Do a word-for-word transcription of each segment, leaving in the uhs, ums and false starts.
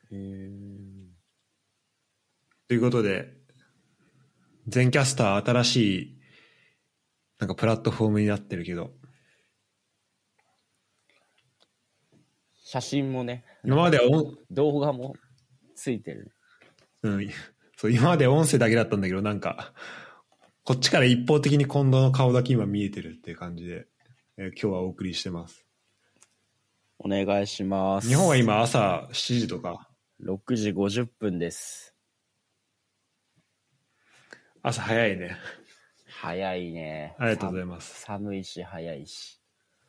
へー。 ということで、全キャスター新しいなんかプラットフォームになってるけど、 写真もね、 今までは音動画もついてる。 うん、そう今まで音声だけだったんだけど、なんかこっちから一方的に近藤の顔だけ今見えてるっていう感じで、えー今日はお送りしてます。 お願いします。 日本は今朝しちじとか。 ろくじごじゅっぷんです。 朝早いね。 早いね。 ありがとうございます。 寒いし早いし。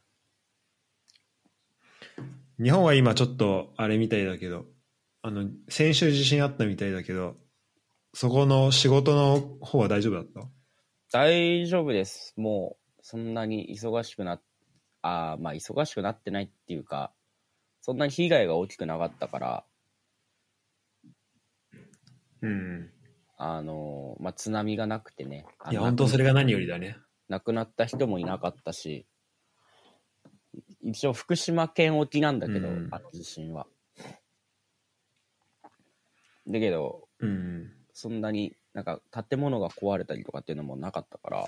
日本は今ちょっとあれみたいだけど、あの先週地震あったみたいだけど、そこの仕事の方は大丈夫だった？ 大丈夫です。もうそんなに忙しくなっあまあ忙しくなってないっていうか、そんなに被害が大きくなかったから、 うん。 あのまあ津波がなくてね。 いや本当それが何よりだね。 亡くなった人もいなかったし、一応福島県沖なんだけど、 うんあの地震は。だけど、 うん。 そんなになんか建物が壊れたりとかっていうのもなかったから。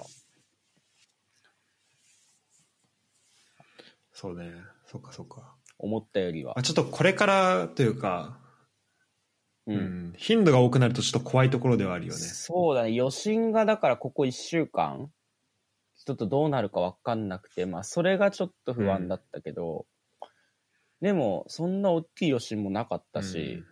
そうね。そっかそっか。 思ったよりは。 あちょっとこれからというか、 うん。 うん、頻度が多くなるとちょっと怖いところではあるよね。 そうだね。余震がだからここいっしゅうかん、ちょっとどうなるか分かんなくて、まあそれがちょっと不安だったけど、うん、でもそんな大きい余震もなかったし、うん、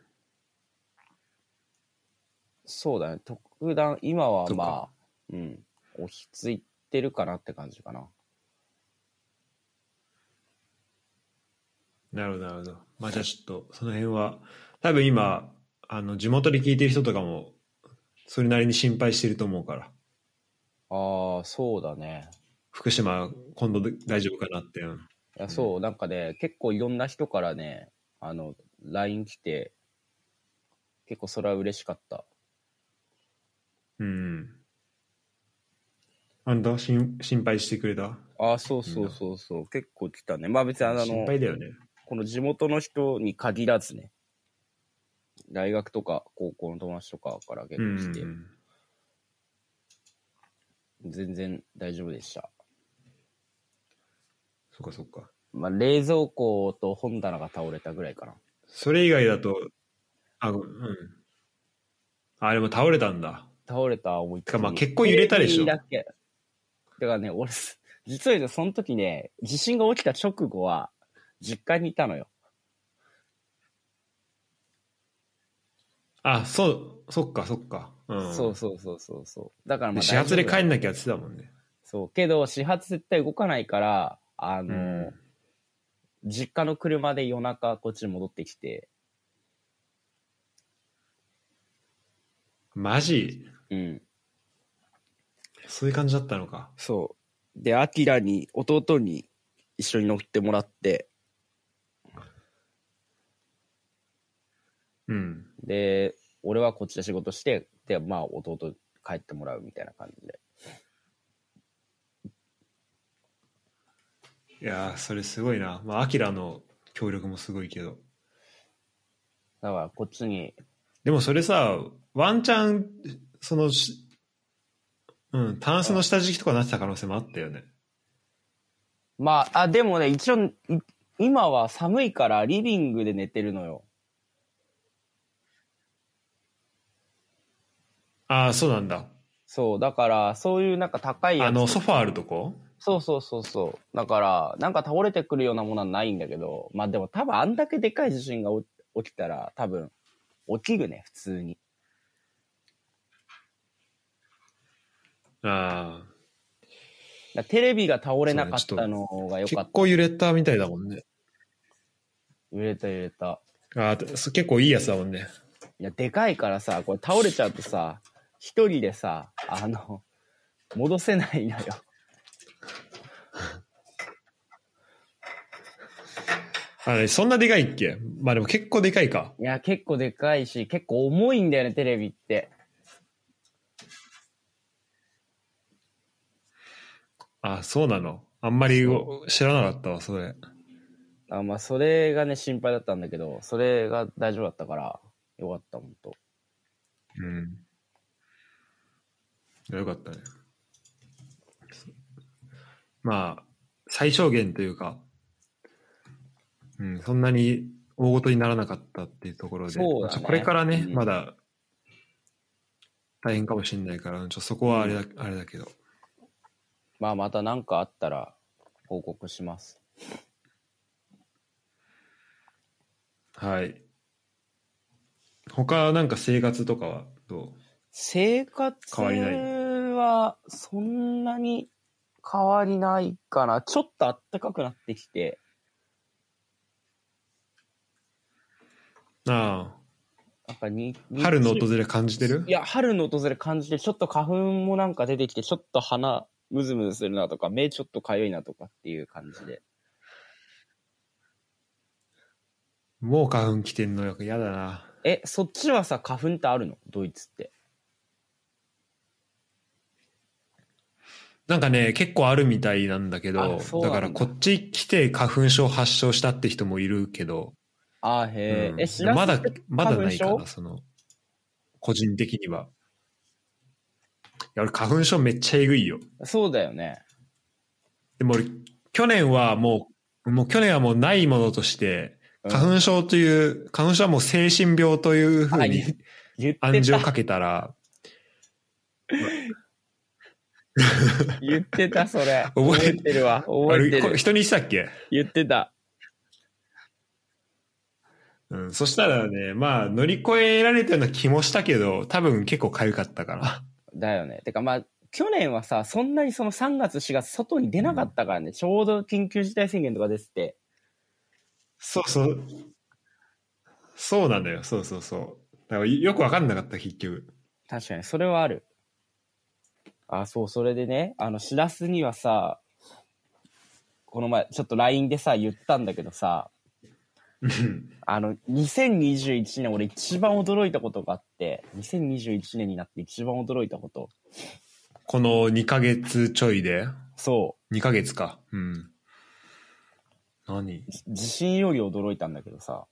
そうだね。特段今はまあ、うん、落ち着いてるかなって感じかな。 なるほどなるほど。まあじゃあちょっとその辺は多分今あの地元で聞いてる人とかもそれなりに心配してると思うから。 ああ、そうだね。 福島今度大丈夫かなって。うん、いやそう、うん、なんかね結構いろんな人からねあの ライン 来て結構それは嬉しかった。 うん。あんた心心配してくれた？ ああそうそうそうそう結構来たね。まあ別にあの心配だよね。 この地元の人に限らずね、大学とか高校の友達とかから結構来て、うんうん、全然大丈夫でした。 そっかそっか。 まあ冷蔵庫と本棚が倒れたぐらいかな。 それ以外だと、あ、うん。あれも倒れたんだ。 倒れた思いっきり。 まあ結構揺れたでしょ。 だけ。だからね、俺、実は言うとその時ね、地震が起きた直後は実家にいたのよ。 あ、そう、そっかそっか。 うん、そうそうそうそうそう。だからまあ始発で帰んなきゃって言ってたもんね。 そうけど始発絶対動かないからあの、うん、実家の車で夜中こっちに戻ってきて。 マジ？ うん。 そういう感じだったのか。 そう。で、アキラに弟に一緒に乗ってもらって。 うん。 で、俺はこっちで仕事して、で、まあ弟帰ってもらうみたいな感じで。 いやー、それすごいな。まあ、アキラの協力もすごいけど。 だからこっちに。 でもそれさ、ワンチャン、その、うん、タンスの下敷きとかなってた可能性もあったよね。 まあ、あ、でもね、一応、今は寒いからリビングで寝てるのよ。 ああ、そうなんだ。 そう、だから、そういうなんか高いやつ。 あの、ソファーあるとこ？ そうそうそうそう。だから、なんか倒れてくるようなものはないんだけど、まあでも多分あんだけでかい地震が起きたら、多分、起きるね、普通に。 ああ。テレビが倒れなかったのが良かった。 結構揺れたみたいだもんね。 揺れた揺れた。 ああ、結構いいやつだもんね。 いや、でかいからさ、これ倒れちゃうとさ、一人でさ、あの、戻せないのよ。 あれ、そんなでかいっけ？まあでも結構でかいか。 いや、結構でかいし、結構重いんだよね、テレビって。 あ、そうなの。あんまり知らなかったわ、それ。 あまあ、それがね、心配だったんだけど、それが大丈夫だったから、よかった、ほんと。 うん。よかったね。まあ、最小限というか、うん、そんなに大ごとにならなかったっていうところで、 そうだね。 これからね、 うん、 まだ大変かもしれないから、ちょそこはあれだ、うん、あれだけど。 まあ、また何かあったら報告します。 はい。他なんか生活とかはどう？ 生活はそんなに変わりないかな。ちょっと暖かくなってきて。 あなんかに春の訪れ感じてる？ いや、春の訪れ感じて、ちょっと花粉もなんか出てきて、ちょっと鼻ムズムズするなとか、目ちょっとかゆいなとかっていう感じで。 もう花粉来てんのよ。やだな。 え、そっちはさ、花粉ってあるの？ドイツって。 なんかね、結構あるみたいなんだけど、だだからこっち来て花粉症発症したって人もいるけど、 あーへー、 うん、 え、しらすまだってまだないか花粉な、その個人的には。いや俺花粉症めっちゃえぐいよ。 そうだよね。 でも俺去年はもうもう去年はもうないものとして、うん、花粉症という花粉症はもう精神病というふうに暗示をかけたら。 言ってた、それ。覚えてるわ。覚えてる。 人に言ってたっけ？ 言ってた。 うん、そしたらね、まあ乗り越えられたような気もしたけど、多分結構痒かったから。 だよね。てかまあ、去年はさ、そんなにそのさんがつしがつ外に出なかったからね、うん、ちょうど緊急事態宣言とか出てて。 そうそう。そうなんだよ。そうそうそう。だからよくわかんなかった、結局。 確かに、それはある。あ、そう、それでね、あの、しらすにはさ、この前、ちょっと ライン でさ、言ったんだけどさ、あの、にせんにじゅういちねん俺一番驚いたことがあって、にせんにじゅういちねんになって一番驚いたこと。 このにかげつちょいで？ そう。 にかげつか。うん。何？ 地震より驚いたんだけどさ。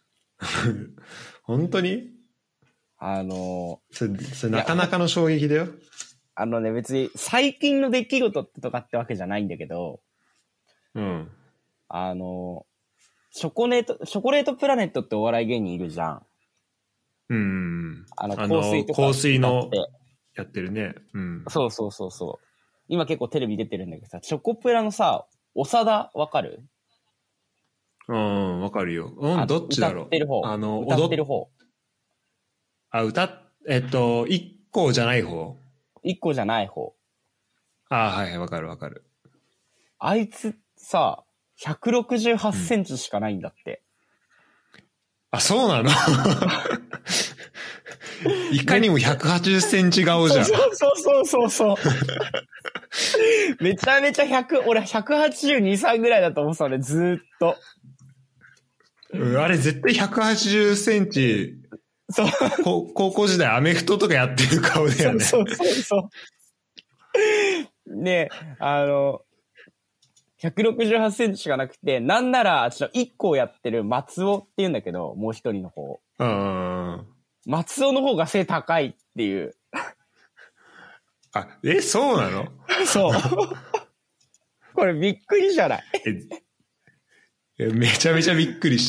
本当に？ あのそれ、それなかなかの衝撃だよ。 あのね、別に最近の出来事ってとかってわけじゃないんだけど、 うん。 あの、チョコレート、チョコレートプラネットってお笑い芸人いるじゃん。 うん。 あの、香水とか。 香水のやってるね。うん。 そうそうそうそう。今結構テレビ出てるんだけどさ、チョコプラのさ、長田わかる？ うん、わかるよ。うん、どっちだろう。 歌ってる方。 あの、 歌ってる方。 あ、歌、えっと、一個じゃない方。 一個じゃない方。 あ、はいはい、わかるわかる。 あいつさ、ひゃくろくじゅうはちセンチしかないんだって。 うん、あ、そうなの？いかにもひゃくはちじゅっセンチ顔じゃん。 そうそうそうそうそう。めちゃめちゃひゃく、俺ひゃくはちじゅうに、さんぐらいだと思ってたね、ずーっと。 うん、あれ絶対ひゃくはちじゅっセンチ、そう高校時代アメフトとかやってる顔だよね。 そうそうそうそう。ねあの、ひゃくろくじゅうはちセンチしかなくて、なんなら、ちょっといっこをやってる松尾って言うんだけど、もう一人の方。 うん。 松尾の方が背高いっていう。 あ、え、そうなの？ そう。これびっくりじゃない？ え、めちゃめちゃびっくりした。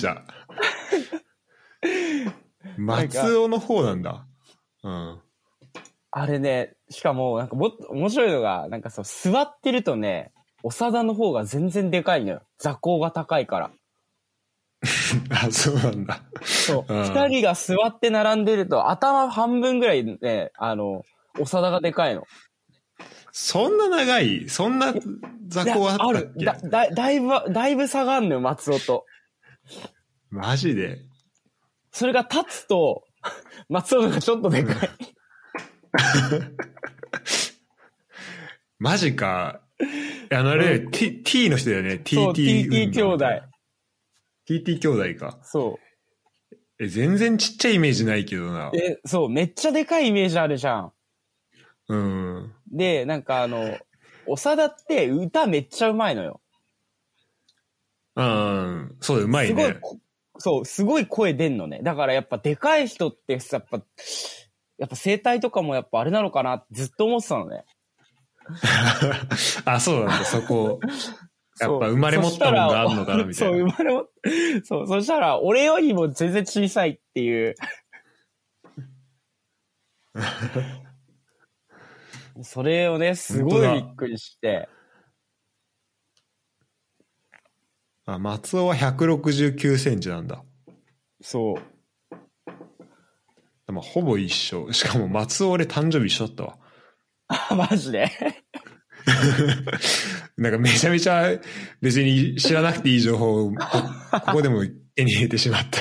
松尾の方なんだ。うん。 あれね、しかも、なんかもっと面白いのが、なんかそう、座ってるとね、長田の方が全然でかいのよ。座高が高いから。 あ、そうなんだ。 そう。二、うん、人が座って並んでると、頭半分ぐらいね、あの、長田がでかいの。 そんな長い？そんな座高あったっけ？ある。 だ、だ、だいぶ、だいぶ差があんのよ、松尾と。 マジで？ それが立つと、松尾のがちょっとでかい。 マジか。あのあれ、うん、T、T の人だよね。ティーティーティーティー 兄弟。 ティーティー 兄弟か。 そう。 え、全然ちっちゃいイメージないけどな。 え、そう、めっちゃでかいイメージあるじゃん。 うん。 で、なんかあの、長田って歌めっちゃうまいのよ。 うん、そうだ、うまいね。 すごい、そう、すごい声出んのね。だからやっぱでかい人ってさ、やっぱ、やっぱ声帯とかもやっぱあれなのかなってずっと思ってたのね。 あ、そうなんだ、そこ。やっぱ生まれ持ったもんがあるのかなみたいな。 そう、生まれも、そう、そしたら俺よりも全然小さいっていう。それをね、すごいびっくりして。 あ、松尾はひゃくろくじゅうきゅうセンチなんだ。 そう。 でもほぼ一緒。しかも松尾俺誕生日一緒だったわ。 あ、マジでなんかめちゃめちゃ別に知らなくていい情報をこ, ここでも手に入れてしまった。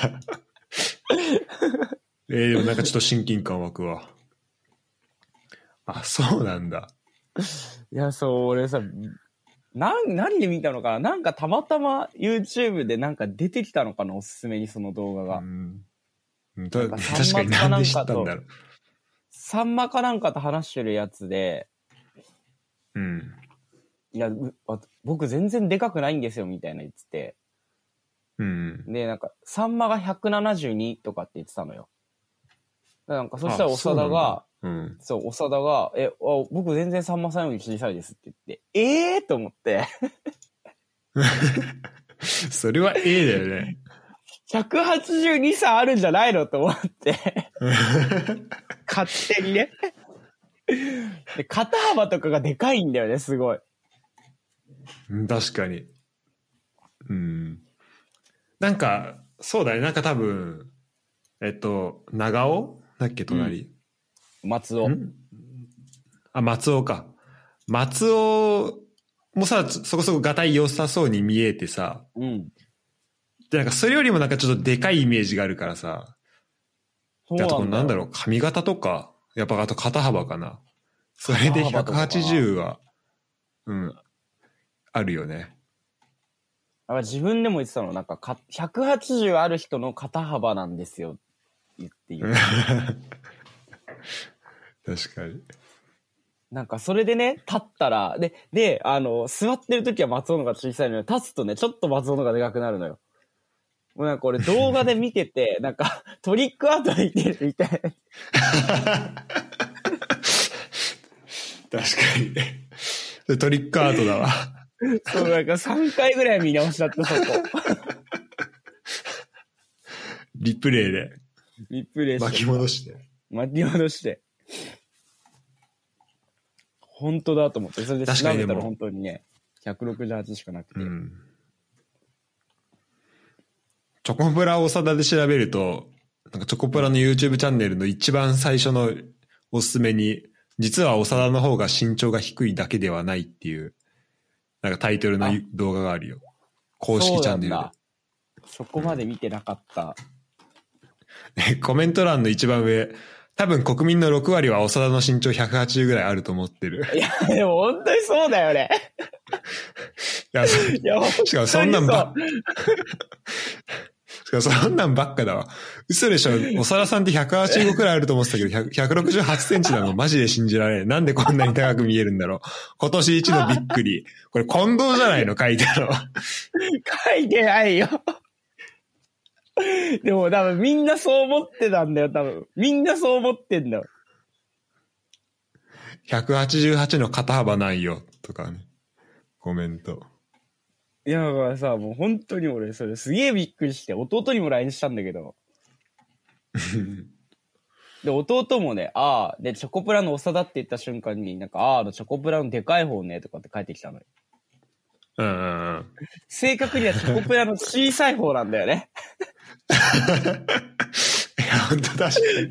えー、でもなんかちょっと親近感湧くわ。あ、そうなんだ。 いや、そう、俺さ、な、何で見たのかな、なんかたまたま YouTube でなんか出てきたのかな、おすすめにその動画が。うん、 確かになんで知ったんだろう。 サンマかなんかと話してるやつで、 うん。 いや、僕全然でかくないんですよ、みたいな言ってて。 うん。 で、なんか、サンマがひゃくななじゅうにとかって言ってたのよ。なんか、そしたら長田が、 うん、 そう、長田が、え、あ、僕全然さんまさんより小さいですって言って、ええー、と思って。 それは A だよね。 ひゃくはちじゅうにさいあるんじゃないのと思って。勝手にね。で、肩幅とかがでかいんだよね、すごい。 確かに。うん。なんか、そうだね、なんか多分、えっと、長尾だっけ、隣。 うん、松尾。 あ、松尾か。松尾もさ、そこそこがたい良さそうに見えてさ。 うん。 で、なんかそれよりもなんかちょっとでかいイメージがあるからさ。 そうなんだよ。 あとなんだろう、髪型とか、やっぱあと肩幅かな。それでひゃくはちじゅうは、うん、あるよね。 自分でも言ってたの、なんかかひゃくはちじゅうある人の肩幅なんですよ言って言う。 確かに。 なんかそれでね、立ったら、で、で、あの、座ってる時は松尾のが小さいのに、立つとね、ちょっと松尾のがでかくなるのよ。もうなんか俺動画で見てて、なんかトリックアートで言ってるみたい。 確かにね。トリックアートだわ。 そう、なんかさんかいぐらい見直しちゃった、そこ。 リプレイで。 リプレイして。 巻き戻して。 巻き戻して。本当だと思って、それで調べたら本当にね、ひゃくろくじゅうはちしかなくて。うん、 チョコプラ長田で調べると、なんかチョコプラの YouTube チャンネルの一番最初のおすすめに、実は長田の方が身長が低いだけではないっていう、なんかタイトルの動画があるよ。公式チャンネルで。 そこまで見てなかった。 コメント欄の一番上、多分国民のろくわりは長田の身長ひゃくはちじゅうぐらいあると思ってる。 いや、でも本当にそうだよね。 いや、いやしかもそんなんばっしかもそんなんばっかだわ。嘘でしょ。長田さんってひゃくはちじゅうごくらいあると思ってたけど、ひゃくろくじゅうはちセンチなのマジで信じられない。なんでこんなに高く見えるんだろう。今年一のびっくり。これ近藤じゃないの書いてあるの。 書いてないよ。でも多分みんなそう思ってたんだよ、多分。みんなそう思ってんだよ。 ひゃくはちじゅうはちの肩幅ないよ、とかね。コメント。 いや、だからさ、もう本当に俺、それすげえびっくりして、弟にも ライン したんだけど。で、弟もね、ああ、で、チョコプラの長田って言った瞬間に、なんか、ああ、のチョコプラのでかい方ね、とかって帰ってきたのよ。 うんうんうん。 正確にはチョコプラの小さい方なんだよね。 いや、本当確かに。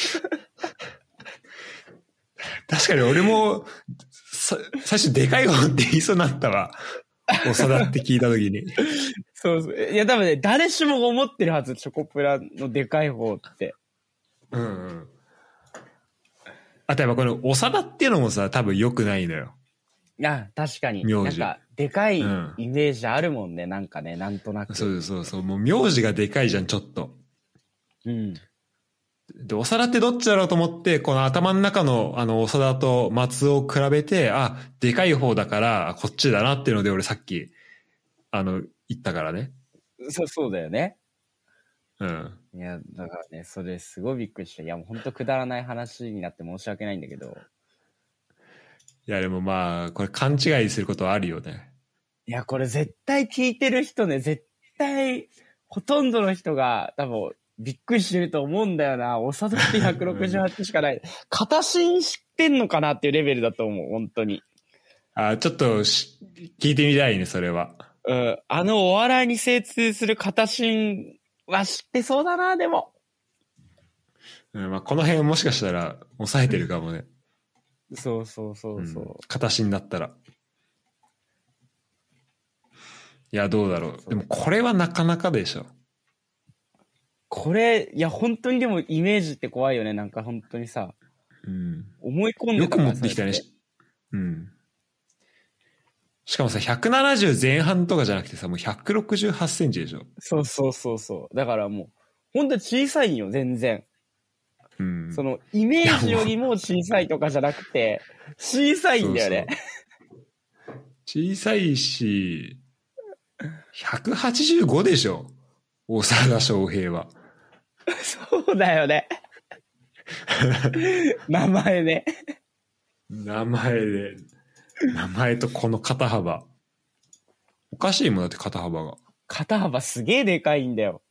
確かに俺も、最初でかい方って言いそうになったわ。長田って聞いたときに。 そうそう。いや、多分ね、誰しも思ってるはず、チョコプラのでかい方って。 うんうん。あとやっぱこの長田っていうのもさ、多分良くないのよ。 いや、確かに。 名字。 なんか、でかいイメージあるもんね、うん、なんかね、なんとなく。 そうそうそう。もう名字がでかいじゃん、ちょっと。 うん。 で、長田ってどっちだろうと思って、この頭の中の、あの、長田と松尾を比べて、あ、でかい方だから、こっちだなっていうので、俺さっき、あの、 行ったからね。 そう、そうだよね。 うん。 いや、だからね、それすごいびっくりした。いや、もうほんとくだらない話になって申し訳ないんだけど。 いや、でもまあ、これ勘違いすることはあるよね。 いや、これ絶対聞いてる人ね、絶対、ほとんどの人が多分、びっくりしてると思うんだよな。長田ってひゃくろくじゅうはちしかない。片心知ってんのかなっていうレベルだと思う、本当に。 あ、ちょっとし聞いてみたいね、それは。 うん。あのお笑いに精通する片心は知ってそうだな、でも。 うん、まあ、この辺もしかしたら抑えてるかもね。 そうそうそうそう。 うん、形になったら。いや、どうだろう。でもこれはなかなかでしょ。 これ、いや、本当にでもイメージって怖いよね。なんか本当にさ。 うん。 思い込んでよくたから持ってきたね。 それってうん。しかもさ、ひゃくななじゅう前半とかじゃなくてさ、もうひゃくろくじゅうはちセンチでしょ。 そうそうそうそう。だからもう、本当に小さいよ、全然。 うん。 その、イメージよりも小さいとかじゃなくて、小さいんだよね。 そうそう小さいし、ひゃくはちじゅうごでしょ。大沢翔平は。 そうだよね。名前ね。 名前で、名前とこの肩幅。おかしいもんだって肩幅が。 肩幅すげえでかいんだよ。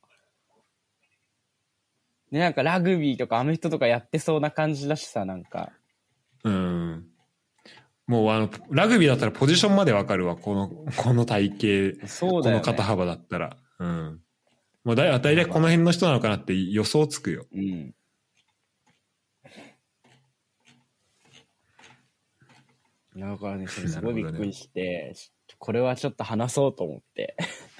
ね、なんかラグビーとかアメフトとかやってそうな感じだしさ、なんか。 うん。もうあの、ラグビーだったらポジションまでわかるわ。この、この体型。 そうだよね。 この肩幅だったら。うん。もうだいたいこの辺の人なのかなって予想つくよ。 うん。だからね、それすごいびっくりして、ね、これはちょっと話そうと思って。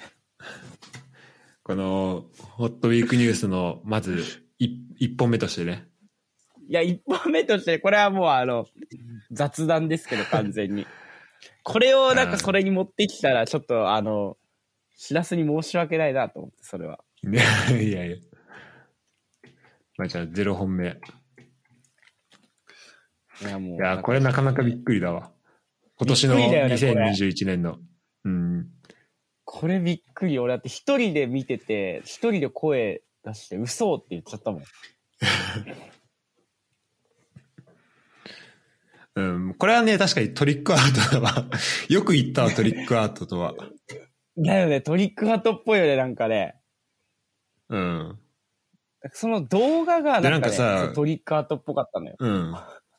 この、ホットウィークニュースの、まず、一本目としてね。 いや、一本目として、これはもうあの、雑談ですけど、完全に。これをなんかそれに持ってきたら、ちょっとあの、しらすに申し訳ないなと思って、それは。 ね、いやいや。まあじゃあ、ゼロ本目。 いや、もう。 いや、これなかなかびっくりだわ。今年のにせんにじゅういちねんの。うん。 これびっくり。俺だって一人で見てて、一人で声出して、嘘って言っちゃったもん。 うん、これはね、確かにトリックアートだわ。よく言ったわ、トリックアートとは。 だよね、トリックアートっぽいよね、なんかね。 うん。 その動画がなんか、ね、 なんかさ、 トリックアートっぽかったのよ。 うん。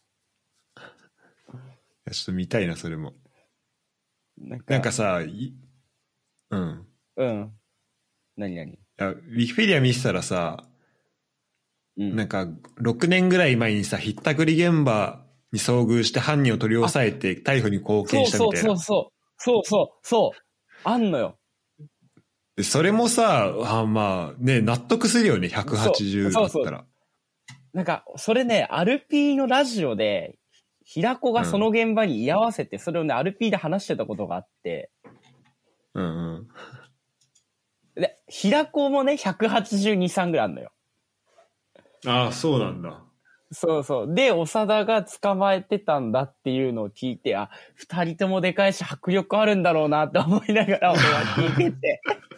ちょっと見たいな、それも。なんか、なんかさ、うん。 うん。何何？いや、ウィキペディア見せたらさ、うん、なんか、ろくねんぐらい前にさ、ひったくり現場に遭遇して犯人を取り押さえて逮捕に貢献したみたいな。 そうそうそうそう。そうそう、そう。あんのよ。 で、それもさ、あまあ、ね、納得するよね、ひゃくはちじゅうだったら。そうそうそう。 なんか、それね、アールピー のラジオで、平子がその現場に居合わせて、うん、それをね、アールピー で話してたことがあって、 うんうん。 で、平子もね、ひゃくはちじゅうに、さんぐらいあるのよ。 ああ、そうなんだ。 そうそう。で、長田が捕まえてたんだっていうのを聞いて、あ、二人ともでかいし迫力あるんだろうなって思いながら俺は聞いてて。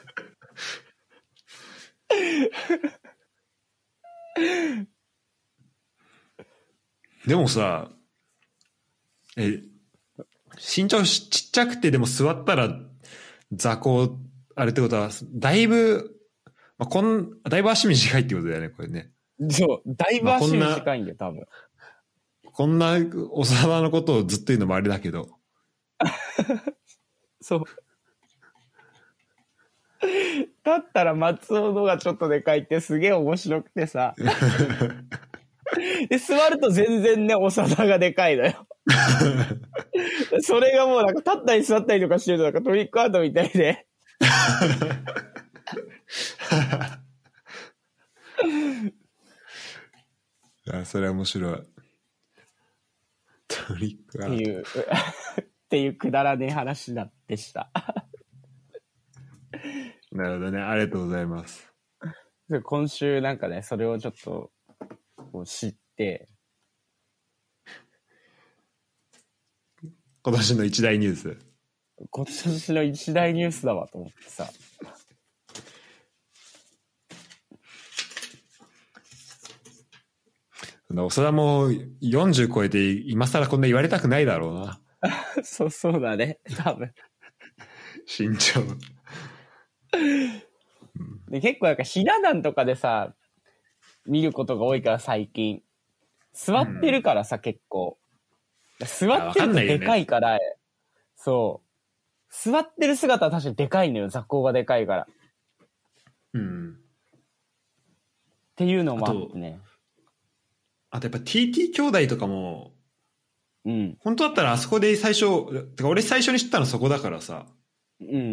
でもさ、え、身長ちっちゃくてでも座ったら座高あるってことは、だいぶ、まあ、こん、だいぶ足短いってことだよね、これね。 そう、だいぶ足短いんだよ、多分。 こんな長田のことをずっと言うのもあれだけど。 そう。だったら松尾のがちょっとでかいってすげえ面白くてさ。で、座ると全然ね、長田がでかいのよ。それがもうなんか立ったり座ったりとかしてるとなんかトリックアートみたいで。 あ、それは面白い。トリックアート。 っていう、っていうくだらねえ話だでした。 なるほどね。ありがとうございます。 今週なんかね、それをちょっとこう知って、 今年の一大ニュース。 今年の一大ニュースだわと思ってさ。 長田もよんじゅう超えて今更こんな言われたくないだろうな。 そうそうだね、多分。 身長。 で結構なんかひな壇とかでさ、見ることが多いから最近。座ってるからさ、うん、結構。座ってるとでかいから、ね、そう。座ってる姿は確かにでかいのよ、座高がでかいから。 うん。 っていうのもあってね。 あとやっぱ ティーティー 兄弟とかも、 うん。 本当だったらあそこで最初、てか俺最初に知ったのそこだからさ。 うんうんうん。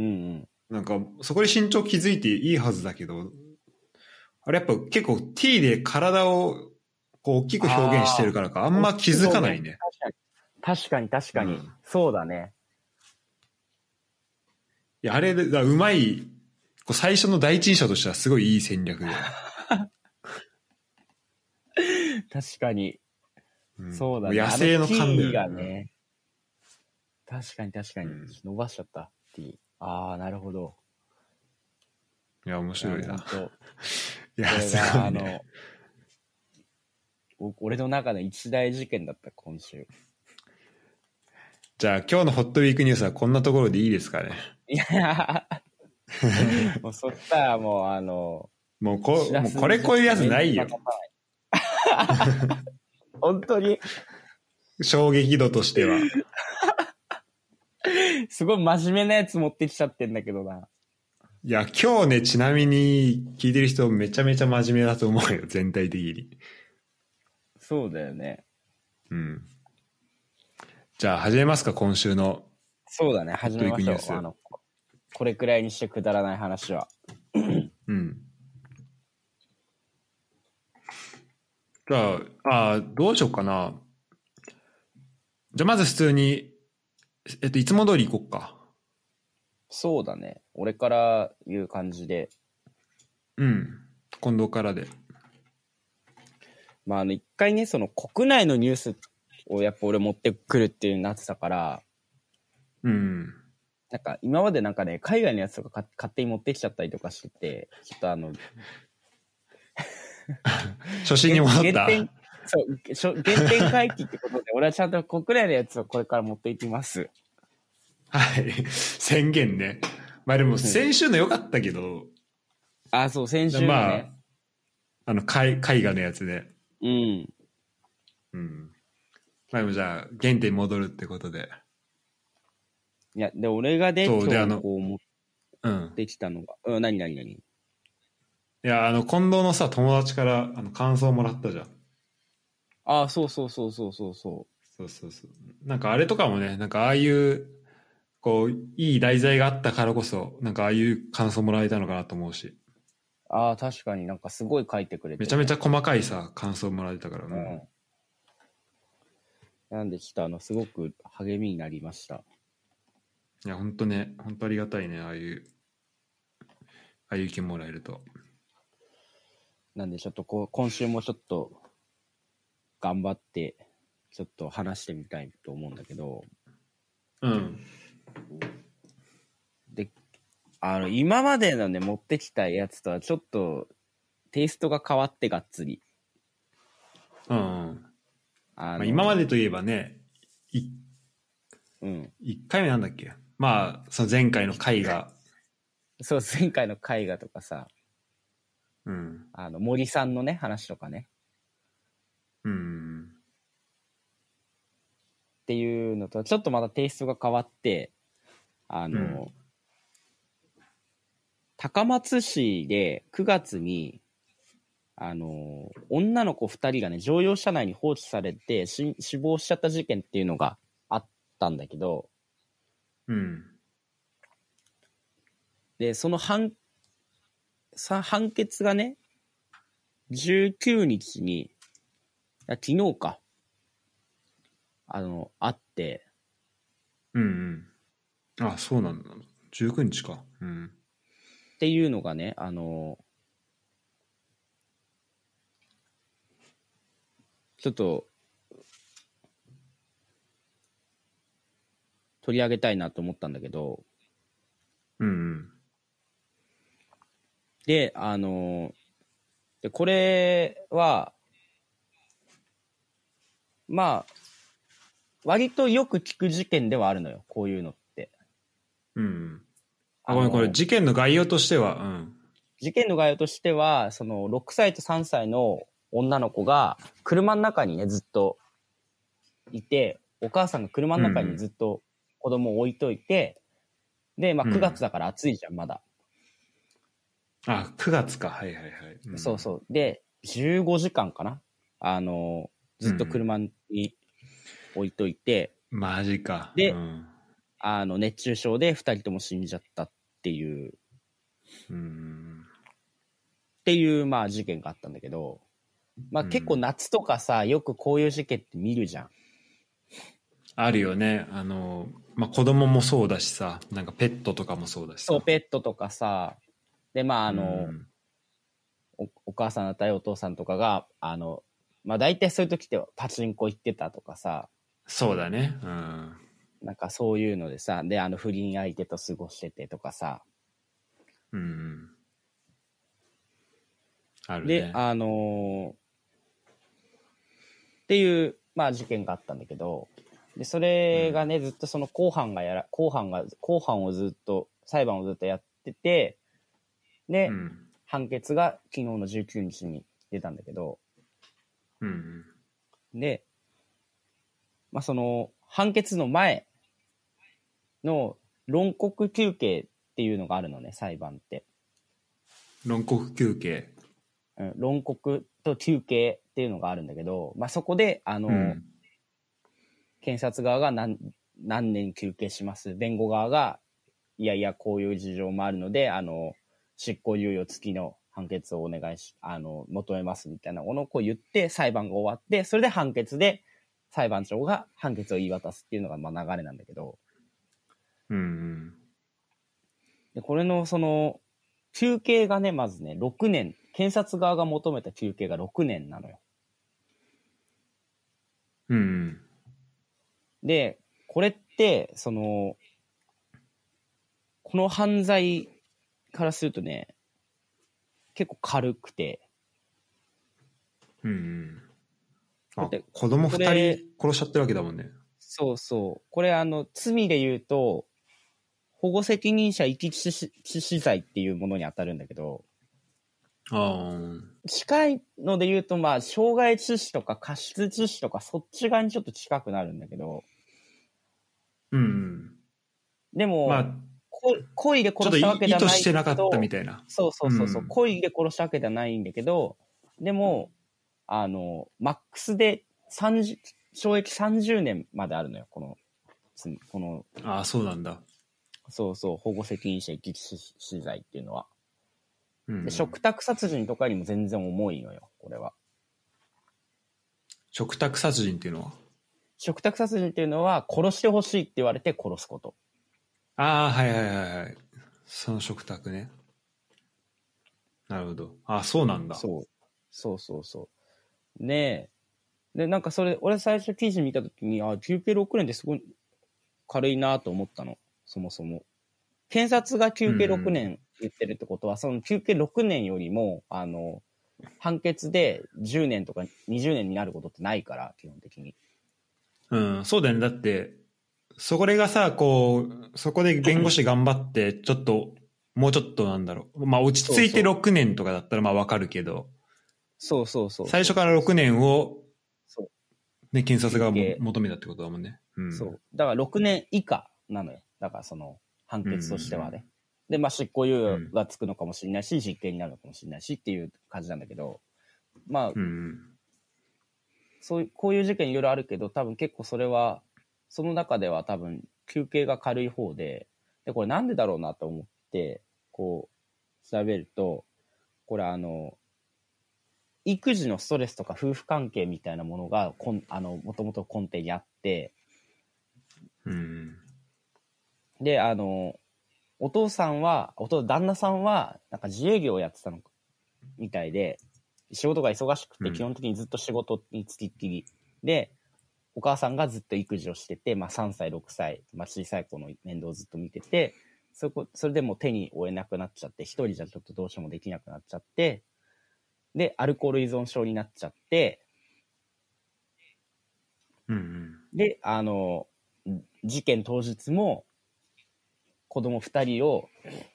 なんかそこで身長気づいていいはずだけど、あれやっぱ結構 T で体をこう大きく表現してるからか、あんま気づかないね。 確かに確かに、うん、そうだね。 いやあれだうまい、こう最初の第一印象としてはすごいいい戦略で。 確かに、うん、そうだね。 野生の感じがね、うん、確かに確かに、うん、伸ばしちゃった T。ああなるほど。 いや面白いな。 いやすごい、ね、あの俺の中の一大事件だった今週。 じゃあ今日のホットウィークニュースはこんなところでいいですかね。 いやもうそしたらもうあのもう こ, もうこれこういうやつないよ。 本当に衝撃度としてはすごい真面目なやつ持ってきちゃってんだけどな。 いや今日ね、ちなみに聞いてる人めちゃめちゃ真面目だと思うよ、全体的に。 そうだよね。 うん。じゃあ始めますか、今週の。 そうだね、始めましょう。あのこれくらいにしてくだらない話は。 うん。じゃあ、あどうしようかな。じゃあまず普通に、えっと、いつも通り行こっか。 そうだね。俺から言う感じで。 うん。近藤からで。 まあ、あの、一回ね、その国内のニュースをやっぱ俺持ってくるっていうなってたから、 うん。 なんか今までなんかね、海外のやつとか勝手に持ってきちゃったりとかしてて、ちょっとあの、 初心に戻った。 原点、そう、原点回帰ってことで、俺はちゃんと国内のやつをこれから持っていきます。 はい。宣言ね。まあでも先週の良かったけど。うん、 あ、そう、先週のね。まあ、 あの、絵画のやつで。 うん。 うん。まあでもじゃあ、原点戻るってことで。 いや、で、俺がね、 そうで、あの、 こう持ってきたのが、うん、うん、何何何いや、あの、近藤のさ、友達から、あの、感想もらったじゃん。 ああ、そうそうそうそうそうそう。 そうそうそう。なんかあれとかもね、なんかああいう、こう、いい題材があったからこそ、なんかああいう感想もらえたのかなと思うし。 ああ、確かになんかすごい書いてくれて、ね。 めちゃめちゃ細かいさ、感想もらえたからね。 うん。なんでちょっとあの、すごく励みになりました。 いや、ほんとね、ほんとありがたいね、ああいう、ああいう意見もらえると。 なんでちょっとこう、今週もちょっと、頑張って、ちょっと話してみたいと思うんだけど。 うん。 で、あの、今までのね、持ってきたやつとはちょっと、テイストが変わってがっつり。 うん。あのーまあ、今までといえばね、い、 うん。 いっかいめなんだっけ。まあ、その前回の絵画。 そう、前回の絵画とかさ、 うん。 あの、森さんのね、話とかね。 うん。 っていうのと、ちょっとまたテイストが変わって、あの、うん、高松市でくがつに、あの、女の子ふたりがね、乗用車内に放置されて死亡しちゃった事件っていうのがあったんだけど、 うん。 で、その判、さ判決がね、じゅうくにちに、昨日か、あの、あって。 うんうん。あ、そうなんだ。じゅうくにちか。うん。 っていうのがね、あの、ちょっと、 取り上げたいなと思ったんだけど、 うんうん。 で、あの、でこれは、まあ、割とよく聞く事件ではあるのよ、こういうのって。 うん。あ、 あのごめん、これ事件の概要としては、うん。 事件の概要としては、そのろくさいとさんさいの女の子が車の中にね、ずっといて、お母さんが車の中にずっと子供を置いといて、うん、で、まあくがつだから暑いじゃん、まだ。 あ、くがつか。はいはいはい。 うん、そうそう。で、じゅうごじかんかな。あの、ずっと車に置いといて。 うん、マジか。 で、 うん、 あの、熱中症でふたりとも死んじゃったっていう、 うん、 っていう、まあ事件があったんだけど、まあ結構夏とかさ、よくこういう事件って見るじゃん。 あるよね。あの、まあ子供もそうだしさ、なんかペットとかもそうだしさ。 そう、ペットとかさ、で、まあ、あの、 うん、 お、お母さんだったりお父さんとかが、あの、まあ、大体そういう時ってパチンコ行ってたとかさ。 そうだね。うん。 なんかそういうのでさ、で、あの、不倫相手と過ごしててとかさ。 うん。あるね。 で、あのー、っていう、まあ、事件があったんだけど、で、それがね、うん、ずっとその公判がやら、公判が、公判をずっと、裁判をずっとやってて、で、うん、判決が昨日のじゅうくにちに出たんだけど、 うん、 で、まあ、その判決の前の論告求刑っていうのがあるのね、裁判って。 論告求刑、 うん、論告と求刑っていうのがあるんだけど、まあ、そこであの、うん、検察側が 何, 何年求刑します、弁護側がいやいやこういう事情もあるので、あの執行猶予付きの判決をお願いし、あの求めますみたいなものをこう言って裁判が終わって、それで判決で裁判長が判決を言い渡すっていうのがまあ流れなんだけど、 うんうん、 でこれのその求刑がね、まずねろくねん、検察側が求めた求刑がろくねんなのよ。 うん、 でこれってそのこの犯罪からするとね、結構軽くて、 うんうん、あ、子供ふたり殺しちゃってるわけだもんね。 そうそう。これあの罪で言うと保護責任者遺棄致死罪っていうものに当たるんだけど、 あ近いので言うとまあ傷害致死とか過失致死とかそっち側にちょっと近くなるんだけど、 うん、 でも、まあ、故意で殺したわけじゃないけど、 ちょっと意図してなかったみたいな。 そうそうそうそう、うん、故意で殺したわけじゃないんだけど、でもあのマックスでさんじゅう懲役さんじゅうねんまであるのよ、このこのああ、そうなんだ。 そうそう、保護責任者遺棄致死罪っていうのは、 うん、 で嘱託殺人とかにも全然重いのよ、これは。 嘱託殺人っていうのは嘱託殺人っていうのは殺してほしいって言われて殺すこと。 ああ、はいはいはいはい。その嘱託ね。なるほど。ああ、そうなんだ。 そうそうそうそうねえ。でなんかそれ俺最初記事見た時に、あ求刑ろくねんってすごい軽いなと思ったの。そもそも検察が求刑ろくねん言ってるってことは、うん、その求刑ろくねんよりもあの判決でじゅうねんとかにじゅうねんになることってないから、基本的に。 うん、そうだよね。だってそれがさ、こうそこで弁護士頑張ってちょっともうちょっとなんだろう、まあ落ち着いてろくねんとかだったらまあわかるけど、 そうそうそうそう、 最初からろくねんをそうね、検察側も求めたってことだもんね。うん、 そうだからろくねん以下なのよ。だからその判決としてはね。でまあ執行猶予がつくのかもしれないし、うん、実刑になるのかもしれないしっていう感じなんだけど、まあ、うん、そういうこういう事件いろいろあるけど、多分結構それはその中では多分求刑が軽い方で、でこれなんでだろうなと思ってこう調べると、これあの育児のストレスとか夫婦関係みたいなものがこんあのもともと根底にあって、 うん、 であのお父さんはお父旦那さんはなんか自営業をやってたのみたいで、仕事が忙しくて基本的にずっと仕事につきっきり、うん、でお母さんがずっと育児をしてて、まあ、さんさいろくさい、まあ、小さい子の面倒をずっと見てて、そこそれでもう手に負えなくなっちゃって、一人じゃちょっとどうしてもできなくなっちゃって、でアルコール依存症になっちゃって、 うんうん、 であの事件当日も子供ふたりを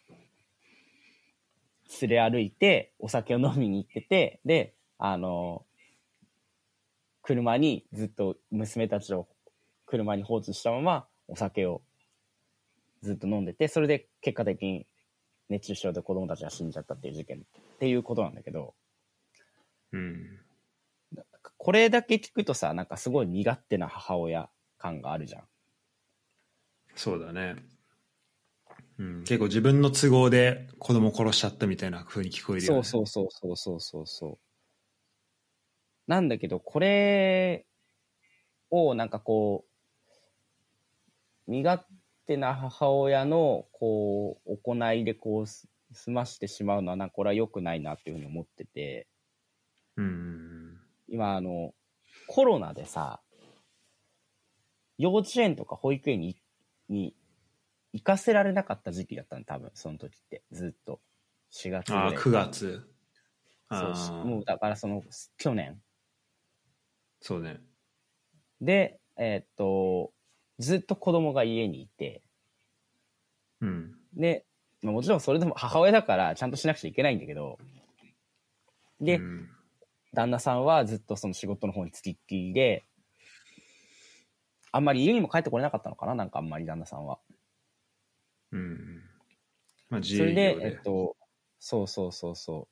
連れ歩いてお酒を飲みに行ってて、であの車にずっと娘たちを車に放置したままお酒をずっと飲んでて、それで結果的に熱中症で子供たちが死んじゃったっていう事件っていうことなんだけど、 うん、 これだけ聞くとさ、なんかすごい身勝手な母親感があるじゃん。 そうだね、うん、結構自分の都合で子供殺しちゃったみたいな風に聞こえるよね。 そうそうそうそうそうそうなんだけど、これをなんかこう身勝手な母親のこう行いでこう済ましてしまうのは、なんかこれは良くないなっていうふうに思ってて、 うん、 今あのコロナでさ、幼稚園とか保育園にに行かせられなかった時期だったの、多分その時ってずっとしがつぐらい。 ああくがつ。 そうし、もうだからその去年そうね。 で、えーっとずっと子供が家にいて、 うん、 で、まあ、もちろんそれでも母親だからちゃんとしなくちゃいけないんだけど、で、 うん、 旦那さんはずっとその仕事の方につきっきりで、あんまり家にも帰ってこれなかったのかな、なんかあんまり旦那さんは。 うん、まあ自それ営業で、 で、えっと、そうそうそうそう。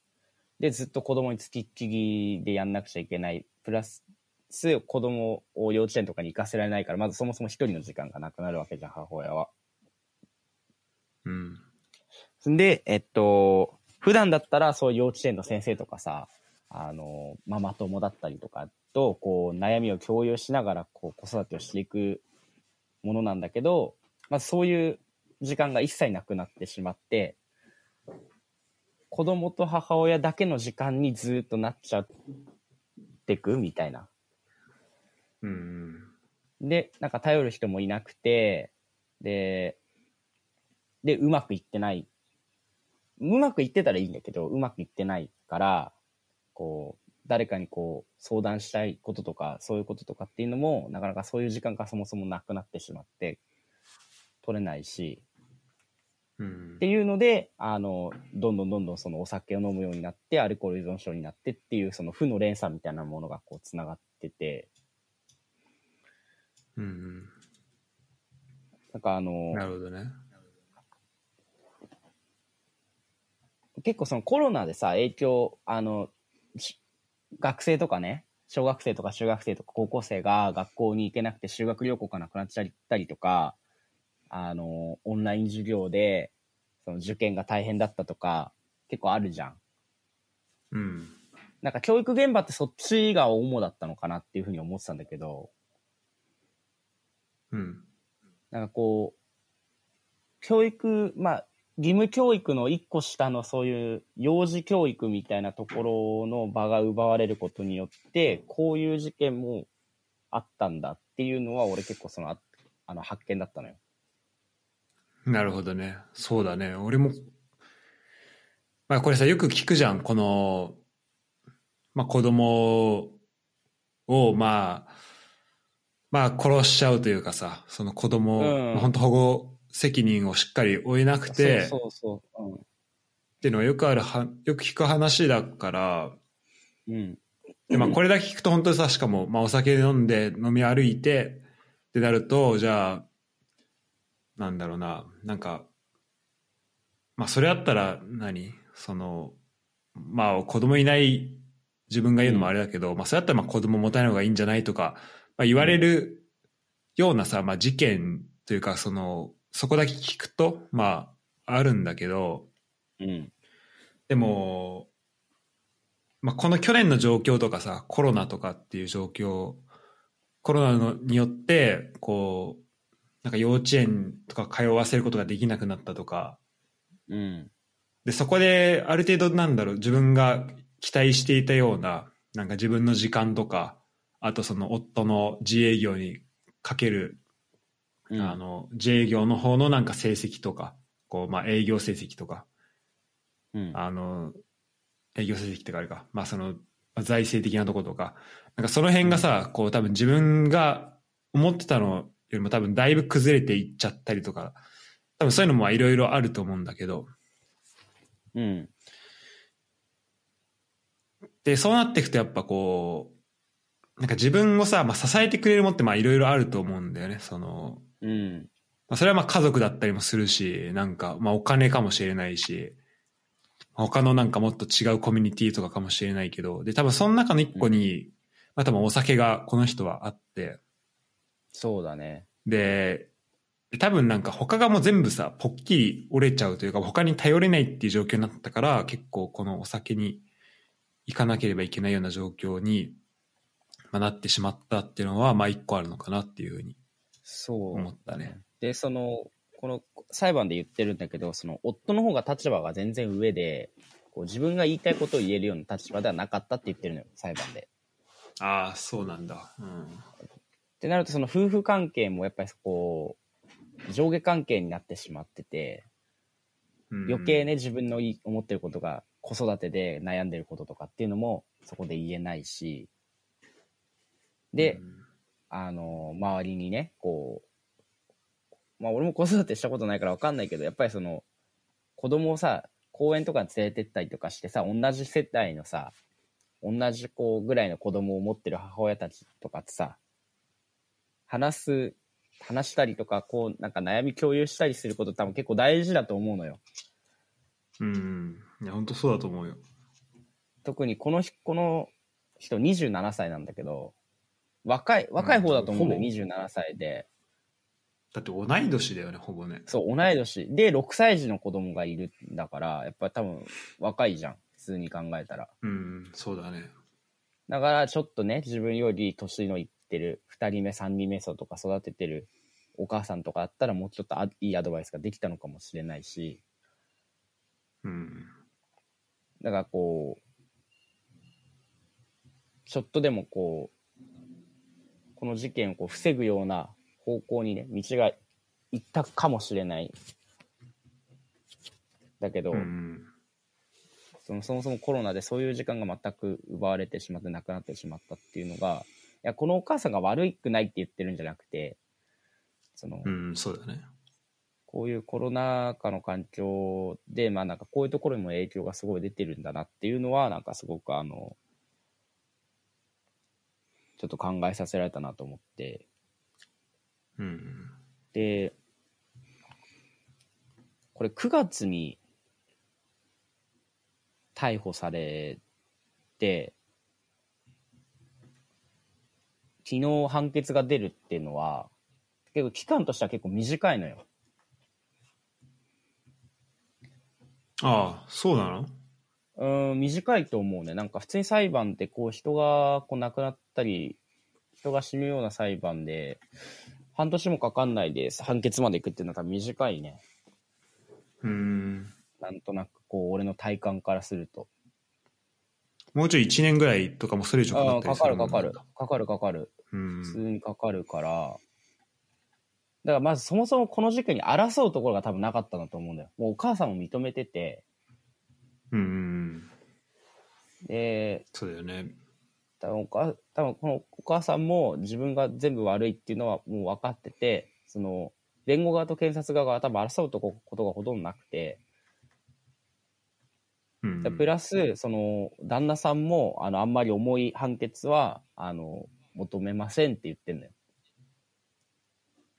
で、ずっと子供につきっきりでやんなくちゃいけない。プラス、子供を幼稚園とかに行かせられないから、まずそもそも一人の時間がなくなるわけじゃん、母親は。 うん、 で、えっと、普段だったらそういう幼稚園の先生とかさ、あの、ママ友だったりとかと、こう、悩みを共有しながら、こう、子育てをしていくものなんだけど、まあ、そういう時間が一切なくなってしまって、子供と母親だけの時間にずっとなっちゃってくみたいな。 うん、 で、なんか頼る人もいなくて、で、で、うまくいってない。うまくいってたらいいんだけど、うまくいってないから、こう、誰かにこう、相談したいこととか、そういうこととかっていうのも、なかなかそういう時間がそもそもなくなってしまって、取れないし、 うん、 っていうので、あの、どんどんどんどんそのお酒を飲むようになって、アルコール依存症になってっていう、その負の連鎖みたいなものがこう、つながってて、 うん、 なんかあの、 なるほどね。 結構そのコロナでさ、影響、あの、学生とかね、小学生とか中学生とか高校生が学校に行けなくて修学旅行がなくなっちゃったりとか、あの、オンライン授業で、その受験が大変だったとか、結構あるじゃん。 うん。 なんか教育現場ってそっちが主だったのかなっていうふうに思ってたんだけど、 うん。 なんかこう、教育、まあ、義務教育の一個下のそういう幼児教育みたいなところの場が奪われることによって、こういう事件もあったんだっていうのは、俺結構その、あの発見だったのよ。 なるほどね。そうだね。俺も、まあこれさ、よく聞くじゃん。この、まあ子供を、まあ、まあ殺しちゃうというかさ、その子供、 うんまあ、本当保護責任をしっかり負えなくて、 そうそうそう。うん、 っていうのはよくあるは、よく聞く話だから、 うん。 で、まあこれだけ聞くと本当にさ、しかも、まあお酒飲んで飲み歩いて、ってなると、じゃあ、なんだろうな、なんか、まあそれあったら何その、まあ子供いない自分が言うのもあれだけど、うん、まあそれだったらまあ子供持たない方がいいんじゃないとか、まあ、言われるようなさ、まあ事件というか、その、そこだけ聞くと、まああるんだけど、 うん、 でも、まあこの去年の状況とかさ、コロナとかっていう状況、コロナのによって、こう、なんか幼稚園とか通わせることができなくなったとか、 うん、 でそこである程度なんだろう自分が期待していたようななんか自分の時間とかあとその夫の自営業にかける、 うん、 あの自営業の方のなんか成績とかこう、まあ、営業成績とか、 うん、 あの営業成績とかあるか、まあ、その財政的なとことかなんかその辺がさ、うん、こう多分自分が思ってたのよりも多分だいぶ崩れていっちゃったりとか多分そういうのもいろいろあると思うんだけど、 うん、 でそうなっていくとやっぱこうなんか自分をさ、まあ、支えてくれるものってまあいろいろあると思うんだよね。その、 うんまあ、それはまあ家族だったりもするし、なんかまあお金かもしれないし、他のなんかもっと違うコミュニティとかかもしれないけど、で多分その中の一個に、うん、まあ多分お酒がこの人はあって、 そうだね。 で、多分なんか他がもう全部さ、ぽっきり折れちゃうというか、他に頼れないっていう状況になったから、結構このお酒に行かなければいけないような状況に、まあ、なってしまったっていうのは、まあ一個あるのかなっていうふうに思ったね。 で、その、この裁判で言ってるんだけど、その夫の方が立場が全然上で、こう自分が言いたいことを言えるような立場ではなかったって言ってるのよ、裁判で。 ああ、そうなんだ。うん。 ってなると、その夫婦関係もやっぱりこう、上下関係になってしまってて、うん、余計ね、自分の思ってることが子育てで悩んでることとかっていうのもそこで言えないし、で、うん、あの、周りにね、こう、まあ俺も子育てしたことないから分かんないけど、やっぱりその、子供をさ、公園とかに連れてったりとかしてさ、同じ世帯のさ、同じ子ぐらいの子供を持ってる母親たちとかってさ、話す、話したりとか、こう、なんか悩み共有したりすること多分結構大事だと思うのよ。 うん。いや、本当そうだと思うよ。 特にこの、この人にじゅうななさいなんだけど、若い、若い方だと思うんだよ、うん、にじゅうななさいで。 だって同い年だよね、ほぼね。 そう、同い年。で、ろくさい児の子供がいるんだから、やっぱり多分若いじゃん。普通に考えたら。 うん、そうだね。 だからちょっとね、自分より年のいってる、ふたりめ、さんにんめ層とか育ててるお母さんとかだったらもうちょっといいアドバイスができたのかもしれないし。 うん。 だからこう、ちょっとでもこう、この事件をこう防ぐような方向にね、道が行ったかもしれない。だけど、うん、そのそもそもコロナでそういう時間が全く奪われてしまってなくなってしまったっていうのが、いや、このお母さんが悪くないって言ってるんじゃなくて、その、 うん、そうだね。 こういうコロナ禍の環境で、まあなんかこういうところにも影響がすごい出てるんだなっていうのは、なんかすごくあの、ちょっと考えさせられたなと思って。 うん。 で、これくがつに逮捕されて、昨日判決が出るっていうのは、結構期間としては結構短いのよ。 ああ、そうなの？ うん、短いと思うね。なんか普通に裁判ってこう人がこう亡くなったり、人が死ぬような裁判で、半年もかかんないで判決までいくっていうのは多分短いね。 うーん。 なんとなくこう俺の体感からすると。 もうちょいいちねんぐらいとかもそれ以上かかったりするもんかかるかかる。かかるかかる。 うん。 普通にかかるから。だからまずそもそもこの事件に争うところが多分なかったんだと思うんだよ。もうお母さんも認めてて。 うん。 で、 そうだよね。 多分おか多分このお母さんも自分が全部悪いっていうのはもう分かってて、その弁護側と検察側が多分争うとことがほとんどなくて、うん、プラスその旦那さんもあのあんまり重い判決はあの求めませんって言ってんのよ。 うん。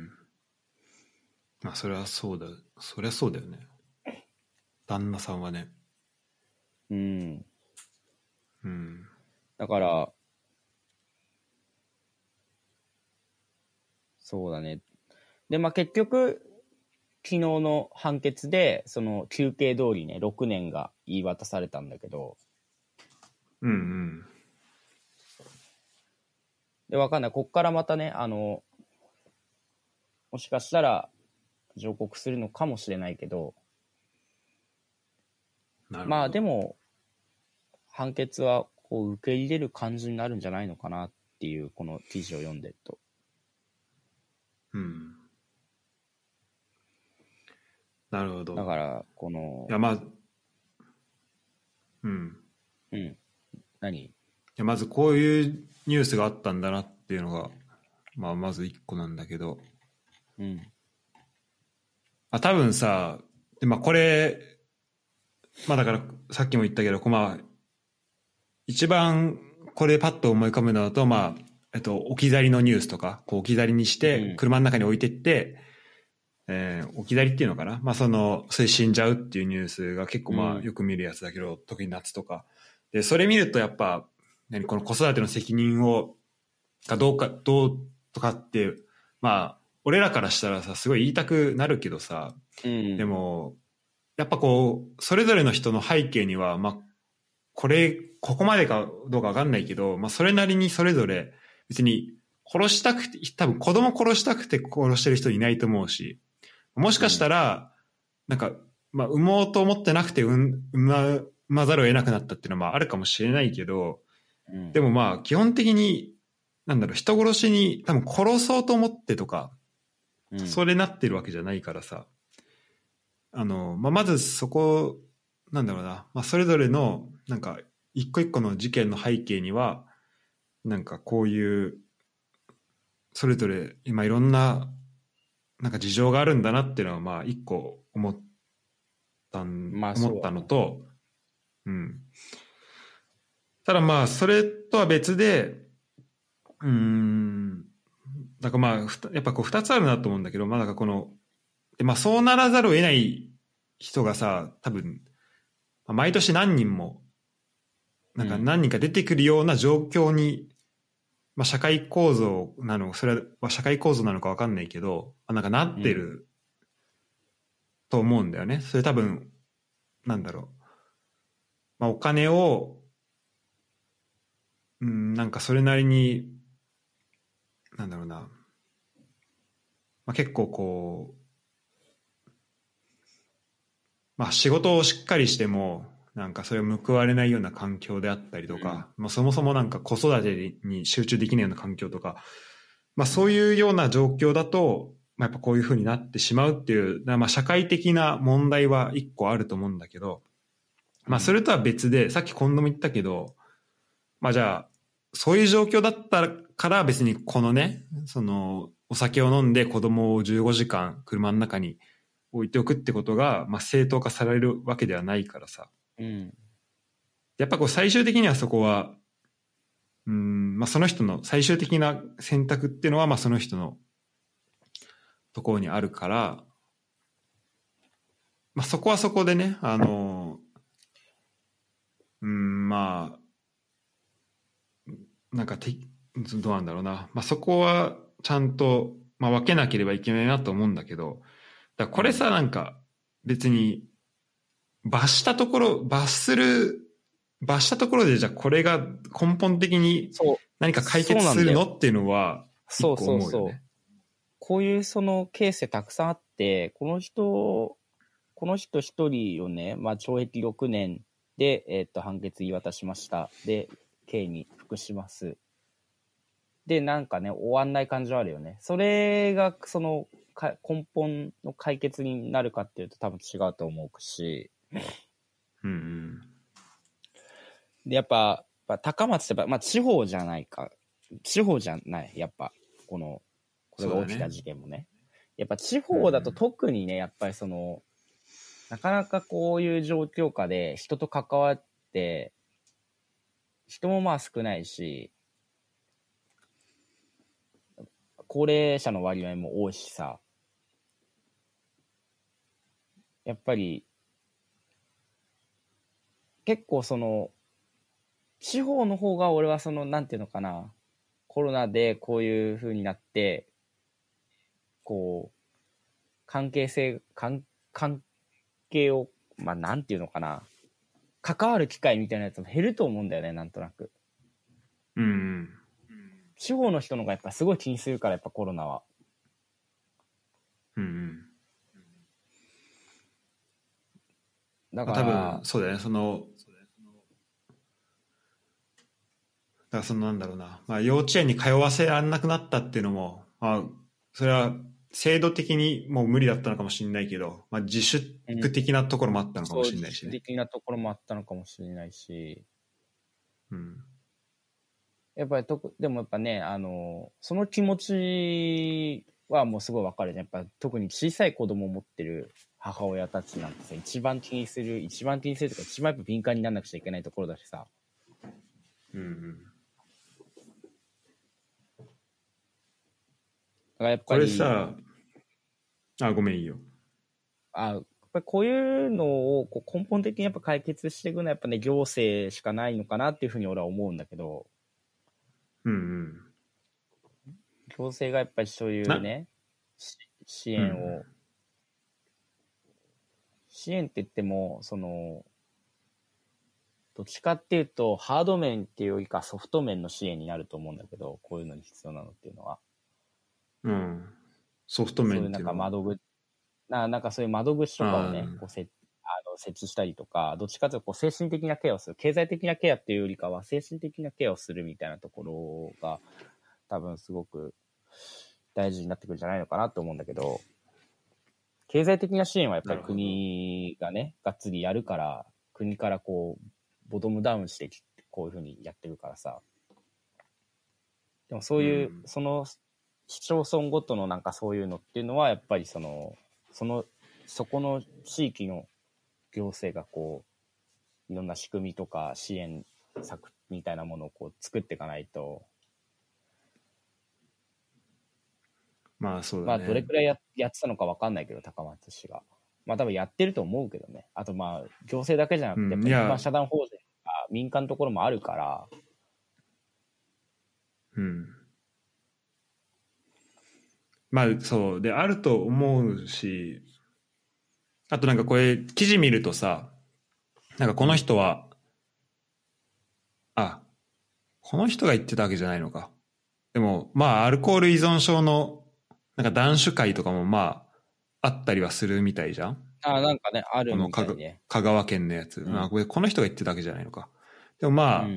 まあそれはそうだ。そりゃそうだよね。旦那さんはね。 うん。 うん。 だから、そうだね。で、まあ結局、昨日の判決で、その求刑通りね、ろくねんが言い渡されたんだけど。 うんうん。 で、わかんない。こっからまたね、あの、もしかしたら上告するのかもしれないけど、 なるほど。 まあでも、判決はこう受け入れる感じになるんじゃないのかなってっていう、この記事を読んでると。 うん。なるほど。 だから、この、 いや、まあ、うん。 うん。何？ いや、まずこういうニュースがあったんだなっていうのが、まあ、まず一個なんだけど、 うん。 あ、多分さ、でまあ、これ、まあだから、さっきも言ったけど、こうまあ、一番これパッと思い浮かぶのだと、まあ、えっと、置き去りのニュースとか、こう置き去りにしうて、 ん車の中に置いてって、えー置き去りっていうのかな、まあその、それ死んじゃうっていうニュースが結構まあうんよく見るやつだけど、特に夏とか。で、それ見るとやっぱ、何、この子育ての責任を、かどうか、どうとかって、まあ、俺らからしたらさ、すごい言いたくなるけどさ、 うんでも、やっぱこう、それぞれの人の背景には、まあ、これ、ここまでかどうかわかんないけど、まあ、それなりにそれぞれ、別に殺したくて、多分子供殺したくて殺してる人いないと思うし、もしかしたら、なんか、まあ、産もうと思ってなくて産、産ま、産まざるを得なくなったっていうのはまああるかもしれないけど、 うんでもまあ、基本的に、なんだろう、人殺しに多分殺そうと思ってとか、 うんそれなってるわけじゃないからさ、あの、まあ、まずそこ、なんだろうな、まあ、それぞれの、なんか、一個一個の事件の背景には、なんかこういう、それぞれ今いろんな、なんか事情があるんだなっていうのは、まあ、一個思ったん、 まあ思ったそうだね。 のと、うん。ただまあ、それとは別で、うーん、だからまあ、ふたやっぱこう二つあるなと思うんだけど、まあなんかこの、でまあそうならざるを得ない人がさ、多分、まあ毎年何人も、なんか何人か出てくるような状況に、まあ社会構造なの、それは社会構造なのかわかんないけど、まあなんかなってると思うんだよね。それ多分、なんだろう。まあお金を、うん、なんかそれなりに、なんだろうな。まあ結構こう、まあ仕事をしっかりしても、なんかそれを報われないような環境であったりとか、まあそもそもなんか子育てに集中できないような環境とか、まあそういうような状況だと、まあやっぱこういうふうになってしまうっていう、まあ社会的な問題は一個あると思うんだけど、まあそれとは別で、さっき今度も言ったけど、まあじゃあ、そういう状況だったから別にこのね、そのお酒を飲んで子供をじゅうごじかん車の中に置いておくってことが、まあ、正当化されるわけではないからさ。 うん。 やっぱこう最終的にはそこは、うん、まあその人の最終的な選択っていうのは、まあその人のところにあるから、まあそこはそこでね、あの、うん、まあ、なんかて、どうなんだろうな。まあそこはちゃんと、まあ分けなければいけないなと思うんだけど、だからこれさ、なんか別に罰したところ、罰する、罰したところでじゃあこれが根本的にそう。 何か解決するのっていうのは一個そうそうそう。 思うよね。 こういうそのケースたくさんあって、この人、この人一人をね、まあ懲役ろくねんで、えっと、判決言い渡しました。で、刑に服します。で、なんかね、終わんない感じはあるよね。それが、その、か根本の解決になるかっていうと多分違うと思うし、 うんうん。 で、やっぱ、やっぱ高松ってやっぱ、まあ地方じゃないか。地方じゃない、やっぱ、この、これが起きた事件もね。やっぱ地方だと特にね、やっぱりその、なかなかこういう状況下で人と関わって、人もまあ少ないし、高齢者の割合も多いしさ、やっぱり、結構その、地方の方が俺はその、なんていうのかな、コロナでこういう風になって、こう、関係性、関関係を、まあなんていうのかな、関わる機会みたいなやつも減ると思うんだよね、なんとなく。 うんうん。 地方の人の方がやっぱすごい気にするから、やっぱコロナは。 うんうん。 だかまあ、多ら、 分そうだよね。その、 からそのなんだろうな、まあ、幼稚園に通わせられなくなったっていうのも、まあ、それは制度的にもう無理だったのかもしれないけど、まあ、自主的なところもあったのかもしれないしね。 うん、自主的なところもあったのかもしれないし、 うん、 やっぱりとくでもやっぱね、あのその気持ちはもうすごいわかるね。やっぱ特に小さい子供を持ってる母親たちなんてさ、一番気にする一番気にするとか一番やっぱ敏感にならなくちゃいけないところだしさ。 うんうん。 だからやっぱりこれさ、あ、ごめんいいよ。 あ、やっぱりこういうのをこう根本的にやっぱ解決していくのはやっぱね行政しかないのかなっていうふうに俺は思うんだけど。 うんうん。 行政がやっぱりそういうね支援を、うん、支援って言ってもそのどっちかっていうとハード面っていうよりかソフト面の支援になると思うんだけど、こういうのに必要なのっていうのは、 うん、ソフト面っていうのはそういうなんか窓口ななんかそういう窓口とかをねこうせあの設置したりとか、どっちかというとこう精神的なケアをする、経済的なケアっていうよりかは精神的なケアをするみたいなところが多分すごく大事になってくるんじゃないのかなと思うんだけど、経済的な支援はやっぱり国がねがっつりやるから、国からこうボトムダウンしてこういうふうにやってるからさ。でもそういう、うん、その市町村ごとのなんかそういうのっていうのはやっぱりそのそのそこの地域の行政がこういろんな仕組みとか支援策みたいなものをこう作っていかないと、 まあそうだね。 まあどれくらい や, やってたのか分かんないけど、高松市がまあ多分やってると思うけどね。あとまあ行政だけじゃなくて、うん、やっぱり社団法人とか民間のところもあるから。 うん。まあそうであると思うし、あとなんかこれ記事見るとさ、なんかこの人は、うん、あこの人が言ってたわけじゃないのか。でもまあアルコール依存症のなんか断酒会とかもまああったりはするみたいじゃん。 あなんかねあるみたいね。 香川県のやつ、うん、あこれこの人が言ってたわけじゃないのか。でもまあ、うん、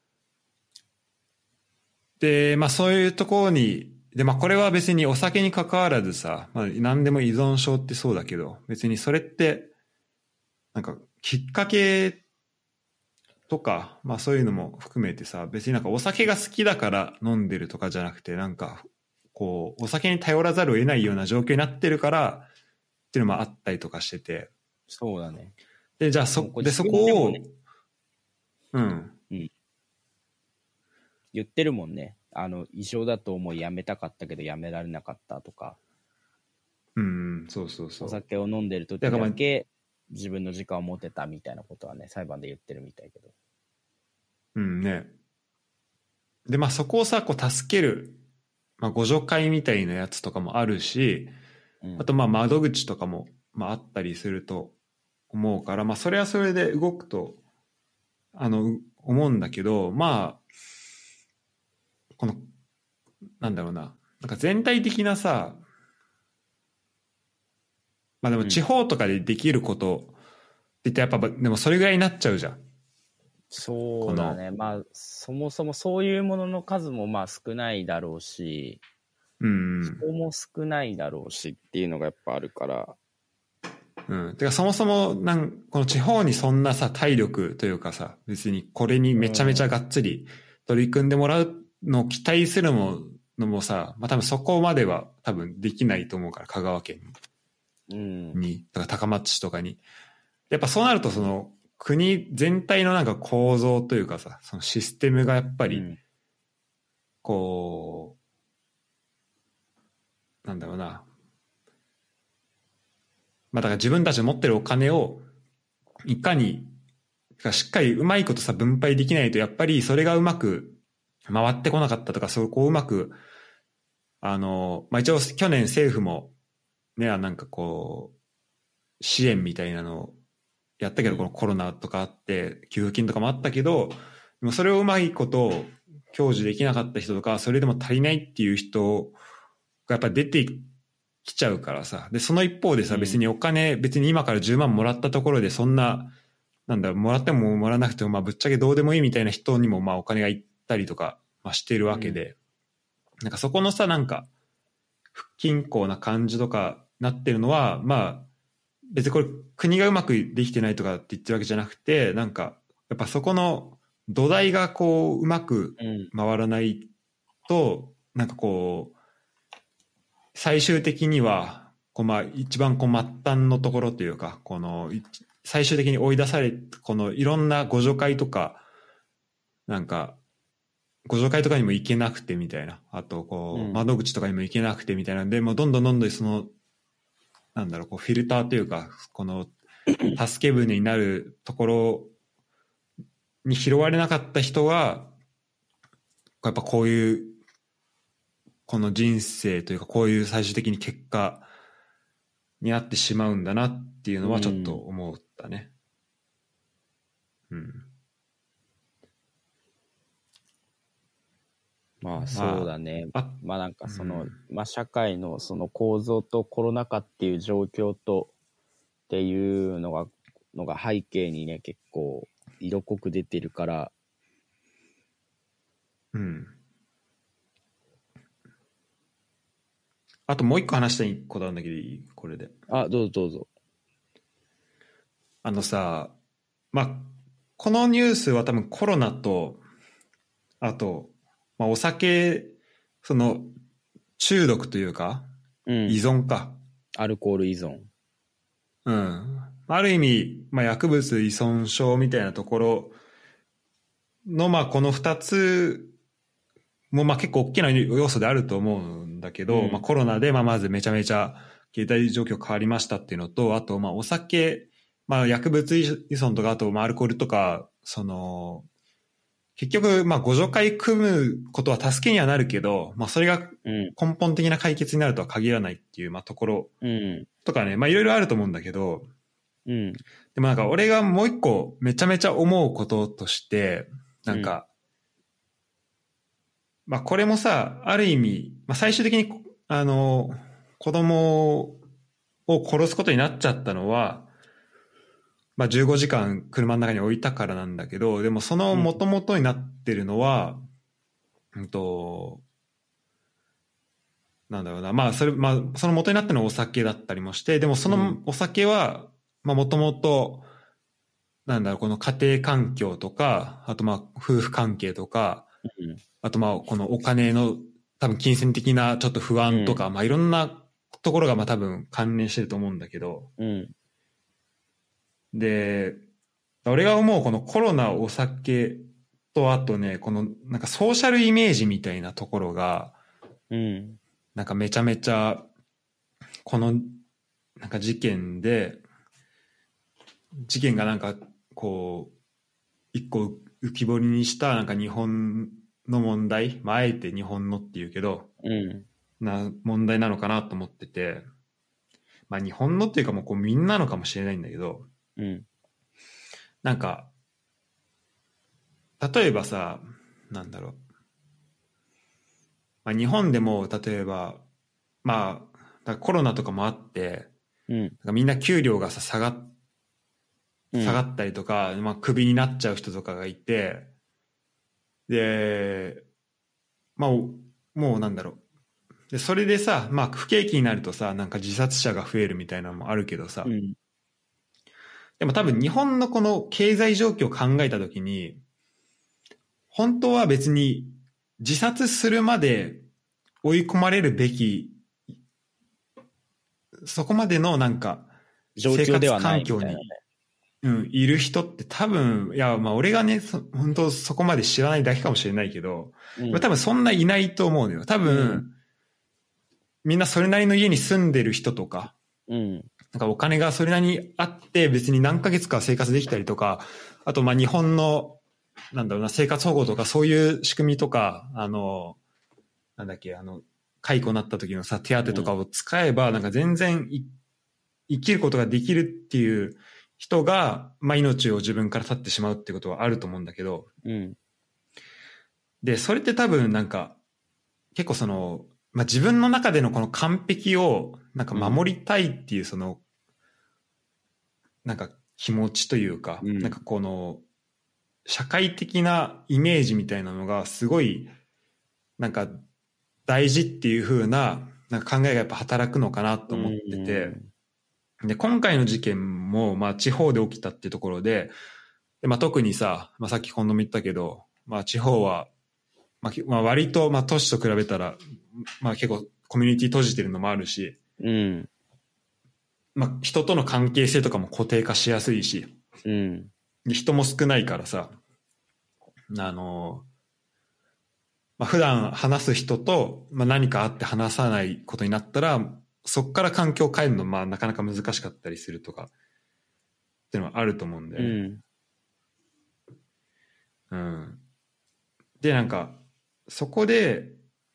でまあそういうところにでまあこれは別にお酒に関わらずさ、まあ、何でも依存症ってそうだけど、別にそれってなんかきっかけとかまあそういうのも含めてさ、別になんかお酒が好きだから飲んでるとかじゃなくて、なんかこうお酒に頼らざるを得ないような状況になってるからっていうのもあったりとかしてて。 そうだね。 でじゃあそでそこを、ね、うん、 うん、言ってるもんね。あの異常だと思いやめたかったけどやめられなかったとか。 うん、そうそうそう。 お酒を飲んでる時だけ自分の時間を持てたみたいなことはね裁判で言ってるみたいけど。 うんね。でまあそこをさこう助ける、まあ、互助会みたいなやつとかもあるし、うん、あとまあ窓口とかも、まあ、あったりすると思うから、まあそれはそれで動くとあの思うんだけど、まあこのなんだろうな、なんか全体的なさ、まあでも地方とかでできることって言ってやっぱでもそれぐらいになっちゃうじゃん。 そうだね。まあそもそもそういうものの数もまあ少ないだろうし、 うん、 人も少ないだろうしっていうのがやっぱあるから。 うん、てかそもそもなんこの地方にそんなさ体力というかさ、別にこれにめちゃめちゃがっつり取り組んでもらうのを期待するものもさ、まあ多分そこまでは多分できないと思うから、香川県に、うん、にだから高松市とかにやっぱそうなるとその国全体のなんか構造というかさ、そのシステムがやっぱりこう、うん、なんだろうな、まあだから自分たちの持ってるお金をいかにしっかりうまいことさ分配できないと、やっぱりそれがうまく回ってこなかったとか、そこをうまくあのまあ一応去年政府もねなんかこう支援みたいなのをやったけど、このコロナとかあって給付金とかもあったけど、でもそれをうまいこと享受できなかった人とか、それでも足りないっていう人がやっぱ出てきちゃうからさ。でその一方でさ、別にお金、別に今からじゅうまんもらったところでそんななんだろう、もらってももらわなくてもまあぶっちゃけどうでもいいみたいな人にもまあお金がいっったりとか、まあ、してるわけで、うん、なんかそこのさ、なんか不均衡な感じとかなってるのは、まあ別にこれ国がうまくできてないとかって言ってるわけじゃなくて、なんかやっぱそこの土台がこううまく回らないと、うん、なんかこう最終的にはこうまあ一番こう末端のところというか、この最終的に追い出され、このいろんな互助会とかなんか互助会とかにも行けなくてみたいな、あとこう窓口とかにも行けなくてみたいなので、もうどんどんどんどんそのなんだろう、こうフィルターというか、この助け舟になるところに拾われなかった人はやっぱこういうこの人生というか、こういう最終的に結果になってしまうんだなっていうのはちょっと思ったね。うん、うん、 まあそうだね。まあ、まあなんかその、うん、まあ社会のその構造とコロナ禍っていう状況とっていうのがのが背景にね結構色濃く出てるから。 うん。あともう一個話したいことあるんだけどいい？これで。 あ、どうぞどうぞ。 あのさ、まあこのニュースは多分コロナとあとまあ、お酒その中毒というか、うん、依存か、 アルコール依存、 うん、ある意味、まあ、薬物依存症みたいなところの、まあ、このふたつもまあ結構大きな要素であると思うんだけど、うん、まあ、コロナでまあまずめちゃめちゃ経済状況変わりましたっていうのと、あとまあお酒、まあ、薬物依存とか、あとまあアルコールとか、その結局、まあ、互助会組むことは助けにはなるけど、まあ、それが根本的な解決になるとは限らないっていう、まあ、ところとかね、まあ、いろいろあると思うんだけど、 うん、 でもなんか、俺がもう一個めちゃめちゃ思うこととして、なんか、うん、まあ、これもさ、ある意味、まあ、最終的に、あの、子供を殺すことになっちゃったのは、まあ、じゅうごじかん車の中に置いたからなんだけど、でもその元々になってるのは、うん、うんと、なんだろうな、まあ、それ、まあ、その元になってるのはお酒だったりもして、でもそのお酒は、まあ、もともと、なんだろう、この家庭環境とか、あとまあ、夫婦関係とか、うん、あとまあ、このお金の、多分金銭的なちょっと不安とか、うん、まあ、いろんなところがまあ多分関連してると思うんだけど、うん、で、俺が思うこのコロナ、お酒と、あとね、このなんかソーシャルイメージみたいなところが、うん、なんかめちゃめちゃ、このなんか事件で、事件がなんかこう、一個浮き彫りにしたなんか日本の問題、まあ、あえて日本のっていうけど、うん、な問題なのかなと思ってて、まあ日本のっていうかもうこうみんなのかもしれないんだけど、うん、なんか例えばさ、なんだろう、まあ、日本でも例えばまあコロナとかもあって、うん、なんかみんな給料がさ下がっ下がったりとか、うん、まあ、クビになっちゃう人とかがいて、でまあもうなんだろう、でそれでさ、まあ不景気になるとさ、なんか自殺者が増えるみたいなのもあるけどさ、うん、でも多分日本のこの経済状況を考えたときに、本当は別に自殺するまで追い込まれるべき、そこまでのなんか生活環境にうん、いる人って多分、いや、まあ俺がね、本当そこまで知らないだけかもしれないけど、うん、多分そんないないと思うのよ。多分、うん、みんなそれなりの家に住んでる人とか、うん、なんかお金がそれなりにあって別に何ヶ月か生活できたりとか、あとまあ日本の、なんだろうな、生活保護とかそういう仕組みとか、あの、なんだっけ、あの、解雇になった時のさ、手当とかを使えば、なんか全然生きることができるっていう人が、まあ、命を自分から絶ってしまうっていうことはあると思うんだけど、うん、で、それって多分なんか、結構その、まあ、自分の中でのこの完璧をなんか守りたいっていうその、うん、なんか気持ちというか、うん、なんかこの、 社会的なイメージみたいなのがすごいなんか大事っていう風ななんか考えがやっぱ働くのかなと思ってて、で今回の事件もまあ地方で起きたっていうところで、でまあ、特にさ、まあ、さっき今度も言ったけど、まあ、地方は、まあ、まあ割とまあ都市と比べたら、まあ、結構コミュニティ閉じてるのもあるし、 うんまあ、人との関係性とかも固定化しやすいし、 うん、 人も少ないからさ、あの、まあ、普段話す人と、まあ、何かあって話さないことになったら、そこから環境を変えるのまあなかなか難しかったりするとかっていうのはあると思うんだよね。うん。うん、でなんかそこで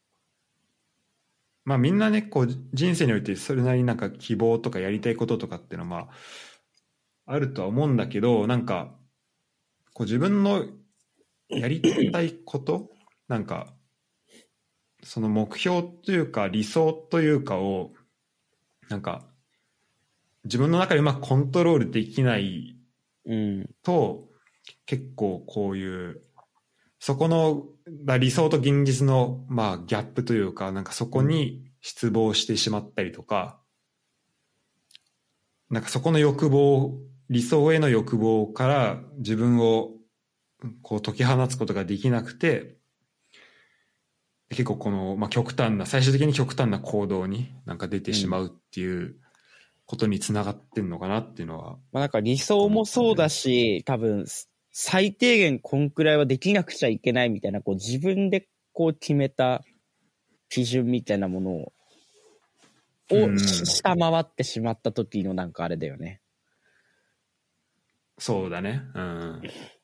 まあみんなねこう人生においてそれなりになんか希望とかやりたいこととかっていうのはまああるとは思うんだけど、なんかこう自分のやりたいことなんかその目標というか理想というかをなんか自分の中でうまくコントロールできないと、うん、結構こういうそこの理想と現実のまあギャップというかなんかそこに失望してしまったりとか、なんかそこの欲望理想への欲望から自分をこう解き放つことができなくて、結構この、まあ、極端な最終的に極端な行動になんか出てしまうっていうことにつながってんのかなっていうのは、うん、 まあなんか理想もそうだし、多分最低限こんくらいはできなくちゃいけないみたいなこう自分でこう決めた基準みたいなものを、を、うん、下回ってしまった時のなんかあれだよね。 そうだね。うん。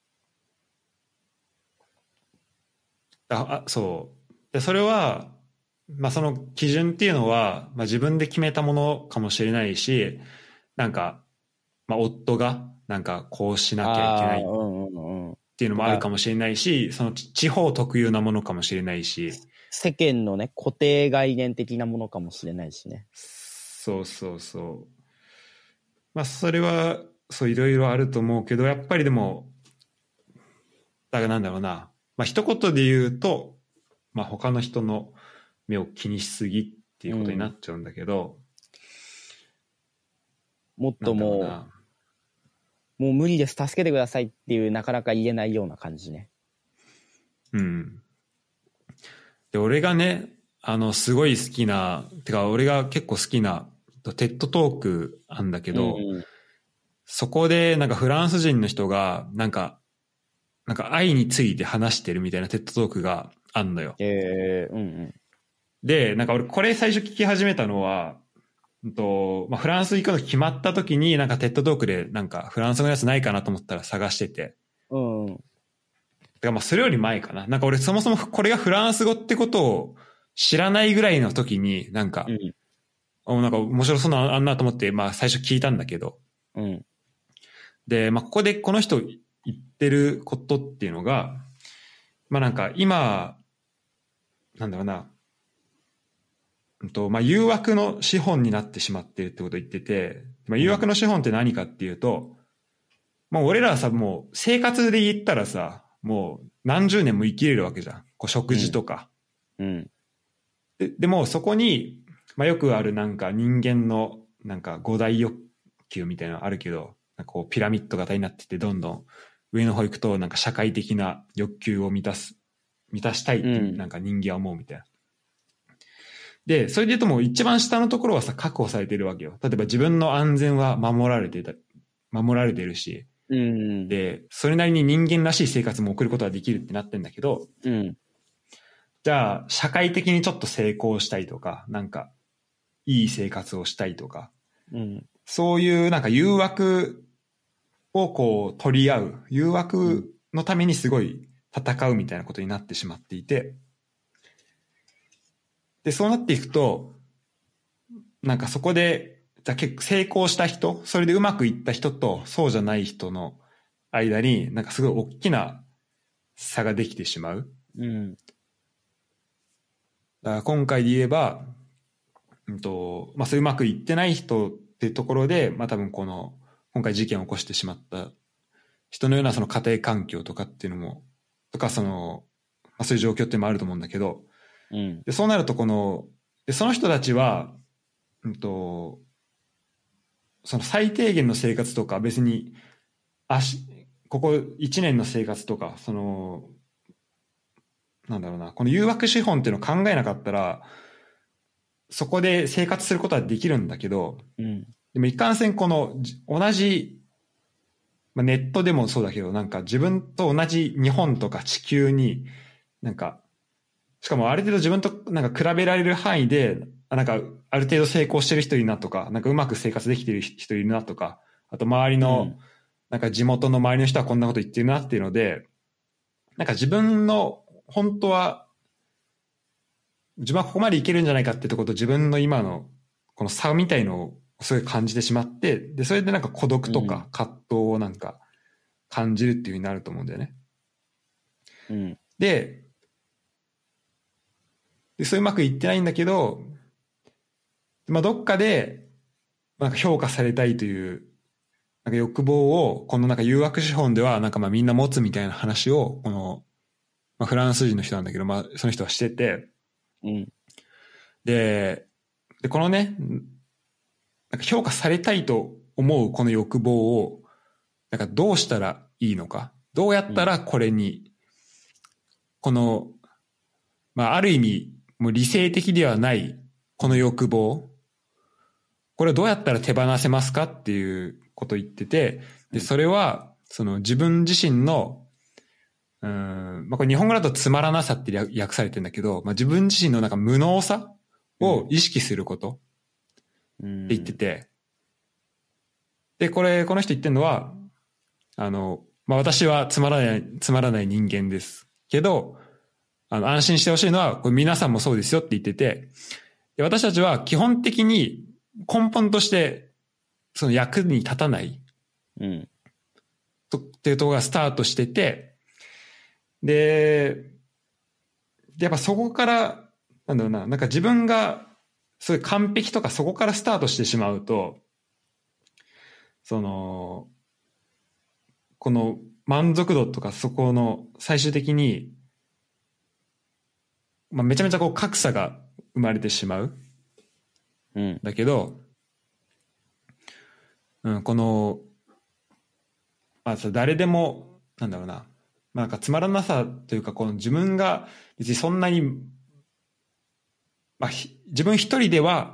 あ、あそうでそれは、まあ、その基準っていうのは、まあ、自分で決めたものかもしれないし、なんか、まあ、夫がなんかこうしなきゃいけないっていうのもあるかもしれないし、うんうんうん、その地方特有なものかもしれないし、 世間のね固定概念的なものかもしれないしね。 そうそうそう。まあそれはそういろいろあると思うけど、やっぱりでもだからなんだろうな、まあ一言で言うと、まあ他の人の目を気にしすぎっていうことになっちゃうんだけど、 うん、もっともうもう無理です助けてくださいっていうなかなか言えないような感じね。 うん。で俺がねあのすごい好きなてか俺が結構好きなテッドトークあんだけど、うん、そこでなんかフランス人の人がなんかなんか愛について話してるみたいなテッドトークがあんのよ。 えーうんうん、 でなんか俺これ最初聞き始めたのは、うんとまあ、フランス行くの決まった時になんかテッドトークでなんかフランス語のやつないかなと思ったら探してて、 うん、だからまあそれより前かな。なんか俺そもそもこれがフランス語ってことを知らないぐらいの時になんか、うん、なんか面白そうなあんなと思ってまあ最初聞いたんだけど、 うん、でまあここでこの人言ってることっていうのがまあなんか今なんだろうな、うんとまあ、誘惑の資本になってしまってるってことを言ってて、まあ、誘惑の資本って何かっていうと、うん、もう俺らはさもう生活で言ったらさもう何十年も生きれるわけじゃん、こう食事とか、 うんうん、 で, でもそこに、まあ、よくあるなんか人間のなんか五大欲求みたいなのあるけど、なんかこうピラミッド型になっててどんどん上の方行くとなんか社会的な欲求を満たす満たしたいってなんか人間は思うみたいな、うん、でそれで言うともう一番下のところはさ確保されてるわけよ。例えば自分の安全は守られてた守られてるし、うん、でそれなりに人間らしい生活も送ることができるってなってんだけど、うん、じゃあ社会的にちょっと成功したいとかなんかいい生活をしたいとか、うん、そういうなんか誘惑をこう取り合う誘惑のためにすごい戦うみたいなことになってしまっていて、でそうなっていくとなんかそこでじゃあ結構成功した人、それでうまくいった人とそうじゃない人の間になんかすごい大きな差ができてしまう、うん、だから今回で言えば、うんとまあ、そういううまくいってない人っていうところで、まあ、多分この今回事件を起こしてしまった人のようなその家庭環境とかっていうのも、とかその、まあ、そういう状況っていうのもあると思うんだけど、 うん。 でそうなるとこの、でその人たちは、うんと、その最低限の生活とか別に、あし、ここいちねんの生活とか、その、なんだろうな、この誘惑資本っていうのを考えなかったら、そこで生活することはできるんだけど、 うん。 でもいかんせんこのじ同じ、まあ、ネットでもそうだけど、なんか自分と同じ日本とか地球に、なんか、しかもある程度自分となんか比べられる範囲で、あなんかある程度成功してる人いるなとか、なんかうまく生活できてる人いるなとか、あと周りの、なんか地元の周りの人はこんなこと言ってるなっていうので、なんか自分の本当は、自分はここまでいけるんじゃないかってとこと自分の今のこの差みたいのをすごい感じてしまって、で、それでなんか孤独とか葛藤をなんか感じるっていうふうになると思うんだよね。 うん。 で、でそういううまくいってないんだけど、まあ、どっかでなんか評価されたいというなんか欲望をこのなんか誘惑資本ではなんかまあみんな持つみたいな話をこの、まあ、フランス人の人なんだけど、まあ、その人はしてて、 うん。 で、でこのね、なんか評価されたいと思うこの欲望をなんかどうしたらいいのか、どうやったらこれに、この、まあ、ある意味もう理性的ではないこの欲望、これをどうやったら手放せますかっていうことを言ってて、でそれはその自分自身のうーん、まあ、これ日本語だとつまらなさって訳されてるんだけど、まあ、自分自身のなんか無能さを意識することって言ってて、で、これ、この人言ってるのは、あの、まあ、私はつまらない、つまらない人間ですけど、あの、安心してほしいのは、これ皆さんもそうですよって言ってて、で私たちは基本的に根本として、その役に立たない、 うん。 とっていうところがスタートしてて、で、でやっぱそこから、なんだろうな、なんか自分が、そういう完璧とかそこからスタートしてしまうと、その、この満足度とかそこの最終的に、まあ、めちゃめちゃこう格差が生まれてしまう。 うん。 だけど、うん、この、まあ、誰でも、なんだろうな、まあ、なんかつまらなさというか、この自分が別にそんなに、まあ、自分一人では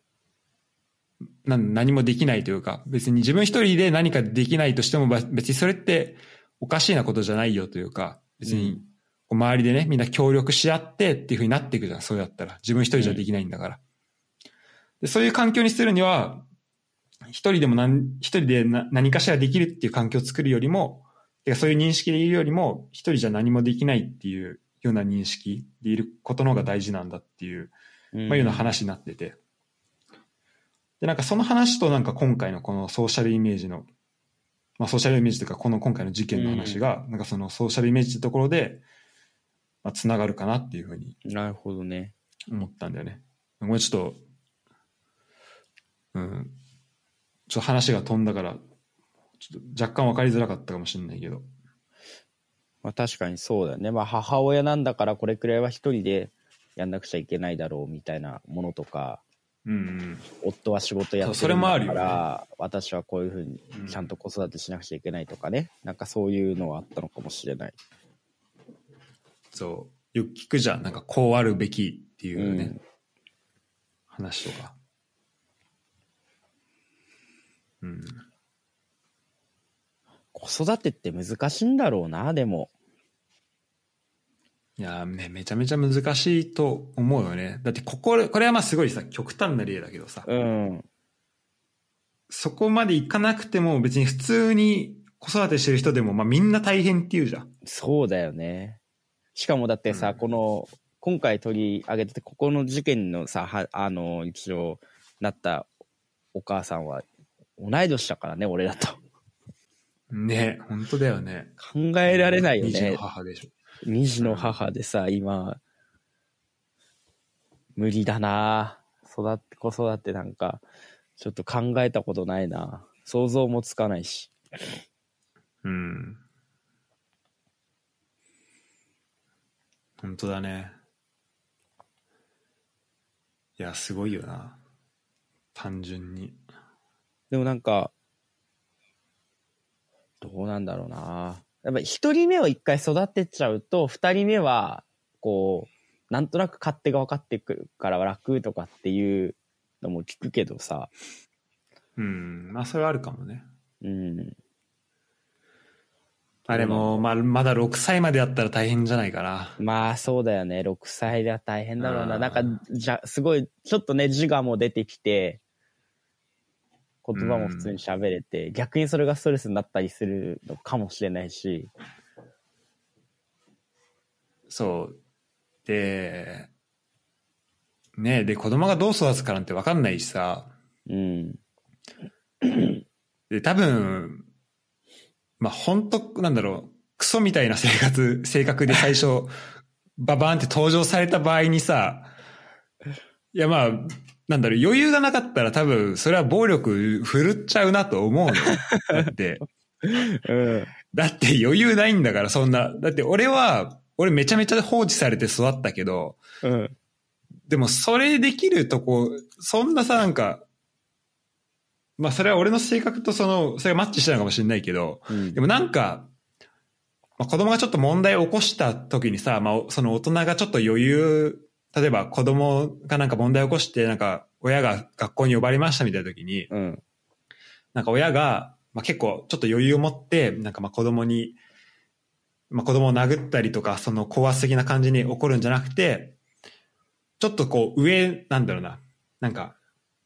何もできないというか、別に自分一人で何かできないとしても、別にそれっておかしいなことじゃないよというか、別に周りでね、みんな協力し合ってっていうふうになっていくじゃん、そうやったら。自分一人じゃできないんだから。でそういう環境にするには、一人でも何、一人で何かしらできるっていう環境を作るよりも、そういう認識でいるよりも、一人じゃ何もできないっていうような認識でいることの方が大事なんだっていう、まあ、いうような話になってて。で、なんかその話となんか今回のこのソーシャルイメージの、まあソーシャルイメージというかこの今回の事件の話が、なんかそのソーシャルイメージってところで、まあ、つながるかなっていうふうに。 なるほどね。 思ったんだよね。ごめん、ちょっと、うん、ちょっと話が飛んだから、ちょっと若干分かりづらかったかもしれないけど。 まあ確かにそうだよね。まあ母親なんだからこれくらいは一人でやんなくちゃいけないだろうみたいなものとか、 うんうん、 夫は仕事やってるんだから、私はこういうふうにちゃんと子育てしなくちゃいけないとかね、うん、なんかそういうのはあったのかもしれない。 そうよく聞くじゃん、なんかこうあるべきっていうね、うん、話とか。うん。 子育てって難しいんだろうな、でも。 いやね、めちゃめちゃ難しいと思うよね。だってここ、これはまあすごいさ、極端な例だけどさ。 うん。 そこまでいかなくても別に普通に子育てしてる人でもまあみんな大変っていうじゃん。 そうだよね。しかもだってさ、うん、この、今回取り上げてて、ここの事件のさ、はあの、一応なったお母さんは同い年だからね、俺だと。 ね、本当だよね。 考えられないよね。 二児の母でしょ。 二児の母でさ、うん、今、無理だな。育って、子育てなんか、ちょっと考えたことないな。想像もつかないし。 うん。本当だね。いや、すごいよな。単純に。 でもなんか、どうなんだろうな。やっぱ一人目を一回育てちゃうと、二人目は、こう、なんとなく勝手が分かってくるから楽とかっていうのも聞くけどさ。 うん、まあそれはあるかもね。 うん。 あれも、まあ、まだろくさいまでやったら大変じゃないかな。 まあそうだよね。ろくさいでは大変だろうな。 うんなんか、じゃ、すごい、ちょっとね、自我も出てきて、言葉も普通に喋れて、逆にそれがストレスになったりするのかもしれないし。 そうでねえで子供がどう育つかなんて分かんないしさ、 うん、 で多分まあ本当なんだろうクソみたいな生活性格で最初ババーンって登場された場合にさ、いやまあなんだろう余裕がなかったら多分それは暴力振るっちゃうなと思うの。だって、 うん、 だって余裕ないんだからそんな。だって俺は俺めちゃめちゃ放置されて育ったけど、 うん、 でもそれできるとこ、そんなさなんか、まあそれは俺の性格とその、それがマッチしてたのかもしれないけど、 うん、 でもなんか、まあ、子供がちょっと問題を起こした時にさ、まあその大人がちょっと余裕、例えば子供がなんか問題を起こして、なんか親が学校に呼ばれましたみたいな時に、 うん、 なんか親が、まあ、結構ちょっと余裕を持って、なんかまあ子供に、まあ子供を殴ったりとか、その高圧的な感じに起こるんじゃなくて、ちょっとこう上、なんだろうな、なんか、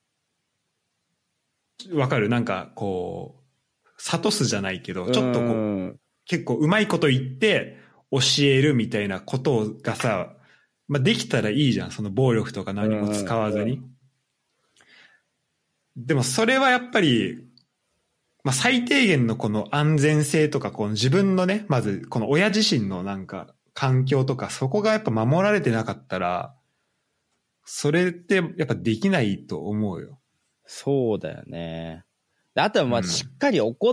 わかるなんかこう、諭すじゃないけど、ちょっとこう、結構うまいこと言って教えるみたいなことがさ、まあ、できたらいいじゃん。その暴力とか何も使わずに。でもそれはやっぱり、まあ、最低限のこの安全性とか、この自分のね、まずこの親自身のなんか環境とか、そこがやっぱ守られてなかったら、それってやっぱできないと思うよ。そうだよね。あとはまあしっかり怒って、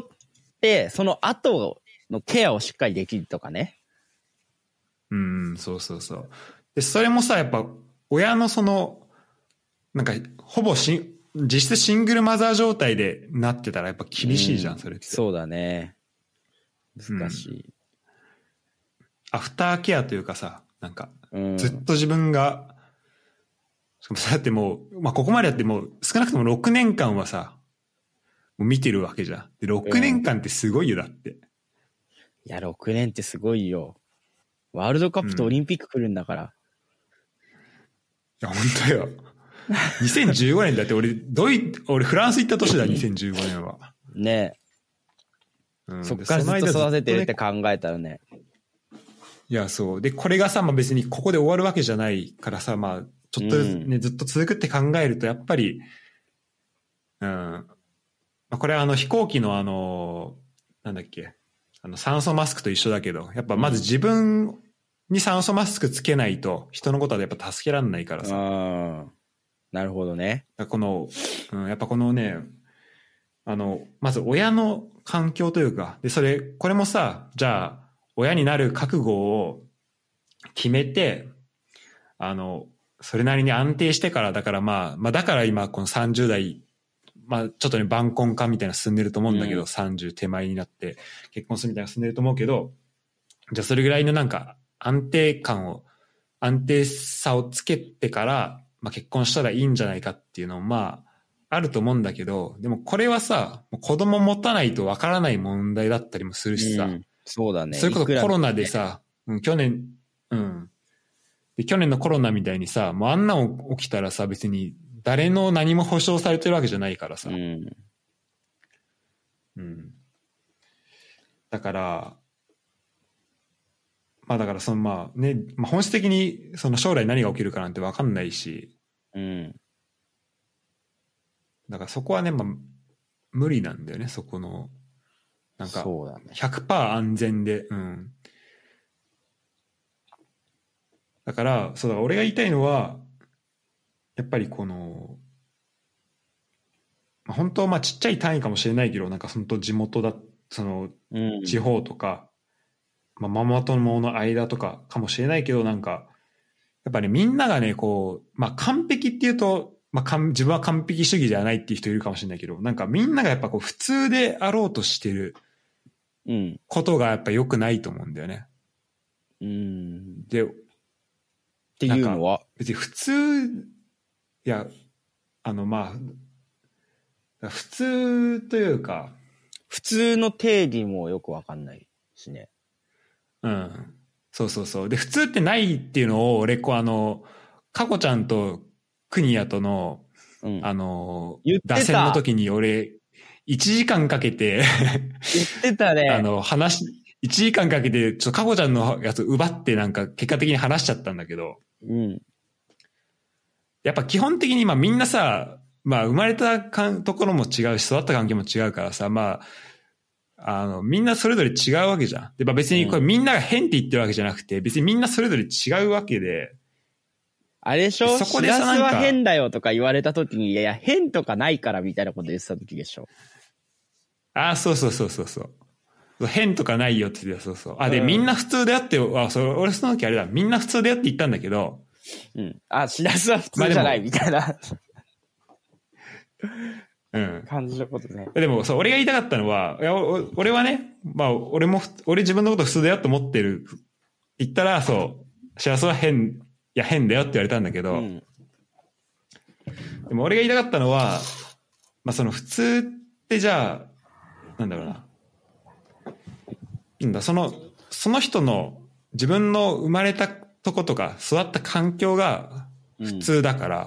うん、その後のケアをしっかりできるとかね。 うん、そうそうそう。で、それもさ、やっぱ親のその、なんかほぼし実質シングルマザー状態でなってたらやっぱ厳しいじゃん、うん、それって。 そうだね。難しい、うん。 アフターケアというかさ、なんか、ずっと自分が、しかもだってもう、まあ、ここまでやってもう少なくともろくねんかんはさ、もう見てるわけじゃん。で、ろくねんかんってすごいよ、だって。うん、いや、ろくねんってすごいよ。ワールドカップとオリンピック来るんだから。 うん、いや、本当よ。にせんじゅうごねんだって俺、ドイ俺フランス行った年だ、にせんじゅうごねんは。 ねえ。うん、そっからずっと育ててるって考えたらね。 いや、そう。で、これがさ、まあ別にここで終わるわけじゃないからさ、まあ、ちょっとね、うん、ずっと続くって考えると、やっぱり、うん。まあ、これはあの飛行機のあの、なんだっけ、あの酸素マスクと一緒だけど、やっぱまず自分に酸素マスクつけないと、人のことはやっぱ助けられないからさ。 ああ。なるほどね。 この、うん、やっぱこのね、あの、まず親の環境というか、で、それ、これもさ、じゃあ、親になる覚悟を決めて、あの、それなりに安定してから、だからまあ、まあだから今このさんじゅう代、まあちょっとね、晩婚化みたいな進んでると思うんだけど、うん、さんじゅう手前になって結婚するみたいな進んでると思うけど、じゃあそれぐらいのなんか安定感を、安定さをつけてから、まあ結婚したらいいんじゃないかっていうのもまあ、あると思うんだけど、でもこれはさ、子供持たないとわからない問題だったりもするしさ、うん、 そうだね。 それこそコロナでさ、うん、去年、うんで。去年のコロナみたいにさ、もうあんなの起きたらさ、別に誰の何も保証されてるわけじゃないからさ。うん。うん。だから、まあだからそのまあね、まあ、本質的にその将来何が起きるかなんてわかんないし。うん。だからそこはね、まあ、無理なんだよね、そこの。なんか、ひゃくパーセント 安全で、うん。だから、そうだ、俺が言いたいのは、やっぱりこの、まあ、本当、まあちっちゃい単位かもしれないけど、なんか本当地元だっそのうん。 地方とか、まあ、ママ友の間とかかもしれないけど、なんか、やっぱり、ね、みんながね、こう、まあ完璧っていうと、まあかん自分は完璧主義じゃないっていう人いるかもしれないけど、なんかみんながやっぱこう普通であろうとしてるうん。 ことがやっぱ良くないと思うんだよね。 うん。 で、 っていうのは別に普通、いや、あのまあ、普通というか、 普通の定義もよくわかんないしね。 うん。そうそうそう。で、普通ってないっていうのを、俺、こう、あの、かこちゃんとクニヤとの、 うん。 あの、 言ってた打線の時に俺、いちじかんかけて言ってたね。 あの、話、いちじかんかけて、ちょっとかこちゃんのやつ奪ってなんか結果的に話しちゃったんだけど、 うん。 やっぱ基本的にまあみんなさ、まあ生まれたかんところも違うし、育った環境も違うからさ、まあ、あの、みんなそれぞれ違うわけじゃん。で、まあ別にこれみんなが変って言ってるわけじゃなくて、別にみんなそれぞれ違うわけで。 あれでしょ、 そこでさしらすは変だよとか言われた時に、いやいや、変とかないからみたいなこと言ってた時でしょ。 ああ、そうそうそうそうそう。変とかないよって言ってた、そうそう。あ、で、 うんみんな普通であって、あ、それ、俺その時あれだ、みんな普通であって言ったんだけど。 うん。あ、しらすは普通じゃないみたいな。 うん。 感じのことね。 でも、そう、俺が言いたかったのは、いやお俺はね、まあ、俺も、俺自分のこと普通だよと思ってる。言ったら、そう、しらすは変、いや、変だよって言われたんだけど、うん、でも俺が言いたかったのは、まあ、その普通ってじゃあ、なんだろうな。なんだ、その、その人の自分の生まれたとことか育った環境が普通だから、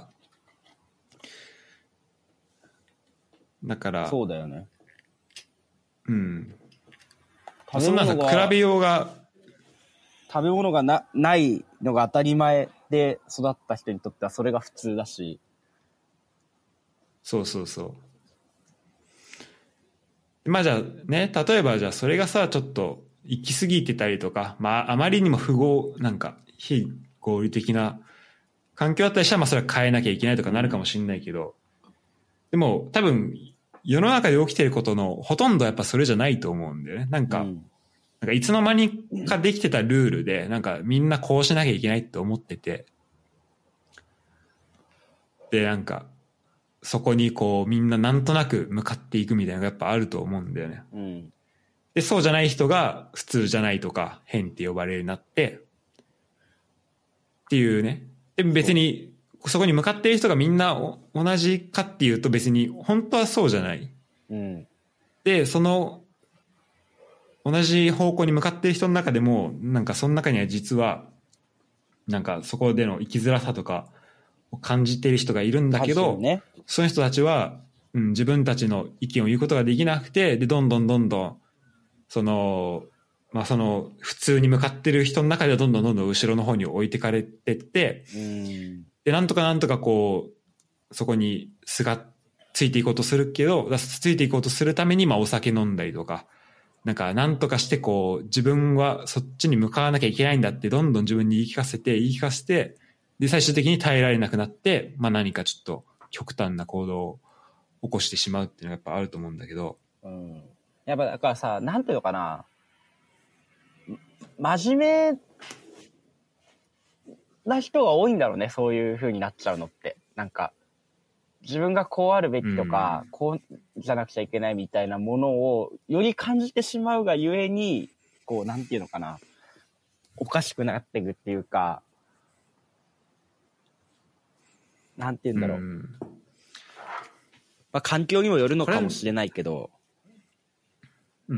うん、だから、 そうだよね。 うん。そんなさ、比べようが、 食べ物がな、ないのが当たり前で育った人にとってはそれが普通だし。 そうそうそう。まあじゃあね、例えばじゃあそれがさ、ちょっと行き過ぎてたりとか、まああまりにも不合、なんか非合理的な環境だったりしたら、まあそれは変えなきゃいけないとかなるかもしれないけど、でも多分世の中で起きてることのほとんどやっぱそれじゃないと思うんだよね。なんか、うん、なんかいつの間にかできてたルールで、なんかみんなこうしなきゃいけないって思ってて、で、なんか、そこにこうみんななんとなく向かっていくみたいなのがやっぱあると思うんだよね。うん、で、そうじゃない人が普通じゃないとか変って呼ばれるようになって、っていうね。でも別にそこに向かっている人がみんな同じかっていうと別に本当はそうじゃない。うん、で、その同じ方向に向かっている人の中でもなんかその中には実はなんかそこでの生きづらさとかを感じている人がいるんだけど、ね、その人たちは、うん、自分たちの意見を言うことができなくて、でどんどんどんどんそのまあその普通に向かってる人の中ではどんどんどんどん後ろの方に置いてかれてって、うん、でなんとかなんとかこうそこにすがついていこうとするけど、ついていこうとするためにまあお酒飲んだりとか。なんか何とかしてこう自分はそっちに向かわなきゃいけないんだってどんどん自分に言い聞かせて言い聞かせて、で最終的に耐えられなくなって、まあ何かちょっと極端な行動を起こしてしまうっていうのがやっぱあると思うんだけど、 うん、やっぱだからさ、なんていうのかな、真面目な人が多いんだろうね、そういう風になっちゃうのって。なんか自分がこうあるべきとか、うん、こうじゃなくちゃいけないみたいなものをより感じてしまうがゆえに、こうなんていうのかな、おかしくなっていくっていうか、なんていうんだろう、うん、まあ環境にもよるのかもしれないけど、うん、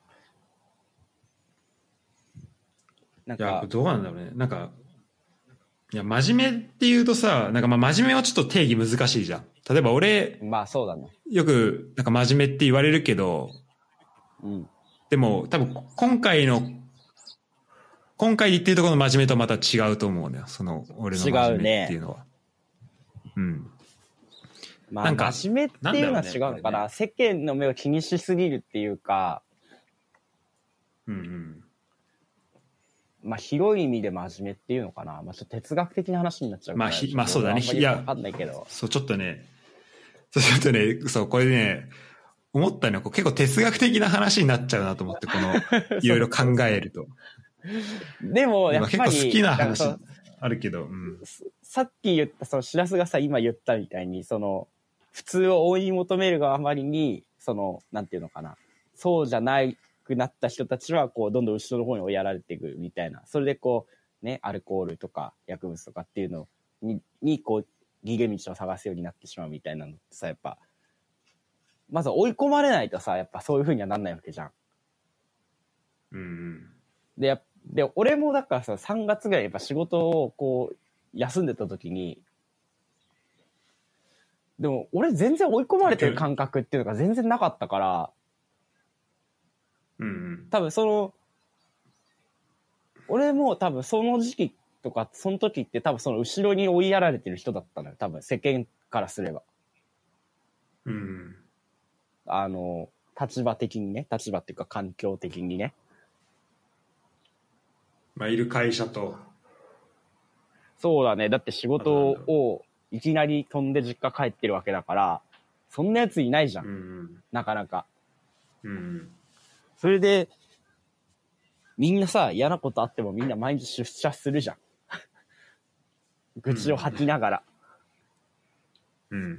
なんかいやどうなんだろうね、なんかいや真面目っていうとさ、なんかまあ真面目はちょっと定義難しいじゃん。例えば俺、 まあそうだね。 よくなんか真面目って言われるけど、うん、でも多分今回の今回言ってるところの真面目とはまた違うと思うね。その俺の真面目っていうのは。うね、うん。 まあなんか真面目っていうのは違うのかな。ね、世間の目を気にしすぎるっていうか、うんうん。まあ広い意味で真面目っていうのかな。まあちょっと哲学的な話になっちゃうから。 まあひ、まあそうだね。 いや、わかんないけど。 そう、ちょっとね、そう、ちょっとね、そう、これね、 思ったのはこう結構哲学的な話になっちゃうなと思って、この、いろいろ考えると。 でも、やっぱり。 結構好きな話あるけど、うん、 さっき言った、その、しらすがさ、今言ったみたいに、その、普通を追い求めるがあまりに、その、なんていうのかな。そうじゃなくなった人たちは、こう、どんどん後ろの方に追いやられていくみたいな。それでこう、ね、アルコールとか薬物とかっていうのに、にこう、逃げ道を探すようになってしまうみたいなのってさ、やっぱ、まず追い込まれないとさ、やっぱそういう風にはなんないわけじゃん。 うんうん。 で、やで、俺もだからさ、さんがつぐらいやっぱ仕事をこう、休んでた時に、でも俺全然追い込まれてる感覚っていうのが全然なかったから、 うんうん、 多分その、俺も多分その時期とか、その時って多分その後ろに追いやられてる人だったのよ。多分世間からすれば。 うん。 あの、立場的にね、立場っていうか環境的にね。 まあ、いる会社と。 そうだね。だって仕事をいきなり飛んで実家帰ってるわけだから、そんなやついないじゃん。うん、なかなか。 うん。 それで、みんなさ、嫌なことあってもみんな毎日出社するじゃん。愚痴を吐きながら。 うん。うん、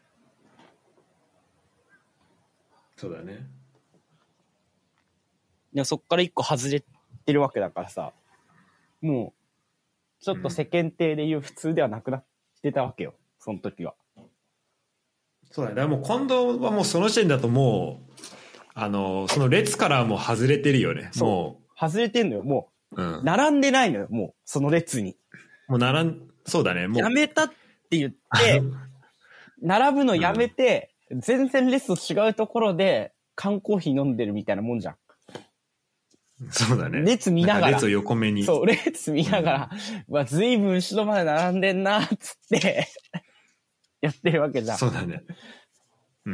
そうだね。 でもそっから一個外れてるわけだからさ、もう、ちょっと世間体で言う普通ではなくなってたわけよ。その時は。 そうだね。だからもう近藤はもうその時点だともう、あの、その列からもう外れてるよね。もう。外れてんのよ。もう、 うん、 並んでないのよ。もう、その列に。 もう並ん、そうだね。もう。 やめたって言って、並ぶのやめて、うん、全然列と違うところで缶コーヒー飲んでるみたいなもんじゃん。 そうだね。 列見ながら。 列を横目に。 そう、列見ながら、うん、まあ、ずいぶん後ろまで並んでんな、つってやってるわけじゃん。 そうだね。うん。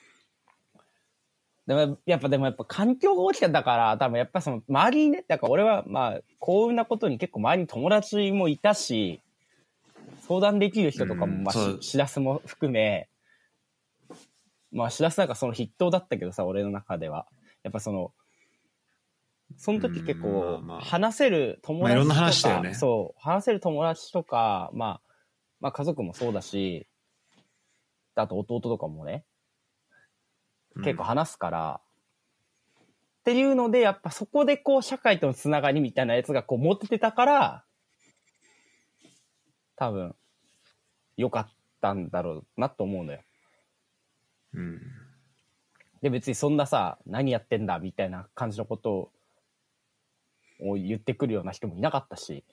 でも、やっぱ、でもやっぱ環境が起きてたから、多分やっぱその、周りにね、だから俺はまあ、幸運なことに結構周りに友達もいたし、相談できる人とかも、まあ、しらすも含め、まあ、しらすなんかその筆頭だったけどさ、俺の中では。やっぱその、その時結構、話せる友達とか、まあ、いろんな話だよね。そう、話せる友達とか、まあ、まあ家族もそうだし、あと弟とかもね、結構話すから、うん、っていうので、やっぱそこでこう、社会とのつながりみたいなやつがこう、持ってたから、多分、良かったんだろうなと思うのよ。 うん。 で、別にそんなさ、何やってんだみたいな感じのことを、を言ってくるような人もいなかったし。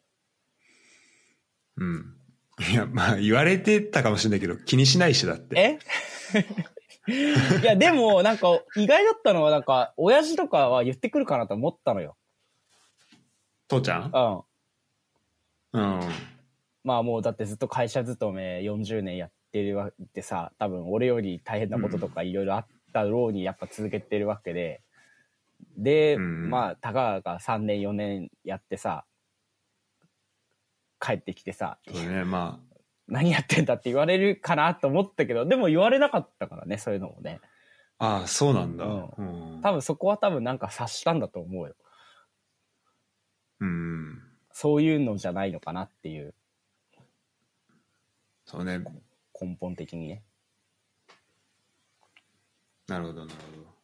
うん。いや、まあ言われてたかもしれないけど、気にしないしだって。 えいや、でもなんか意外だったのはなんか、親父とかは言ってくるかなと思ったのよ。 父ちゃん？うん。うん。 まあもうだってずっと会社勤めよんじゅうねんやってるわけでさ、多分俺より大変なこととかいろいろあったろうにやっぱ続けてるわけで、で、うん、まあ、たかがさんねんよねんやってさ、帰ってきてさ、 そうね、まあ。 何やってんだって言われるかなと思ったけど、でも言われなかったからね、そういうのもね。 ああ、そうなんだ。 うんうん、多分そこは多分なんか察したんだと思うよ。 うん。 そういうのじゃないのかなっていう。 そうね。 根本的にね。 なるほど、なるほど。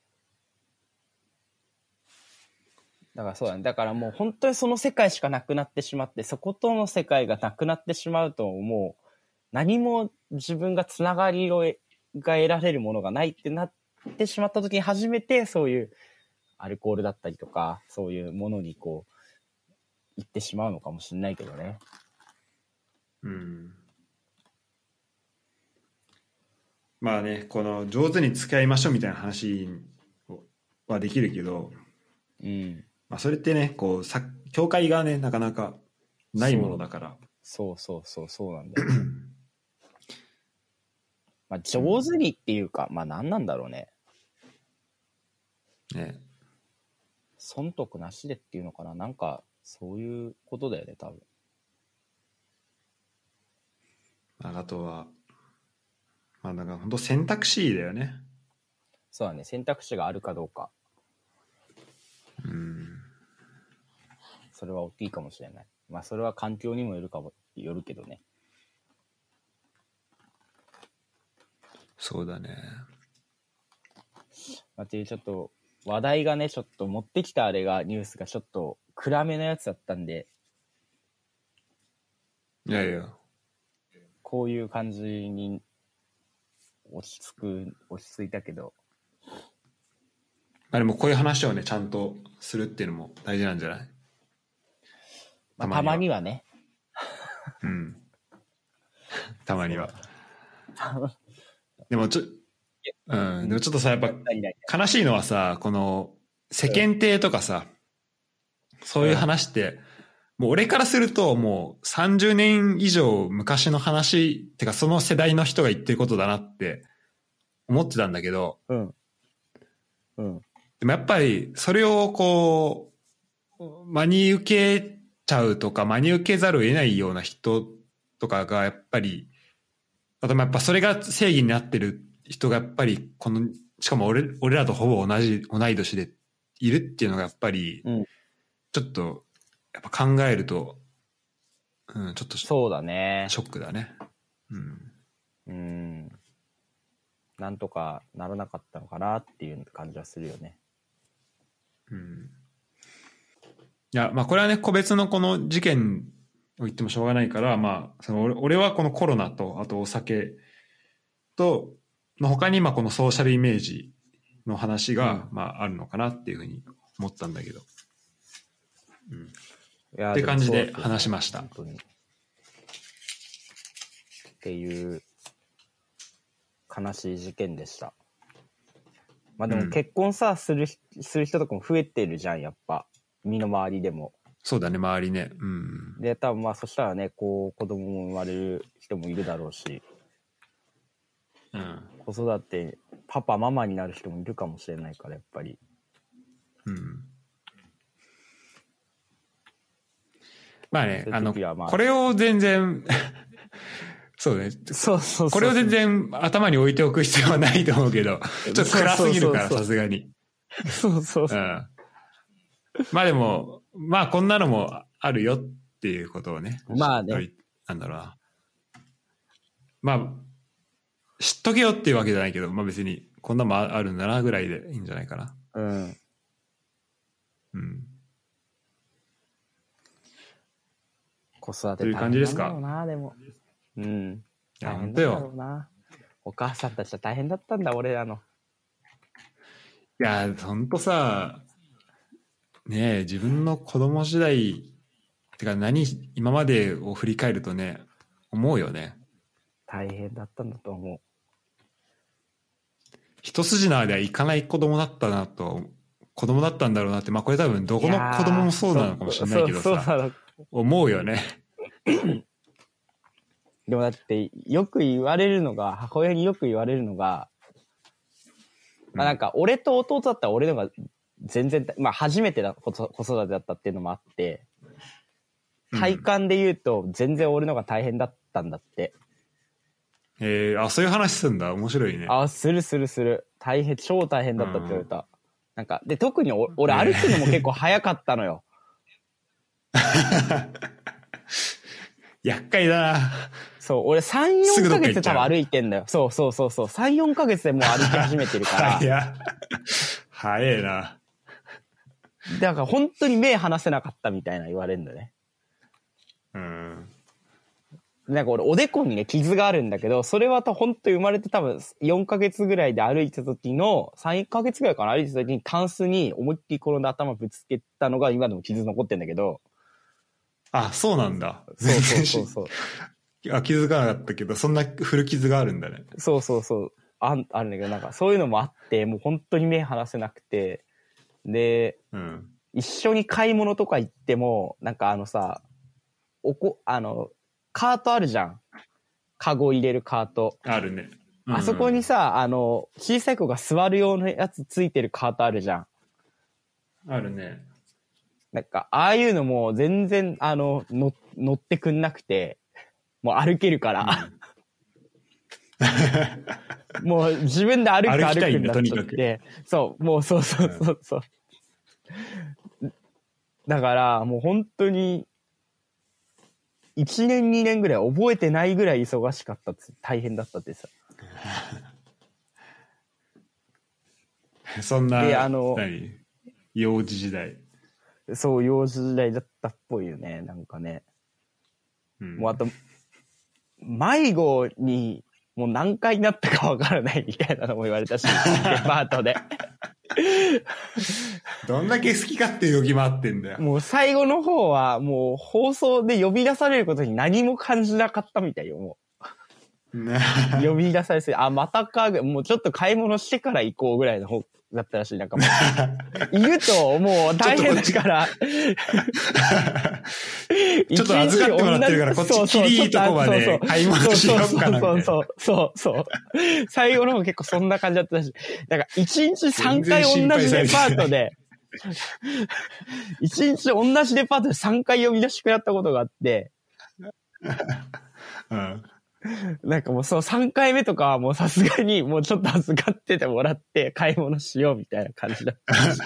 だからそうだね。だからもう本当にその世界しかなくなってしまって、そことの世界がなくなってしまうと、もう何も自分がつながりをが得られるものがないってなってしまった時に初めてそういうアルコールだったりとか、そういうものにこう、行ってしまうのかもしれないけどね。 うん。まあね、この上手に付き合いましょうみたいな話はできるけど、 うん。 まあ、それってね、こうさ境界がねなかなかないものだから。 そうそうそうそうなんだよ、ね。まあ上手にっていうか、うん、まあ何なんだろうね。 ね。 損得なしでっていうのかな、なんかそういうことだよね多分。 あとは、 まあだから本当選択肢だよね。 そうだね、選択肢があるかどうか。 うん。 それは大きいかもしれない。まあそれは環境にもよるかも、よるけどね。 そうだね。 まあ、っていうちょっと話題がね、ちょっと持ってきたあれが、ニュースがちょっと暗めのやつだったんで。 いやいや。 こういう感じに落ち着く、落ち着いたけど。 まあでもこういう話をね、ちゃんとするっていうのも大事なんじゃない？ まあ、たまにはね。 うん。たまには。でもちょ、うん、でもちょっとさ、やっぱ悲しいのはさ、この世間体とかさ、うん、そういう話って、もう俺からするともうさんじゅうねん以上昔の話、ってかその世代の人が言ってることだなって思ってたんだけど、 うん。うん。 でもやっぱりそれをこう、真に受けちゃうとか、真に受けざるを得ないような人とかがやっぱり、あとやっぱそれが正義になってる人がやっぱりこの、しかも俺、俺らとほぼ同じ、同い年でいるっていうのがやっぱり、ちょっと、やっぱ考えると、うん、ちょっとそうだね。 ショックだね。うん。 うん。なんとかならなかったのかなっていう感じはするよね。 うん。いや、まあこれはね、個別のこの事件を言ってもしょうがないから、まあ、その俺、俺はこのコロナと、あとお酒と、の他に、まあこのソーシャルイメージの話が、まああるのかなっていうふうに思ったんだけど。うん。いやって感じで話しました。本当に。 っていう悲しい事件でした。まあでも結婚さ、うん、するする人とかも増えてるじゃん、やっぱ身の回りでも。 そうだね、周りね。うん。 で多分まあそしたらね、こう子供も生まれる人もいるだろうし、 うん、 子育てパパママになる人もいるかもしれないからやっぱり。 うん。まあね、あの、まあ、これを全然そうね。 そうそうそう。 これを全然頭に置いておく必要はないと思うけど、ちょっと暗すぎるから、さすがに。 そうそうそう。 うん。まあでも、まあこんなのもあるよっていうことをね。 まあね。 なんだろうな。まあ、知っとけよっていうわけじゃないけど、まあ別にこんなもあるんだなぐらいでいいんじゃないかな。 うん。 うん。 子育てという感じですか。 大変なんだろうな、でも。うん。大変だろうな。お母さんたちは大変だったんだ、俺らの。 いや、ほんとさ、ねえ、自分の子供時代、てか何、今までを振り返るとね、思うよね。 大変だったんだと思う。 一筋縄ではいかない子供だったなと、子供だったんだろうなって、まあこれ多分どこの子供もそうなのかもしれないけどさ、思うよね。 でもだってよく言われるのが、母親によく言われるのが、まあなんか俺と弟だったら俺のが全然、まあ初めてだ子育てだったっていうのもあって、体感で言うと全然俺のが大変だったんだって。 うん、えー、あ、そういう話すんだ。面白いね。 あ、するするする。大変、超大変だったって言われた。うん、なんか、で、特にお俺歩くのも結構早かったのよ。 えー、厄介だな。 そう、俺さん、よんかげつで多分歩いてんだよ。そうそうそうそう。さん、よんかげつでもう歩き始めてるから。 いや、早いな。 だから本当に目離せなかったみたいな言われるんだよね。 うん。 なんか俺おでこにね傷があるんだけど、それは本当に生まれて多分よんかげつぐらいで歩いてた時の、さんかげつぐらいかな、歩いてた時にタンスに思いっきり転んで頭ぶつけたのが今でも傷残ってんだけど。 あ、そうなんだ。 そうそうそうそう。 あ、気づかなかったけど、そんな古傷があるんだね。 そうそうそう。あ、あるんだけど、なんかそういうのもあって、もう本当に目離せなくて。で、 うん、一緒に買い物とか行っても、なんかあのさ、おこ、あの、カートあるじゃん。カゴ入れるカート。 あるね。 うん、あそこにさ、あの、小さい子が座るようなやつついてるカートあるじゃん。 あるね。 なんか、ああいうのも全然、あの、乗、乗ってくんなくて、もう歩けるから。 もう自分で歩く歩く歩きたいんになっちゃっだとにかく。 て、そう、もうそうそうそうそう。だからもう本当にいちねんにねんぐらい覚えてないぐらい忙しかったって、大変だったってさ。 そんな、 であの何幼児時代。 そう、幼児時代だったっぽいよね、なんかね。 うん、 もうあと、迷子にもう何回なったかわからないみたいなのも言われたし、デパートで。 どんだけ好き勝手よぎ回ってんだよ。 もう最後の方はもう放送で呼び出されることに何も感じなかったみたいよ、もう。呼び出されて、あ、またか、もうちょっと買い物してから行こうぐらいの方だったらしい。なんかもう、いるともう大変だから。 ちょっと預かってもらってるから、こっちきりいいとこまで買い物しようかなみたいな。 そうそうそう。最後の方結構そんな感じだったらしい。だから一日さんかい同じデパートで、一日同じデパートでさんかい呼び出しくやったことがあって、 うん、 なんかもうそのさんかいめとかはもうさすがにもうちょっと預かっててもらって買い物しようみたいな感じだったし。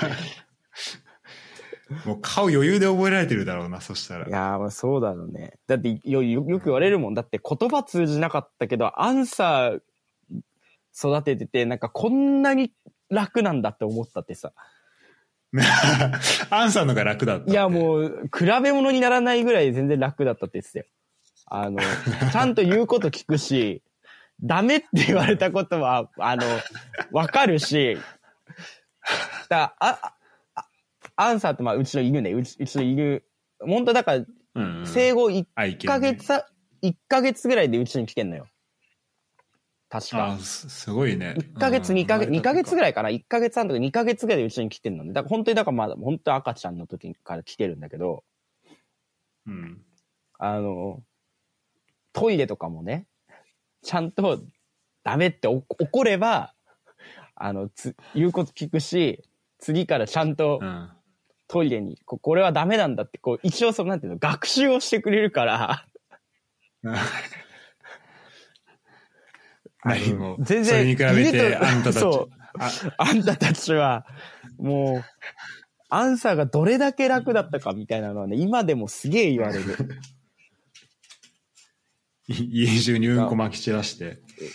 もう顔余裕で覚えられてるだろうな、そしたら。 いやー、まあそうだろうね。だってよ、よ、よく言われるもん。だって言葉通じなかったけど、アンサー育ててて、なんかこんなに楽なんだって思ったってさ。 アンサーのが楽だったって。 いやもう、比べ物にならないぐらい全然楽だったって言ってたよ。あの、ちゃんと言うこと聞くし、ダメって言われたことは、あの、わかるし、だあ、あ、アンサーってまあうちの犬ね、うち、うちの犬、本当だから、うんうん、生後いっかげつ、ね、いっかげつぐらいでうちに来てんのよ。確か。 あ、すごいね。 いっかげつ、にかげつ、にかげつぐらいかな。いっかげつはんとかにかげつぐらいでうちに来てんのね。だから本当にだからまだ、本当に赤ちゃんの時から来てるんだけど、 うん。 あの、トイレとかもね、ちゃんとダメって怒れば、あの、つ、言うこと聞くし、次からちゃんとトイレに、こ, これはダメなんだって、こう、一応そのなんていうの、学習をしてくれるから、 何も、 全然、 それに比べて、あんたたち。 そう。あ、あんたたちは、もう、アンサーがどれだけ楽だったかみたいなのはね、今でもすげえ言われる。 家中にうんこまき散らして。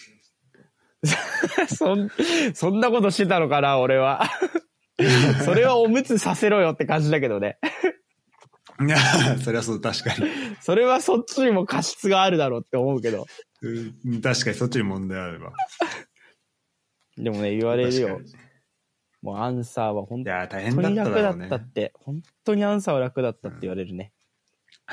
そん、そんなことしてたのかな、俺は。それはおむつさせろよって感じだけどね。 いや、それはそう、確かに。 それはそっちにも過失があるだろうって思うけど。 うん、確かにそっちに問題あれば。 でもね、言われるよ。もうアンサーは本当に楽だったって、本当にアンサーは楽だったって言われるね。うん、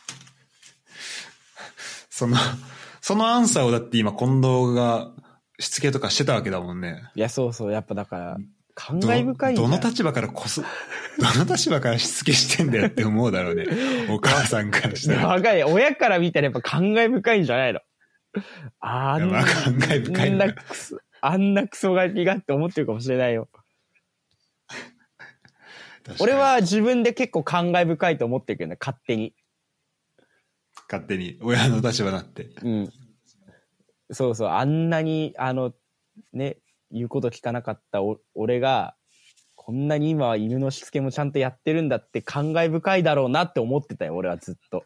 その、そのアンサーをだって今近藤がしつけとかしてたわけだもんね。 いや、そうそう、やっぱだから、感慨深いんだど。どの立場からこそ、どの立場からしつけしてんだよって思うだろうね。お母さんからしたら。 若い、親から見たらやっぱ感慨深いんじゃないの。あんな、 感慨深いあんなクソ、あんなクソガキがって思ってるかもしれないよ。俺は自分で結構感慨深いと思ってるけどね、勝手に。 勝手に、親の立場になって。 うん。そうそう、あんなに、あの、ね、言うこと聞かなかったお俺が、こんなに今は犬のしつけもちゃんとやってるんだって感慨深いだろうなって思ってたよ、俺はずっと。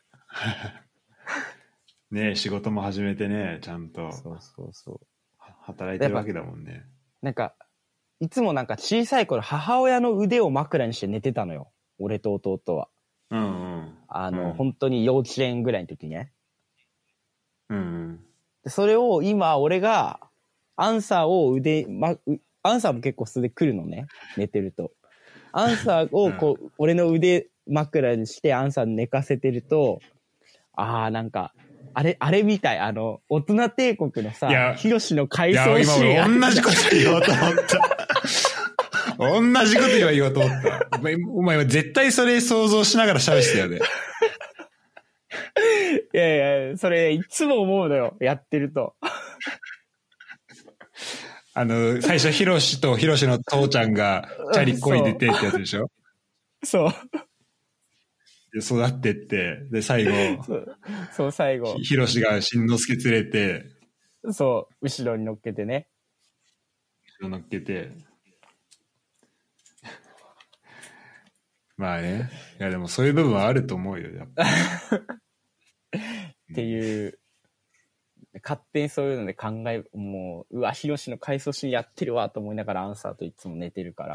ねえ、仕事も始めてね、ちゃんと。 そうそうそう。 働いてるわけだもんね。 なんか、いつもなんか小さい頃母親の腕を枕にして寝てたのよ。俺と弟は。 うんうん。 あの、 うん、 本当に幼稚園ぐらいの時ね。 うんうん。 でそれを今俺がアンサーを腕、ま、アンサーも結構素で来るのね。寝てると。アンサーをこう、うん、俺の腕枕にしてアンサー寝かせてると、ああ、なんか、あれ、あれみたい。あの、大人帝国のさ、ヒロシの回想シーン。 いや、今同じこと言おうと思った。同じこと言おうと思った。お前は絶対それ想像しながら喋ってたよね。 いやいや、それいつも思うのよ。やってると。 あの、最初ヒロシとヒロシの父ちゃんがチャリこいでてってやつでしょ。 そう。 で育ってって、で、最後。 そう、そう最後。 ヒロシがしんのすけ連れて、 そう、後ろに乗っけてね。 後ろ乗っけて。まあね。いやでもそういう部分はあると思うよ、やっぱ。 っていう、勝手にそういうので考え、もう、うわ、ヒロシの回想シーンやってるわと思いながらアンサーといつも寝てるから。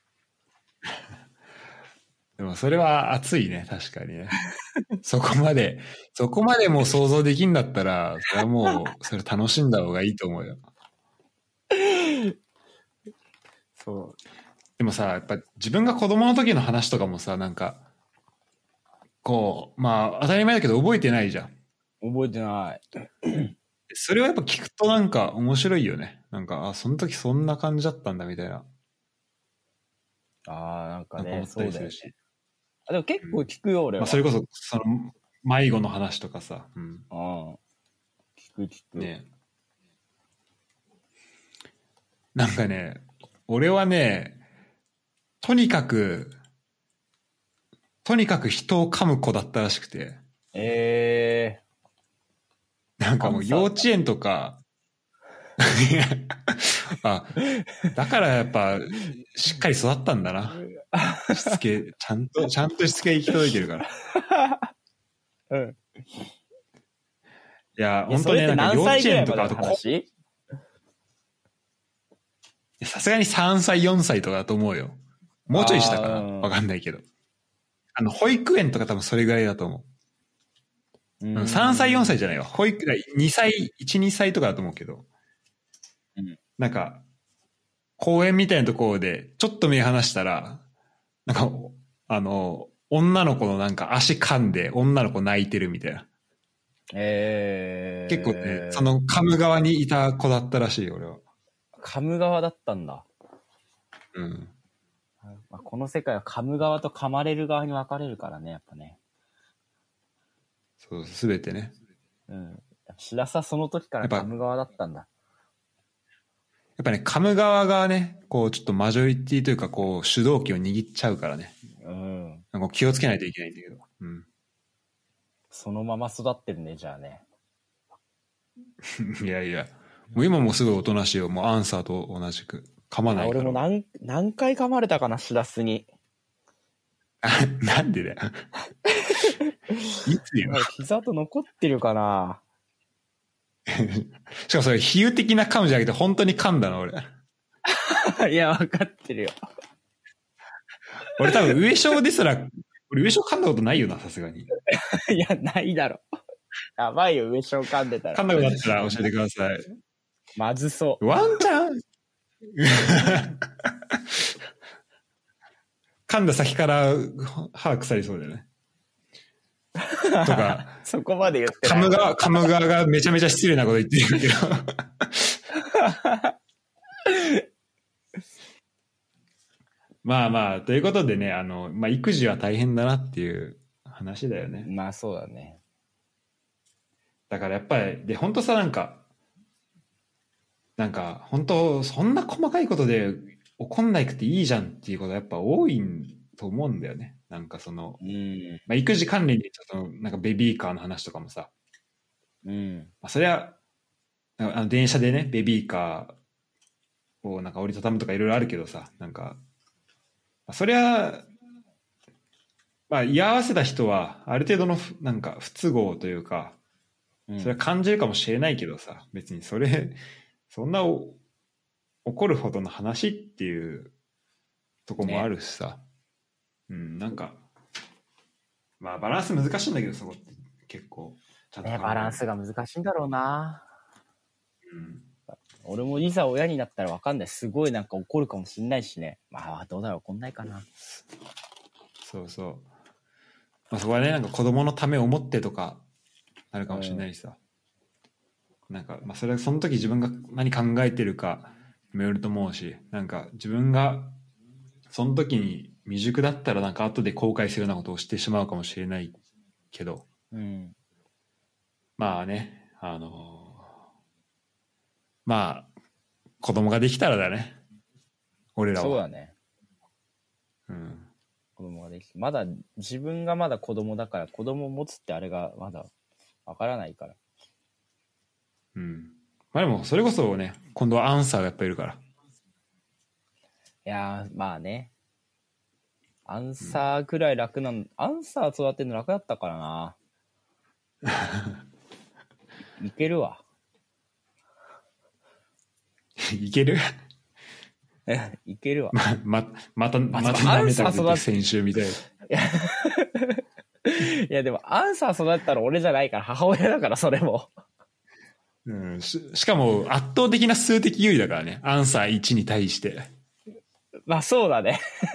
でもそれは熱いね、確かにね。そこまで、そこまでもう想像できんだったら、それはもう、それ楽しんだ方がいいと思うよ。 そう。 でもさ、やっぱ自分が子供の時の話とかもさ、なんか、こう、まあ当たり前だけど覚えてないじゃん。 覚えてない。 それをやっぱ聞くとなんか面白いよね。なんか、あ、その時そんな感じだったんだみたいな。 ああ、なんかね、 なんか思ったりするし。 あ、でも結構聞くよ、うん、俺は。 まあ、それこそ、その、迷子の話とかさ。うん。 ああ。聞く聞く。 ね。なんかね、俺はね、とにかく、とにかく人を噛む子だったらしくて。 ええー。なんかもう幼稚園とか、あ、だからやっぱ、しっかり育ったんだな。しつけ、ちゃんと、ちゃんとしつけ行き届いてるから。 うん。 いや、本当ね、なんか幼稚園とか、あとこ、さすがにさんさい、よんさいとかだと思うよ。もうちょいしたかな、わかんないけど。あの、保育園とか多分それぐらいだと思う。うん、さんさい、よんさいじゃないわ。保育、にさい、いち、にさいとかだと思うけど。うん、なんか、公園みたいなところで、ちょっと目離したら、なんか、あの、女の子のなんか足噛んで、女の子泣いてるみたいな。 えー、 結構ね、その噛む側にいた子だったらしいよ、俺は。 噛む側だったんだ。 うん。 まあ、この世界は噛む側と噛まれる側に分かれるからね、やっぱね。 そう、すべてね。 うん。白さその時から噛む側だったんだ。 やっぱね、噛む側がね、こう、ちょっとマジョリティというか、こう、主導権を握っちゃうからね。うん。なんか気をつけないといけないんだけど。うん。 そのまま育ってるね、じゃあね。 いやいや。もう今もすごいおとなしいよ。もうアンサーと同じく。噛まないから。 俺も何、何回噛まれたかな、しらすに。 なんでだよ。いつよ。 膝と残ってるかな。 しかもそれ比喩的な噛むじゃなくて本当に噛んだの俺。 いや分かってるよ。 俺多分上昇ですら、俺上昇噛んだことないよな、さすがに。 いやないだろ。やばいよ、上昇噛んでたら。 噛んだことあったら教えてください。 まずそう。 ワンチャン噛んだ先から歯腐りそうだよね。とか。 そこまで言ってない。 噛む側、噛む側がめちゃめちゃ失礼なこと言ってるけど。まあまあ、ということでね、あの、まあ育児は大変だなっていう話だよね。 まあそうだね。 だからやっぱり、で、本当さ、なんか、なんか、本当そんな細かいことで怒んなくていいじゃんっていうことはやっぱ多いと思うんだよね。なんかその、うんまあ、育児関連でちょっとなんかベビーカーの話とかもさ、うんまあ、それはあの電車でねベビーカーをなんか折りたたむとかいろいろあるけどさ、なんか、まあ、それはまあ居合わせた人はある程度のなんか不都合というか、それは感じるかもしれないけどさ、別にそれそんな怒るほどの話っていうとこもあるしさ、ね、うんなんかまあバランス難しいんだけど、そこって結構ちゃんと、ね、バランスが難しいんだろうな。うん。俺もいざ親になったら分かんない。すごいなんか怒るかもしんないしね。まあどうだろう、怒んないかな。 そうそう。まあ、そこはね、なんか子供のためを思ってとかなるかもしれないしさ。うん、なんかまあそれはその時自分が何考えてるかにもよると思うし、なんか自分がその時に未熟だったらなんか後で後悔するようなことをしてしまうかもしれないけど、うん、まあね、あのー、まあ子供ができたらだね、俺らは。 そうだね。うん。子供ができて、まだ自分がまだ子供だから、子供を持つってあれがまだわからないから。 うん。 まあでもそれこそね、今度はアンサーがやっぱいるから。 いやー、まあね。アンサーくらい楽なの、うん、アンサー育てるの楽だったからな。いけるわ。 いけるいけるわ。 ま、ま、また、また舐めたって先週みたいな。いや、でもアンサー育てたら俺じゃないから、母親だから、それも。 うん、し, しかも圧倒的な数的優位だからね。アンサーいちに対して。 まあそうだね。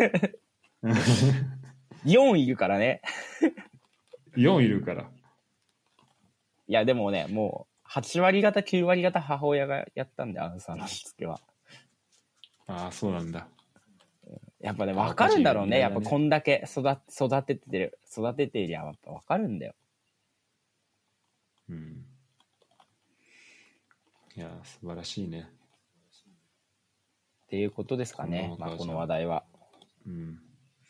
よんいるからね。 よんいるから。 いや、でもね、もう、はち割方、きゅう割方母親がやったんで、アンサーのしつけは。 ああ、そうなんだ。 やっぱね、わかるんだろうね。やっぱこんだけ育、育ててる、育ててりゃ、やっぱわかるんだよ。 うん。いや、素晴らしいね。 っていうことですかね。まあ、この話題は。 うん。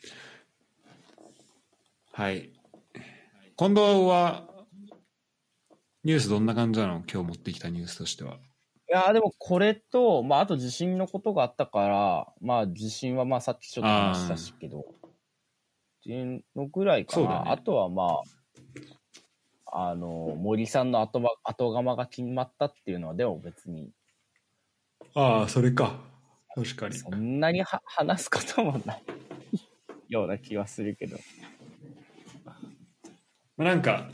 はい。近藤は、ニュースどんな感じなの？今日持ってきたニュースとしては。 いやでもこれと、まあ、あと地震のことがあったから、まあ、地震はまあさっきちょっと話したしけど、っていうのぐらいかな。ね、あとはまあ、あの、森さんの後ば後釜が決まったっていうのは、でも別に。 ああ、それか。確かに。 そんなには話すこともないような気はするけど。 なんか、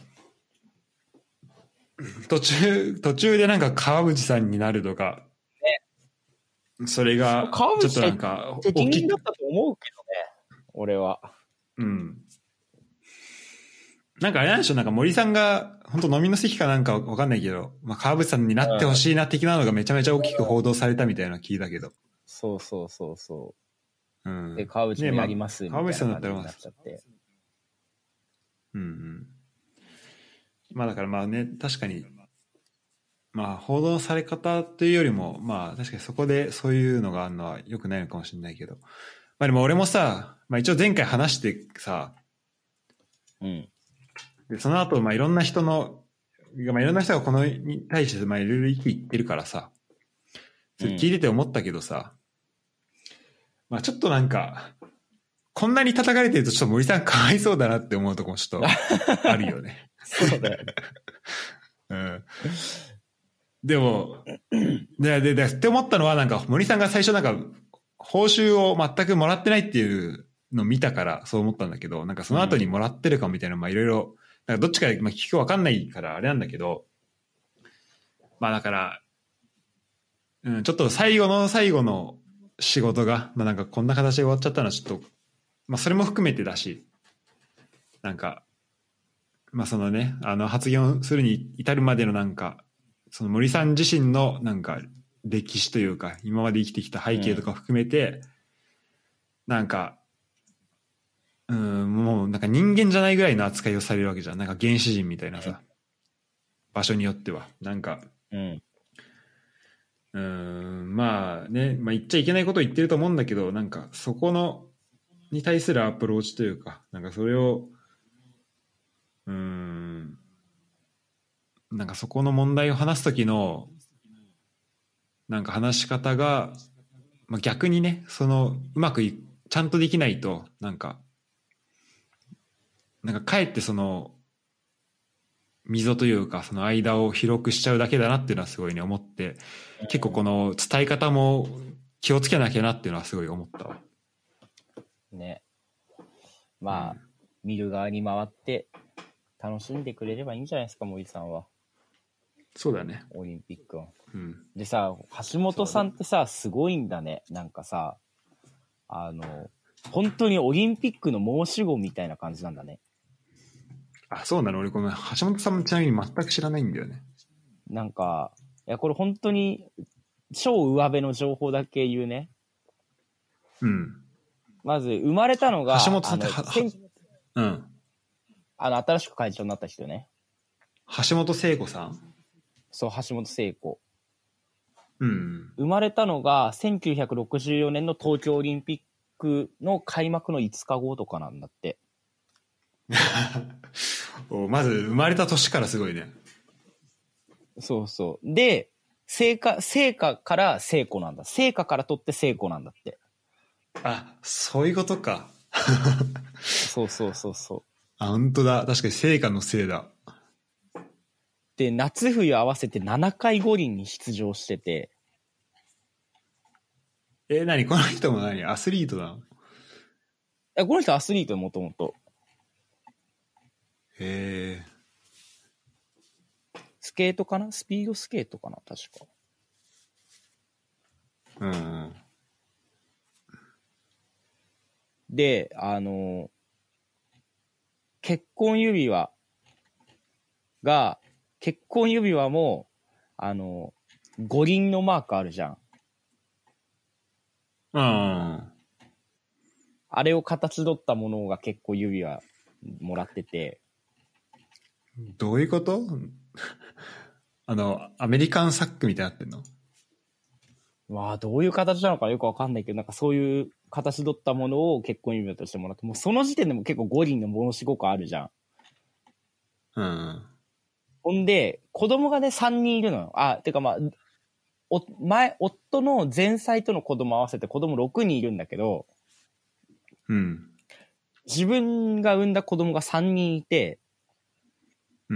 途中、途中でなんか川淵さんになるとか、ね、それが、ちょっとなんか、 責任だったと思うけどね、俺は。 うん。なんかあれなんでしょう、なんか森さんが、本当飲みの席かなんかわかんないけど、まあ、川淵さんになってほしいな的なのがめちゃめちゃ大きく報道されたみたいなの聞いたけど。 そうそうそうそう。 うん。 で、川淵にやりますみたいな感じになっちゃって。 うんうん。まあだからまあね、確かに、まあ報道され方というよりも、まあ確かにそこでそういうのがあるのは良くないのかもしれないけど。まあでも俺もさ、まあ一応前回話してさ、 うん。 で、その後、まあいろんな人の、まあいろんな人がこのに対して、まあいろいろ意見言ってるからさ、それ聞いてて思ったけどさ、うん、まあちょっとなんか、こんなに叩かれてるとちょっと森さんかわいそうだなって思うとこもちょっとあるよね。 そうだよね。 うん。でも、で、で、で、って思ったのはなんか森さんが最初なんか報酬を全くもらってないっていうのを見たからそう思ったんだけど、なんかその後にもらってるかみたいな、まあいろいろ、なんかどっちかまあ聞くわかんないからあれなんだけど、まあだから、うん、ちょっと最後の最後の仕事が、まあなんかこんな形で終わっちゃったのはちょっと、まあそれも含めてだし、なんか、まあそのね、あの発言をするに至るまでのなんか、その森さん自身のなんか歴史というか、今まで生きてきた背景とか含めて、うん、なんか、うん、もうなんか人間じゃないぐらいの扱いをされるわけじゃん。なんか原始人みたいなさ、うん、場所によっては。なんか、うん、うーん、まあね、まあ言っちゃいけないことを言ってると思うんだけど、なんかそこの、に対するアプローチというか、なんかそれを、うーん、なんかそこの問題を話すときの、なんか話し方が、まあ、逆にね、その、うまくい、ちゃんとできないと、なんか、なんかかえってその、溝というか、その間を広くしちゃうだけだなっていうのはすごいね、思って、結構この伝え方も気をつけなきゃなっていうのはすごい思ったわ。 ね。まあ、うん、見る側に回って楽しんでくれればいいんじゃないですか、森さんは。 そうだね。 オリンピックは。 うん、 でさ、橋本さんってさ、すごいんだね。なんかさ、あの、本当にオリンピックの申し子みたいな感じなんだね。 あ、そうなの？俺この橋本さんもちなみに全く知らないんだよね。 なんか、いや、これ本当に超上辺の情報だけ言うね。 うん。 まず、生まれたのが、 橋本さんっては、うん。 あの、新しく会長になった人ね。 橋本聖子さん？ そう、橋本聖子。 うん。 生まれたのがせんきゅうひゃくろくじゅうよねんの東京オリンピックの開幕のいつかごとかなんだって。 おまず生まれた年からすごいね。 そうそう。で、 聖火、聖火から聖子なんだ。聖火から取って聖子なんだって。 あ、そういうことか。 そうそうそうそう。 あ、本当だ。確かに聖火のせいだ。 で、夏冬合わせてななかい五輪に出場してて。 え、何この人も何アスリートなの？ え、この人アスリートもともと。 へえ。 スケートかな？スピードスケートかな確か。 うん。 で、あの、結婚指輪が、結婚指輪も、あの、五輪のマークあるじゃん。 うん。 あれを形取ったものが結婚指輪もらってて。 どういうこと？あの、アメリカンサックみたいになってんの？ わあ、どういう形なのかよくわかんないけど、なんかそういう形取ったものを結婚指輪としてもらって、もうその時点でも結構五輪のものすごくあるじゃん。 うん。 ほんで、子供がね、さんにんいるのよ。あ、てかまあ、お、前、夫の前妻との子供合わせて子供ろくにんいるんだけど、 うん。 自分が産んだ子供がさんにんいて、 うん。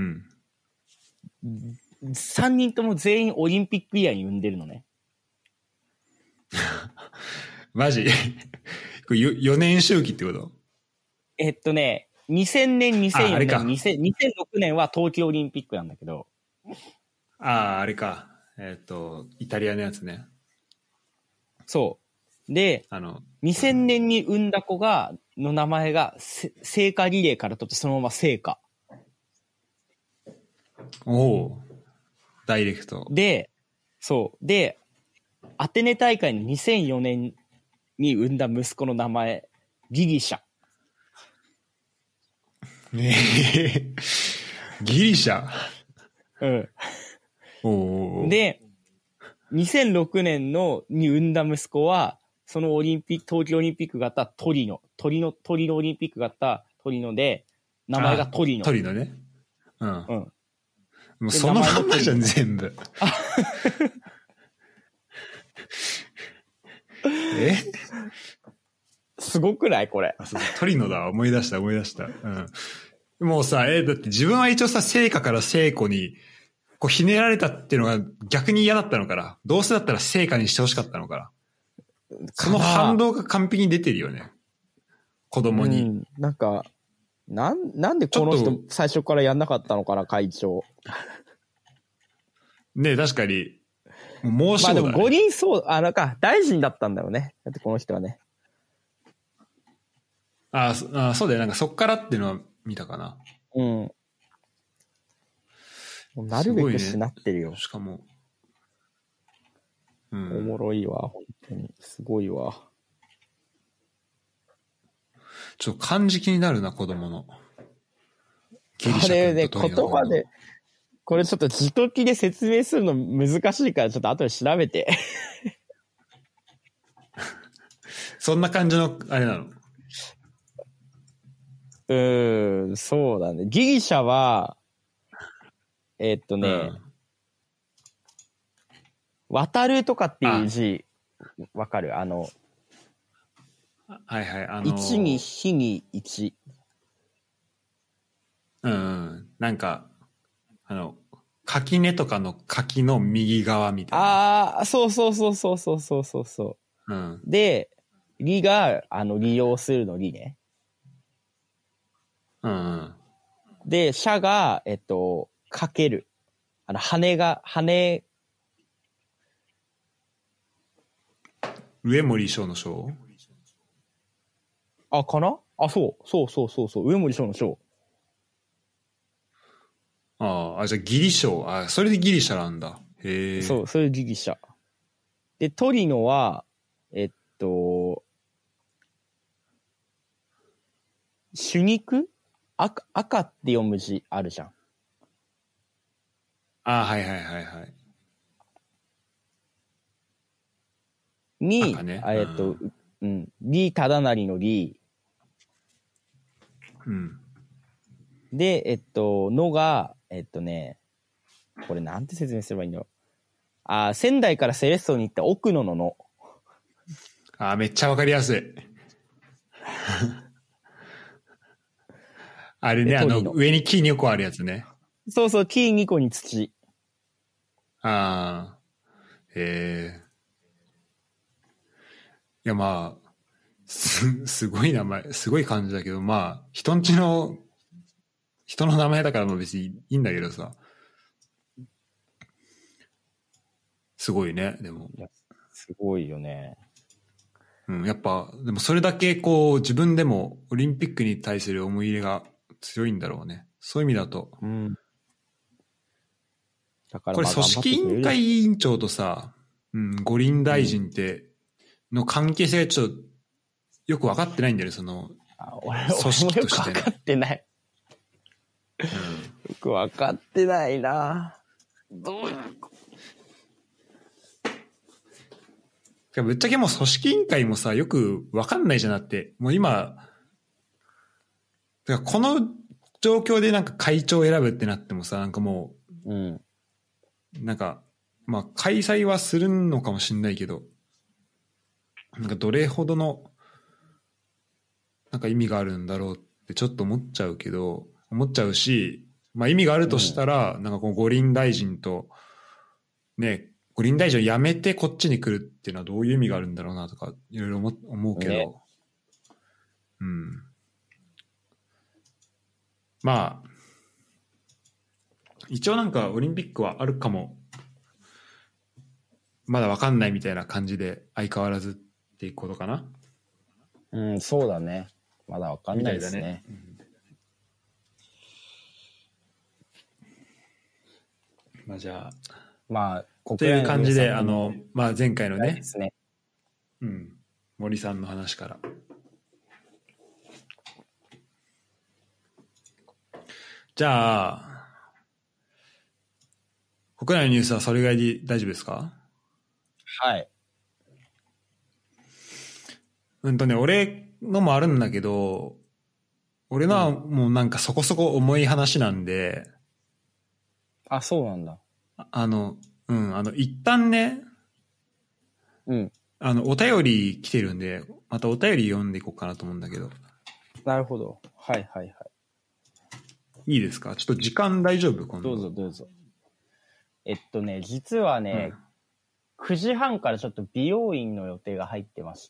さんにんとも全員オリンピックイヤーに産んでるのね。 マジこれよよねん周期ってこと？ えっとね、にせんねん、にせんよねん、 ああれかにせんろくねんは東京オリンピックなんだけど。 ああ、あれか。えっ、と、イタリアのやつね。 そう。で、 あの、 にせんねんに産んだ子が、の名前が、聖火リレーから取ってそのまま聖火。 おお、ダイレクト。 で、そう。で、アテネ大会のにせんよねんに産んだ息子の名前、ギリシャ。 ねえ。ギリシャ。 うん。 おお。 で、にせんろくねんのに産んだ息子は、そのオリンピック、東京オリンピックがあったトリノ。トリノ、トリノオリンピックがあったトリノで、名前がトリノ。 トリノね。うん。うん。もうでそのまんまじゃん、全部。えすごくないこれ。 あ、そうそう、トリノだ。思い出した、思い出した。うん。もうさ、え、だって自分は一応さ、聖火から聖子に、こうひねられたっていうのが逆に嫌だったのかな。どうせだったら聖火にしてほしかったのかな。その反動が完璧に出てるよね。子供に。 うん、なんか、なん、なんでこの人最初からやんなかったのかな、会長。 ねえ、確かに、もう申し子だね。 まあでも五輪そう、あ、なんか大臣だったんだよね。だってこの人はね。 ああ、そうだよ。なんかそっからっていうのは見たかな。 うん。なるべくしなってるよ。 ね、しかも、うん、 おもろいわ、本当に。すごいわ。 ちょっと漢字気になるな、子供の。 あれね、言葉で、これちょっと字解きで説明するの難しいから、ちょっと後で調べて。 そんな感じの、あれなの？ うーん、そうだね。ギリシャは、えー、っとね、うん、渡るとかっていう字、わかる？あの、 はいはい、あのー、 一に日に一。 うん、うん、なんか、あの、垣根とかの垣の右側みたいな。 ああ、そうそうそうそうそうそうそうそう。うん。で、利が、あの、利用するの利ね。 うん、うん。 で、社が、えっと、かける。あの、羽が、羽。 上森章の章？ あ、かな？あ、そう。そうそうそうそう。上森章の章。 ああ、じゃあギリシャ、あ、それでギリシャなんだ。へえ。 そう、それギリシャ。で、トリノは、えっと、手肉？赤、赤って読む字あるじゃん。 ああ、はいはいはいはい。 に、ね、えっと、うん、李忠成の李。 うん。 で、えっと、のが、えっとね、これなんて説明すればいいんだろう。 あ、仙台からセレッソに行った奥野のの。 あ、めっちゃわかりやすい。あれね、あの、上に木にこあるやつね。 そうそう、木にこに土。 ああ、へえ。いや、まあ、す、すごい名前、すごい感じだけど、まあ、人んちの、人の名前だからも別にいいんだけどさ。すごいね、でも。 いや、すごいよね。 うん、やっぱ、でもそれだけこう、自分でもオリンピックに対する思い入れが強いんだろうね。そういう意味だと。 うん。だからこれ組織委員会委員長とさ、うん、五輪大臣っての関係性がちょっとよく分かってないんだよね、その俺組織として、ね。 俺もよく分かってない。うん、よく分かってないな。どういうぶっちゃけもう組織委員会もさ、よく分かんないじゃなって、もう今、だからこの状況でなんか会長を選ぶってなってもさ、なんかもう、うん、 なんか、まあ開催はするのかもしれないけど、なんかどれほどの、なんか意味があるんだろうってちょっと思っちゃうけど、思っちゃうし、まあ意味があるとしたら、うん、なんかこう五輪大臣と、ね、五輪大臣を辞めてこっちに来るっていうのはどういう意味があるんだろうなとか、いろいろ思うけど、ね、うん。まあ、一応なんかオリンピックはあるかも、まだわかんないみたいな感じで相変わらずっていうことかな。 うん、そうだね。まだわかんないですね。ね、うん、 まあじゃあ、 まあ、 という感じで、あの、まあ前回のね、 ですね、 うん、森さんの話から。じゃあ、国内のニュースはそれぐらいで大丈夫ですか？ はい。 うんとね、俺のもあるんだけど、俺のはもうなんかそこそこ重い話なんで。うん、 あ、そうなんだ。 あの、うん、あの、一旦ね、 うん。 あの、お便り来てるんで、またお便り読んでいこうかなと思うんだけど。 なるほど。はいはいはい。 いいですか？ちょっと時間大丈夫？今度。 どうぞどうぞ。えっとね、実はね、うん、くじはんからちょっと美容院の予定が入ってまして。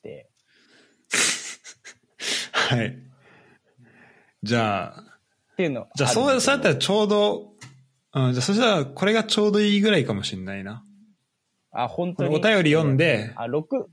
はい。じゃあ、 っていうの。 じゃあそう、そうやったらちょうど、うん、じゃあそしたらこれがちょうどいいぐらいかもしれないな。 あ、本当に。 お便り読んで。 あ、ろく。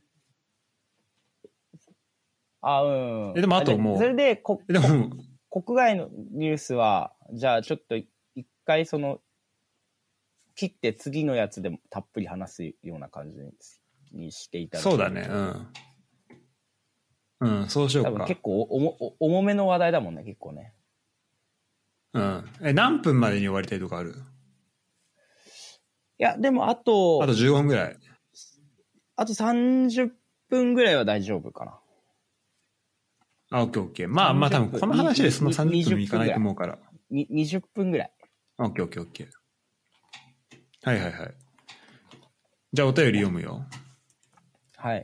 あ、うん。 え、でもあともう。 それで、こ、 でも国外のニュースは、じゃあちょっと一回その、切って次のやつでもたっぷり話すような感じにしていただきたい。 そうだね、うん。うん、そうしようか。多分結構おも重めの話題だもんね、結構ね。 うん。え、何分までに終わりたいとかある？ いや、でもあと、 あとじゅうごふんぐらい。 あとさんじゅっぷんぐらいは大丈夫かな。 あ、オッケーオッケー。まあまあ多分この話でそのさんじゅっぷんもいかないと思うから。 にじゅっぷんぐらい。 オッケーオッケーオッケー。はいはいはい。じゃあお便り読むよ。 はい。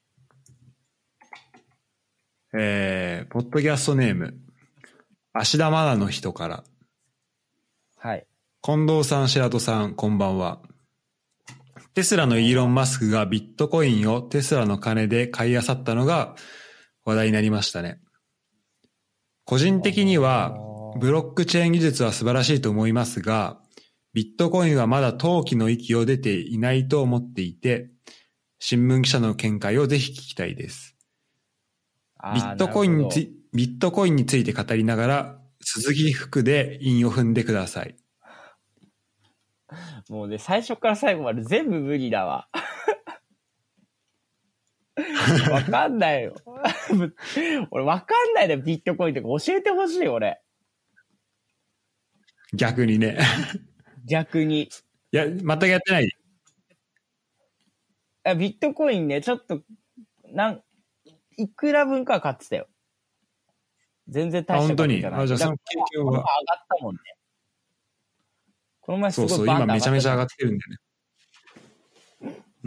えー、ポッドキャストネーム、芦田愛菜の人から。 はい。 近藤さん、白戸さん、こんばんは。テスラのイーロン・マスクがビットコインをテスラの金で買い漁ったのが話題になりましたね。個人的には、ブロックチェーン技術は素晴らしいと思いますが、ビットコインはまだ投機の域を出ていないと思っていて、新聞記者の見解をぜひ聞きたいです。ビットコインにつ、ビットコインについて語りながら、鈴木福で韻を踏んでください。 もうね、最初から最後まで全部無理だわ。わかんないよ。俺わかんないで、ビットコインとか教えてほしい、俺。 逆にね。 逆に。いや、全くやってない。 ビットコインね、ちょっと、なん、いくら分かは買ってたよ。全然大したことじゃない。 あ、本当に。あ、じゃあその経験は。 上がったもんね。この前すごいそうそう、今めちゃめちゃ上がってるんだよね。 うん。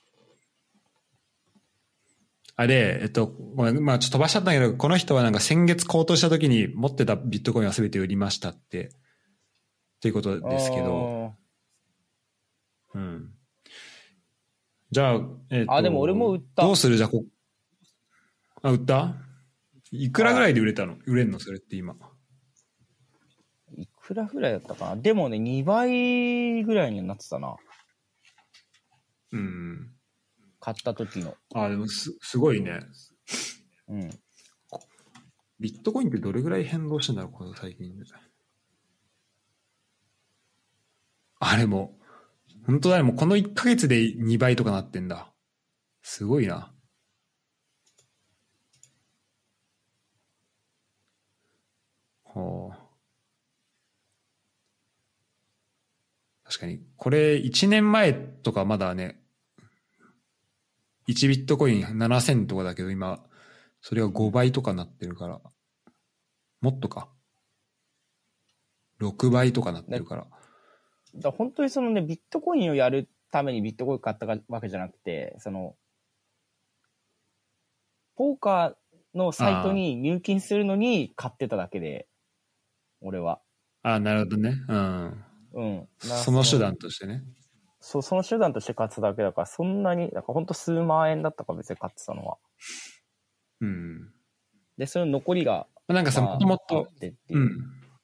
あれ、えっと、ごめん、まあちょっと飛ばしちゃったんだけど、この人はなんか先月高騰した時に持ってたビットコインは全て売りましたって、っていうことですけど、うん。じゃあ、えっと、 あ、でも俺も売った。 どうするじゃあこ、あ、売ったいくらぐらいで売れたの売れんのそれって今。 いくらぐらいだったかな。でもね、にばいぐらいになってたな。 うん。 買った時の。 あ、でもす、すごいね。 うん。 ビットコインってどれぐらい変動してんだろうこの最近で。あれも、本当だね。もうこのいっかげつでにばいとかなってんだ。すごいな。ほう。確かに。これいちねんまえとかまだね、いちビットコインななせんとかだけど今、それがごばいとかなってるから。もっとか。ろくばいとかなってるから。 だから本当にそのね、ビットコインをやるためにビットコイン買ったわけじゃなくて、その、ポーカーのサイトに入金するのに買ってただけで、俺は。 ああ、なるほどね。うん。 うん。 その手段としてね。 そう、その手段として買ってただけだから、そんなに、なんかほんと数万円だったか別に買ってたのは。 うん。 で、その残りが、 なんかさ、もともと、うん。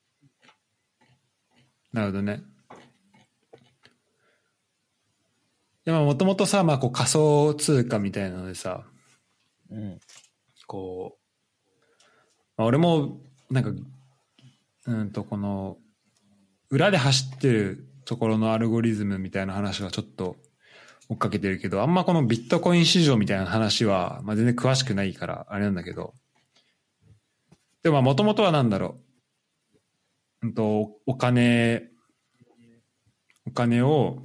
なるほどね。でももともとさ、まあこう仮想通貨みたいなのでさ、 うん。 こう、まあ、俺も、なんか、うんと、この、裏で走ってるところのアルゴリズムみたいな話はちょっと追っかけてるけど、あんまこのビットコイン市場みたいな話は、まあ、全然詳しくないからあれなんだけど、でももともとはなんだろう、うんと、お金、お金を、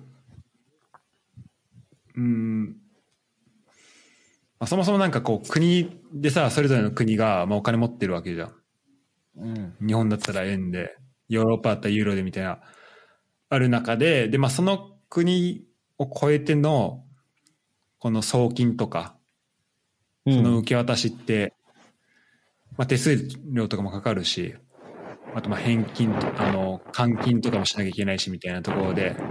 うん、まあ、そもそもなんかこう国でさ、それぞれの国がまあお金持ってるわけじゃん。 うん、 日本だったら円で、ヨーロッパだったらユーロでみたいな、ある中で、で、まあその国を超えての、この送金とか、その受け渡しって、うん、まあ手数料とかもかかるし、あとまあ返金とか、あの、換金とかもしなきゃいけないしみたいなところで、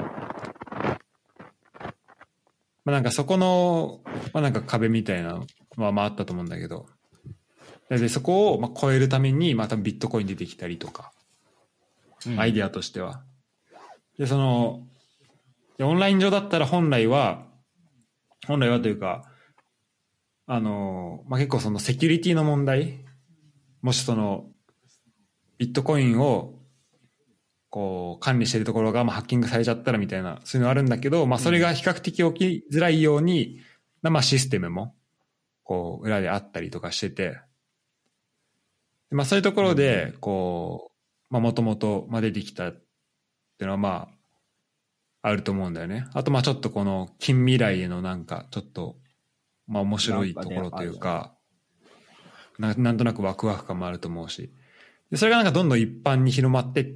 まあなんかそこの、まあなんか壁みたいなのはまああったと思うんだけど、でそこをまあ超えるためにまたビットコイン出てきたりとか、うん、アイデアとしては。で、その、でオンライン上だったら本来は、本来はというか、あの、まあ、結構そのセキュリティの問題、もしその、ビットコインを、こう、管理しているところが、まあ、ハッキングされちゃったらみたいな、そういうのあるんだけど、まあ、それが比較的起きづらいように、うん、まあ、システムも、こう、裏であったりとかしてて、まあ、そういうところで、こう、まあ、もともと出てきたっていうのは、まあ、あると思うんだよね。あと、まあ、ちょっとこの、近未来へのなんか、ちょっと、まあ、面白いところというか、な, なんとなくワクワク感もあると思うし。で、それがなんかどんどん一般に広まってって、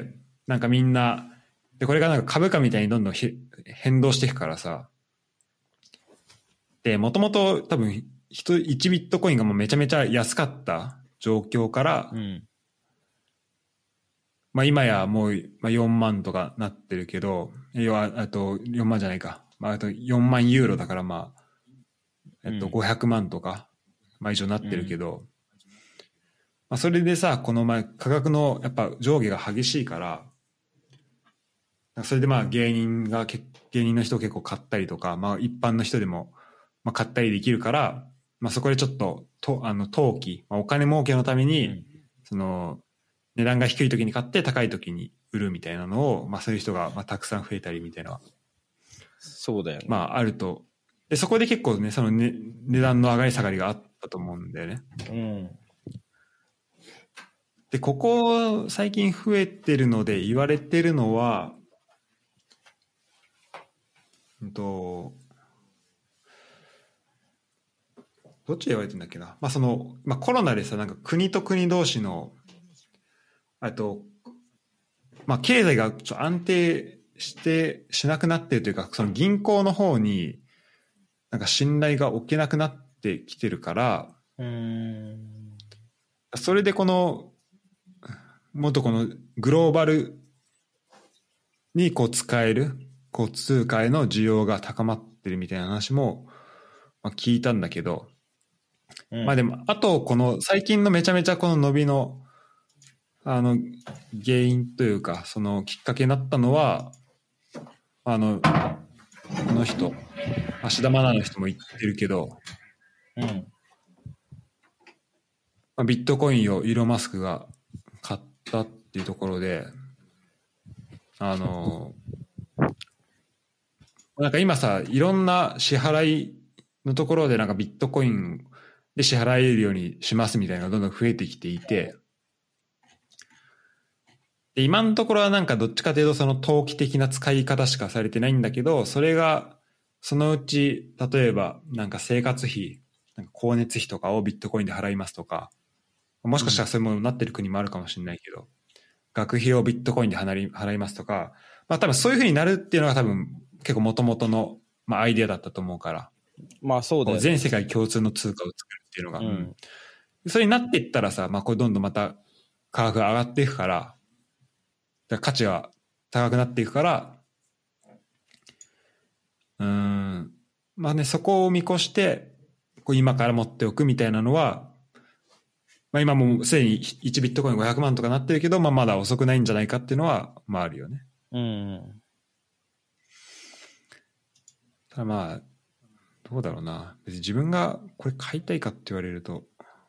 なんかみんな、で、これがなんか株価みたいにどんどん変動していくからさ。で、もともと多分、いちビットコインがもうめちゃめちゃ安かった状況から、うん、まあ今やもうよんまんとかなってるけど、要は、あとよんまんじゃないか。まああとよんまんユーロだからまあ、えっとごひゃくまんとか、まあ以上なってるけど、うん、まあそれでさ、この前価格のやっぱ上下が激しいから、それでまあ芸人が、芸人の人結構買ったりとか、まあ一般の人でもまあ買ったりできるから、まあそこでちょっと、とあの投機、まあ、お金儲けのために、うん、その値段が低い時に買って高い時に売るみたいなのを、まあそういう人がまあたくさん増えたりみたいな。 そうだよね。 まああると。で、そこで結構ね、その、ね、値段の上がり下がりがあったと思うんだよね。 うん。 で、ここ最近増えてるので言われてるのは、うんと、どっちで言われてるんだっけな。まあその、まあコロナでさ、なんか国と国同士の、あと、まあ経済がちょっと安定してしなくなってるというか、その銀行の方になんか信頼が置けなくなってきてるから、 うーん。 それでこのもっとこのグローバルにこう使えるこう通貨への需要が高まってるみたいな話も、まあ、聞いたんだけど、 うん、 まあでもあとこの最近のめちゃめちゃこの伸びのあの原因というかそのきっかけになったのはあのこの人芦田愛菜の人も言ってるけど、 うん、 まあ、ビットコインをイーロン・マスクが買ったっていうところで、あのなんか今さいろんな支払いのところでなんかビットコインで支払えるようにしますみたいなのがどんどん増えてきていて、で今のところはなんかどっちかというとその投機的な使い方しかされてないんだけど、それがそのうち例えばなんか生活費なんか光熱費とかをビットコインで払いますとか、もしかしたらそういうものになってる国もあるかもしれないけど、うん、学費をビットコインで払い、払いますとか、まあ多分そういう風になるっていうのが多分結構元々の、まあ、アイデアだったと思うから、 まあそうだよね、 全世界共通の通貨を作るっていうのが、 うん、 それになっていったらさ、まあこれどんどんまた価格が上がっていくから、だから価値が高くなっていくから、うーん、まあね、そこを見越してこう今から持っておくみたいなのは、まあ、今もうすでにいちビットコインごひゃくまんとかなってるけど、まあ、まだ遅くないんじゃないかっていうのは、まああるよね。 うん。 ただまあ、どうだろうな。別に自分がこれ買いたいかって言われると、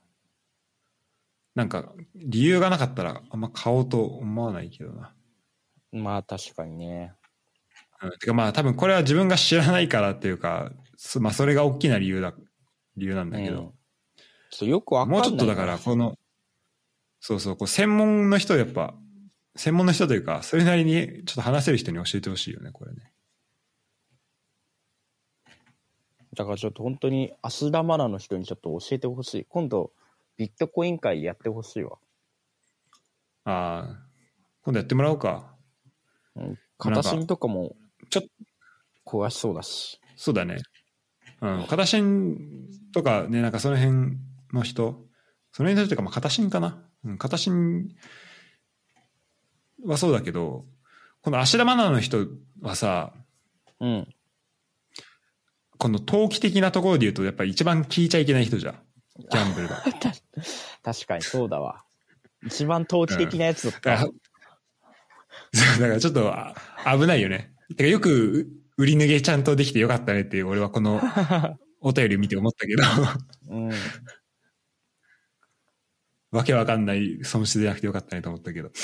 なんか理由がなかったらあんま買おうと思わないけどな。 まあ確かにね。 うん、てかまあ多分これは自分が知らないからっていうか、そまあそれが大きな理由だ、理由なんだけど。うん、 ちょっとよくわかんない。 もうちょっとだからこの、そうそう、こう専門の人やっぱ、専門の人というか、それなりにちょっと話せる人に教えてほしいよね、これね。 だからちょっと本当に芦田愛菜の人にちょっと教えてほしい。今度ビットコイン会やってほしいわ。 ああ、今度やってもらおうか。 うん、片新とかもちょっと詳しそうだし。 そうだね。うん、片新とかね、なんかその辺の人、その辺の人というか、まあ片新かな。うん、片新はそうだけど、この芦田愛菜の人はさ、 うん。 この投機的なところで言うと、やっぱり一番聞いちゃいけない人じゃん。ギャンブルが。 確かにそうだわ。一番投機的なやつだった。 うん、だからちょっと危ないよね。てかよく売り抜けちゃんとできてよかったねって俺はこのお便り見て思ったけど、うん、わけわかんない損失でなくてよかったねと思ったけど。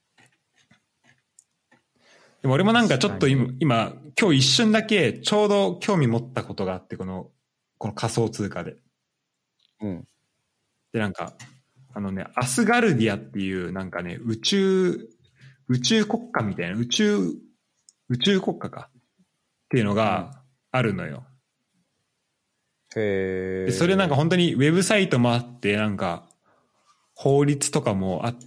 でも俺もなんかちょっと今、今、今日一瞬だけちょうど興味持ったことがあって、この、この仮想通貨で。 うん。 で、なんか、あのね、アスガルディアっていうなんかね、宇宙、宇宙国家みたいな、宇宙、宇宙国家か。っていうのがあるのよ。 うん、へで、それなんか本当にウェブサイトもあって、なんか、法律とかもあって、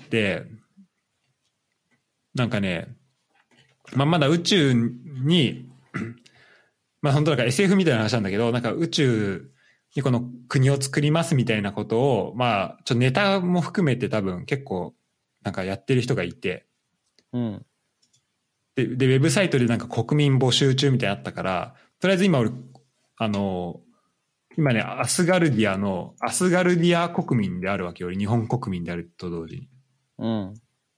なんかね、まあ、まだ宇宙に、まあ本当だから エスエフ みたいな話なんだけど、なんか宇宙にこの国を作りますみたいなことを、まあ、ちょっとネタも含めて多分結構なんかやってる人がいて、 うん。 で、で、ウェブサイトでなんか国民募集中みたいなのあったから、とりあえず今俺、あの、今ね、アスガルディアの、アスガルディア国民であるわけよ。俺日本国民であると同時に。 うん。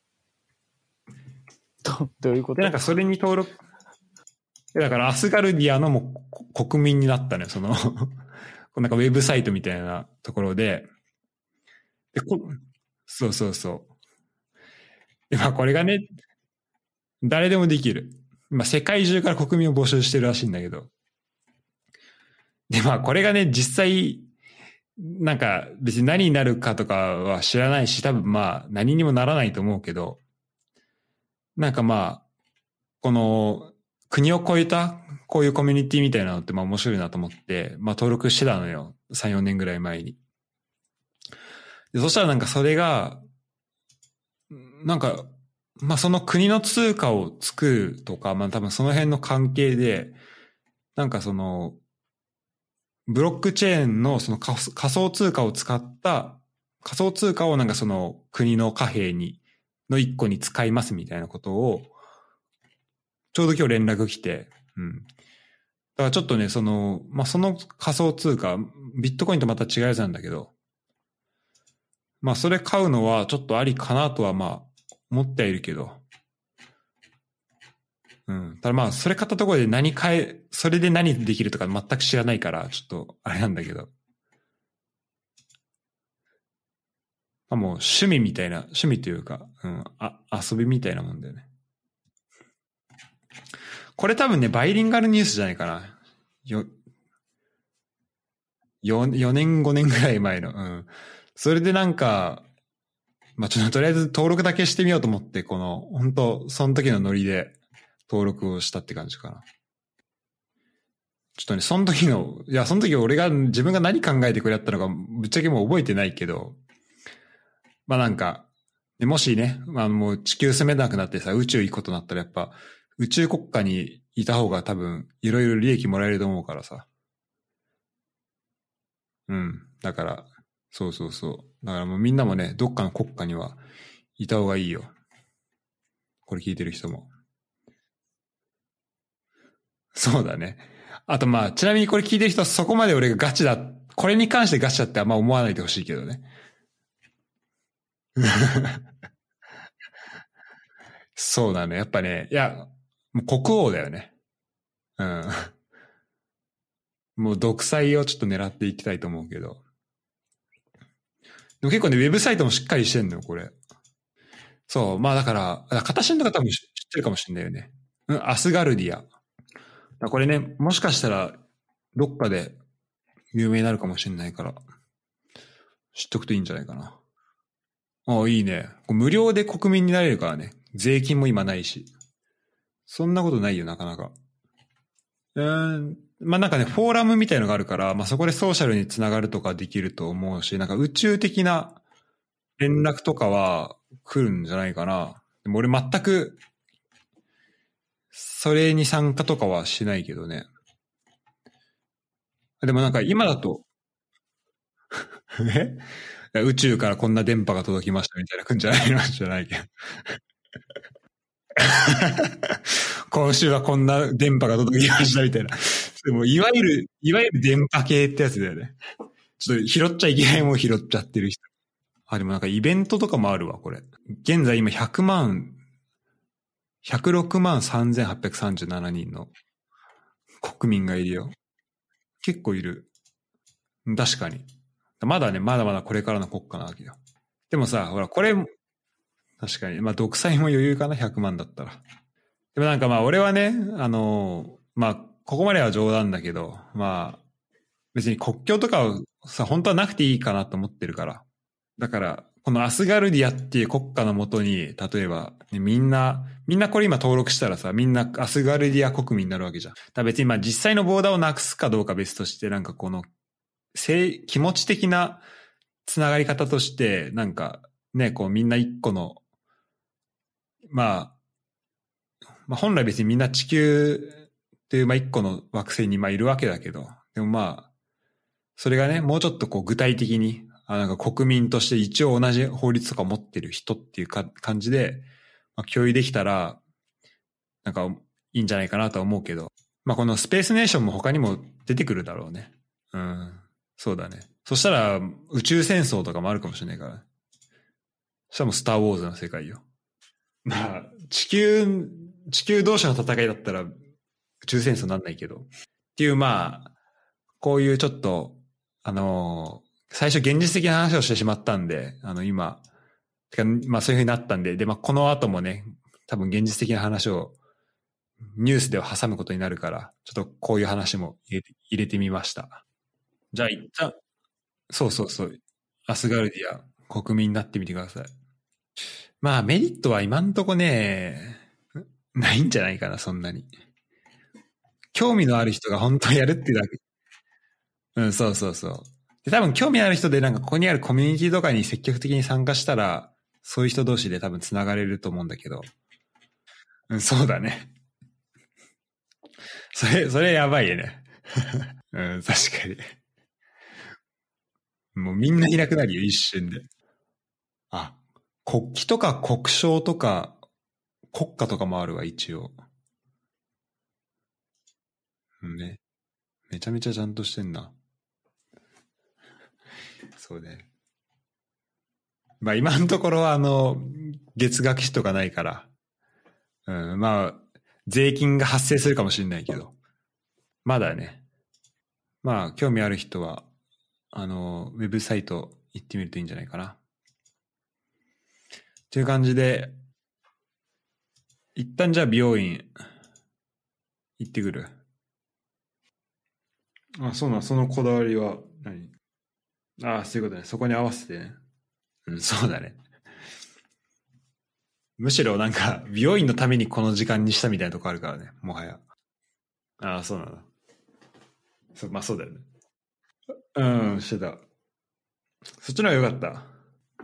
ど, どういうこと？ で、なんかそれに登録、だからアスガルディアのもう国民になったのよ、そのなんかウェブサイトみたいなところで。でこそうそうそう。で、まあこれがね、誰でもできる。今世界中から国民を募集してるらしいんだけど。で、まあこれがね、実際、なんか別に何になるかとかは知らないし、多分まあ何にもならないと思うけど、なんかまあ、この国を超えたこういうコミュニティみたいなのってまあ面白いなと思って、まあ登録してたのよ。さん、よねんぐらい前に。でそしたらなんかそれが、なんかまあその国の通貨を作るとか、まあ多分その辺の関係で、なんかその、ブロックチェーンのその仮想通貨を使った仮想通貨をなんかその国の貨幣にの一個に使いますみたいなことをちょうど今日連絡来て、うん。だからちょっとね、その、まあ、その仮想通貨、ビットコインとまた違うやつなんだけど、まあ、それ買うのはちょっとありかなとはまあ、思ってはいるけど、うん。ただまあ、それ買ったところで何買え、それで何できるとか全く知らないから、ちょっと、あれなんだけど。まあもう趣味みたいな、趣味というか、うん、あ、遊びみたいなもんだよね。これ多分ね、バイリンガルニュースじゃないかな。よ、よ、よねんごねんぐらい前の。うん。それでなんか、まあちょっととりあえず登録だけしてみようと思って、この、本当その時のノリで登録をしたって感じかな。ちょっとね、その時の、いや、その時俺が、自分が何考えてくれやったのか、ぶっちゃけもう覚えてないけど、まあなんか、もしね、まあもう地球住めなくなってさ、宇宙行くことになったらやっぱ、宇宙国家にいた方が多分、いろいろ利益もらえると思うからさ。うん。だから、そうそうそう。だからもうみんなもね、どっかの国家にはいた方がいいよ。これ聞いてる人も。そうだね。あとまあ、ちなみにこれ聞いてる人はそこまで俺がガチだ、これに関してガチだってあんま思わないでほしいけどね。そうだね。やっぱね、いや、もう国王だよね。うん。もう独裁をちょっと狙っていきたいと思うけど。でも結構ね、ウェブサイトもしっかりしてんのよ、これ。そう。まあだから、形の方も知ってるかもしれないよね。うん、アスガルディア。これね、もしかしたら、どっかで有名になるかもしれないから、知っとくといいんじゃないかな。ああ、いいね。無料で国民になれるからね。税金も今ないし。そんなことないよ、なかなか。うーん。まあなんかね、フォーラムみたいのがあるから、まあそこでソーシャルにつながるとかできると思うし、なんか宇宙的な連絡とかは来るんじゃないかな。でも俺全く、それに参加とかはしないけどね。でもなんか今だとえ宇宙からこんな電波が届きましたみたいな来んじゃないのじゃないけど。今週はこんな電波が届きましたみたいな。でもいわゆる、いわゆる電波系ってやつだよね。ちょっと拾っちゃいけないもん拾っちゃってる人。あ、でもなんかイベントとかもあるわ、これ。現在今ひゃくまん、ひゃくろくまんさんぜんはっぴゃくさんじゅうななにんの国民がいるよ。結構いる。確かに。まだね、まだまだこれからの国家なわけよ。でもさ、ほら、これ、確かに。まあ、独裁も余裕かな、ひゃくまんだったら。でもなんかまあ、俺はね、あの、まあ、ここまでは冗談だけど、まあ、別に国境とかをさ、本当はなくていいかなと思ってるから。だから、このアスガルディアっていう国家のもとに、例えば、ね、みんな、みんなこれ今登録したらさ、みんなアスガルディア国民になるわけじゃん。だから別にまあ実際のボーダーをなくすかどうか別として、なんかこの、気持ち的なつながり方として、なんかね、こうみんな一個の、まあ、まあ本来別にみんな地球っていうまあ一個の惑星にまあいるわけだけど、でもまあ、それがね、もうちょっとこう具体的に、あなんか国民として一応同じ法律とか持ってる人っていうか感じで、まあ、共有できたら、なんかいいんじゃないかなとは思うけど、まあこのスペースネーションも他にも出てくるだろうね。うん。そうだね。そしたら宇宙戦争とかもあるかもしれないから。そしたらもうスターウォーズの世界よ。まあ、地球、地球同士の戦いだったら宇宙戦争になんないけど。っていうまあ、こういうちょっと、あのー、最初現実的な話をしてしまったんで、あの今、てかまあそういう風になったんで、でまあこの後もね、多分現実的な話をニュースでは挟むことになるから、ちょっとこういう話も入れて、入れてみました。じゃあ一旦、そうそうそう。アスガルディア、国民になってみてください。まあメリットは今んとこね、ないんじゃないかな、そんなに。興味のある人が本当にやるっていうだけ。うん、そうそうそう。で、多分興味ある人でなんかここにあるコミュニティとかに積極的に参加したら、 そういう人同士で多分つながれると思うんだけど。うん、そうだね。それ、それやばいよね。うん、確かに。もうみんないなくなるよ、一瞬で。あ、国旗とか国章とか国歌とかもあるわ、一応。うんね。めちゃめちゃちゃんとしてんな。そうね。まあ今のところはあの、月額費とかないから、うん、まあ、税金が発生するかもしれないけど、まだね。まあ、興味ある人は、あの、ウェブサイト行ってみるといいんじゃないかな。という感じで、一旦じゃあ美容院行ってくる。あ、そうな、そのこだわりは何？ああ、そういうことね。そこに合わせてね。うん、そうだね。むしろなんか、美容院のためにこの時間にしたみたいなとこあるからね、もはや。ああ、そうなんだ。そう、まあそうだよね。うん、してた。そっちの方が良かった。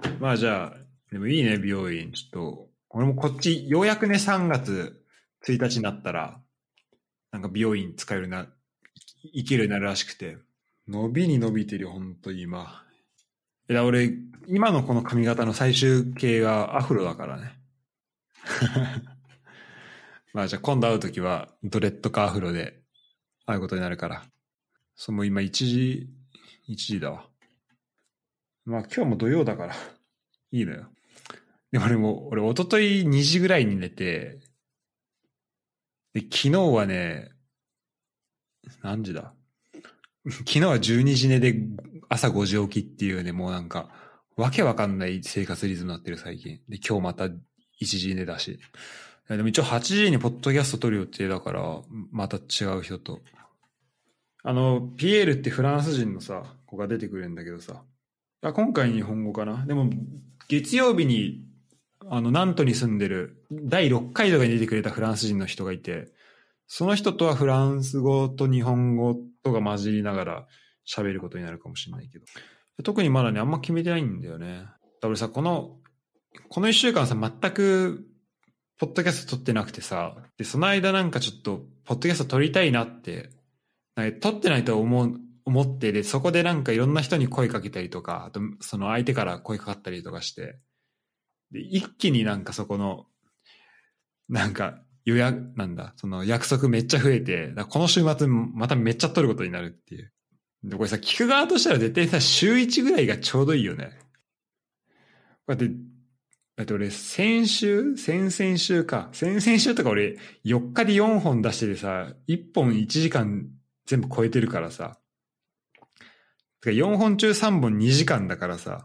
まあじゃあ、でもいいね、美容院。ちょっと、俺もこっち、ようやくね、さんがつついたちになったら、なんか美容院使えるな、行けるようになるらしくて。伸びに伸びてるよ、ほんと今。いや、俺、今のこの髪型の最終形がアフロだからね。まあじゃあ今度会うときは、ドレッドかアフロで会うことになるから。そう、もう今いちじ、いちじだわ。まあ今日も土曜だから、いいのよ。でも俺も、俺一昨日にじぐらいに寝て、で、昨日はね、何時だ昨日はじゅうにじ寝で朝ごじ起きっていうね、もうなんか、わけわかんない生活リズムになってる最近。で、今日またいちじ寝だし。でも一応はちじにポッドキャスト撮る予定だから、また違う人と。あの、ピエールってフランス人のさ、子が出てくるんだけどさ。あ、今回日本語かな。でも、月曜日に、あの、ナントに住んでる、だいろっかい動画に出てくれたフランス人の人がいて、その人とはフランス語と日本語とが混じりながら喋ることになるかもしれないけど。特にまだね、あんま決めてないんだよね。だからさ、この、この一週間さ、全く、ポッドキャスト撮ってなくてさ、で、その間なんかちょっと、ポッドキャスト撮りたいなって、撮ってないと思う、思って、で、そこでなんかいろんな人に声かけたりとか、あと、その相手から声かかったりとかして、で、一気になんかそこの、なんか予約、なんだ、その約束めっちゃ増えて、この週末まためっちゃ取ることになるっていう。で、これさ、聞く側としたら絶対さ、週いちぐらいがちょうどいいよね。こうやって、だって俺、先週先々週か。先々週とか俺、よっかでよんほん出しててさ、いっぽんいちじかん全部超えてるからさ。てかよんほん中さんぼんにじかんだからさ。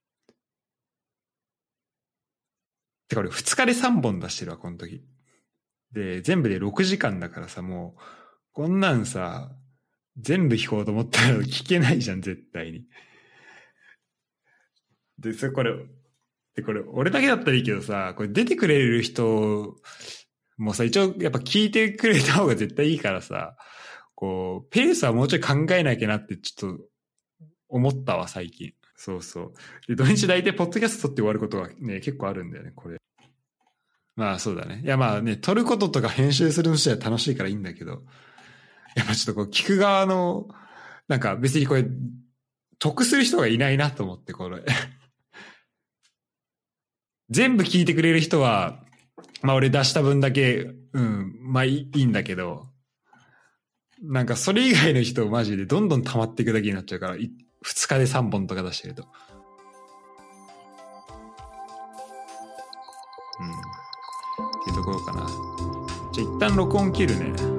てか俺ふつかでさんぼん出してるわ、この時。で、全部でろくじかんだからさ、もう、こんなんさ、全部聞こうと思ったら聞けないじゃん、絶対に。で、それこれ、で、これ、俺だけだったらいいけどさ、これ出てくれる人もさ、一応やっぱ聞いてくれた方が絶対いいからさ、こう、ペースはもうちょい考えなきゃなってちょっと思ったわ、最近。そうそう。で、土日大体ポッドキャスト撮って終わることがね、結構あるんだよね、これ。まあそうだね。いやまあね、撮ることとか編集するのしては楽しいからいいんだけど、やっぱちょっとこう聞く側の、なんか別にこれ、得する人がいないなと思って、これ。全部聞いてくれる人は、まあ俺出した分だけ、うん、まあいいんだけど、なんかそれ以外の人マジでどんどん溜まっていくだけになっちゃうから、ふつかでさんぼんとか出してると。うん。っていうところかな。じゃあ一旦録音切るね。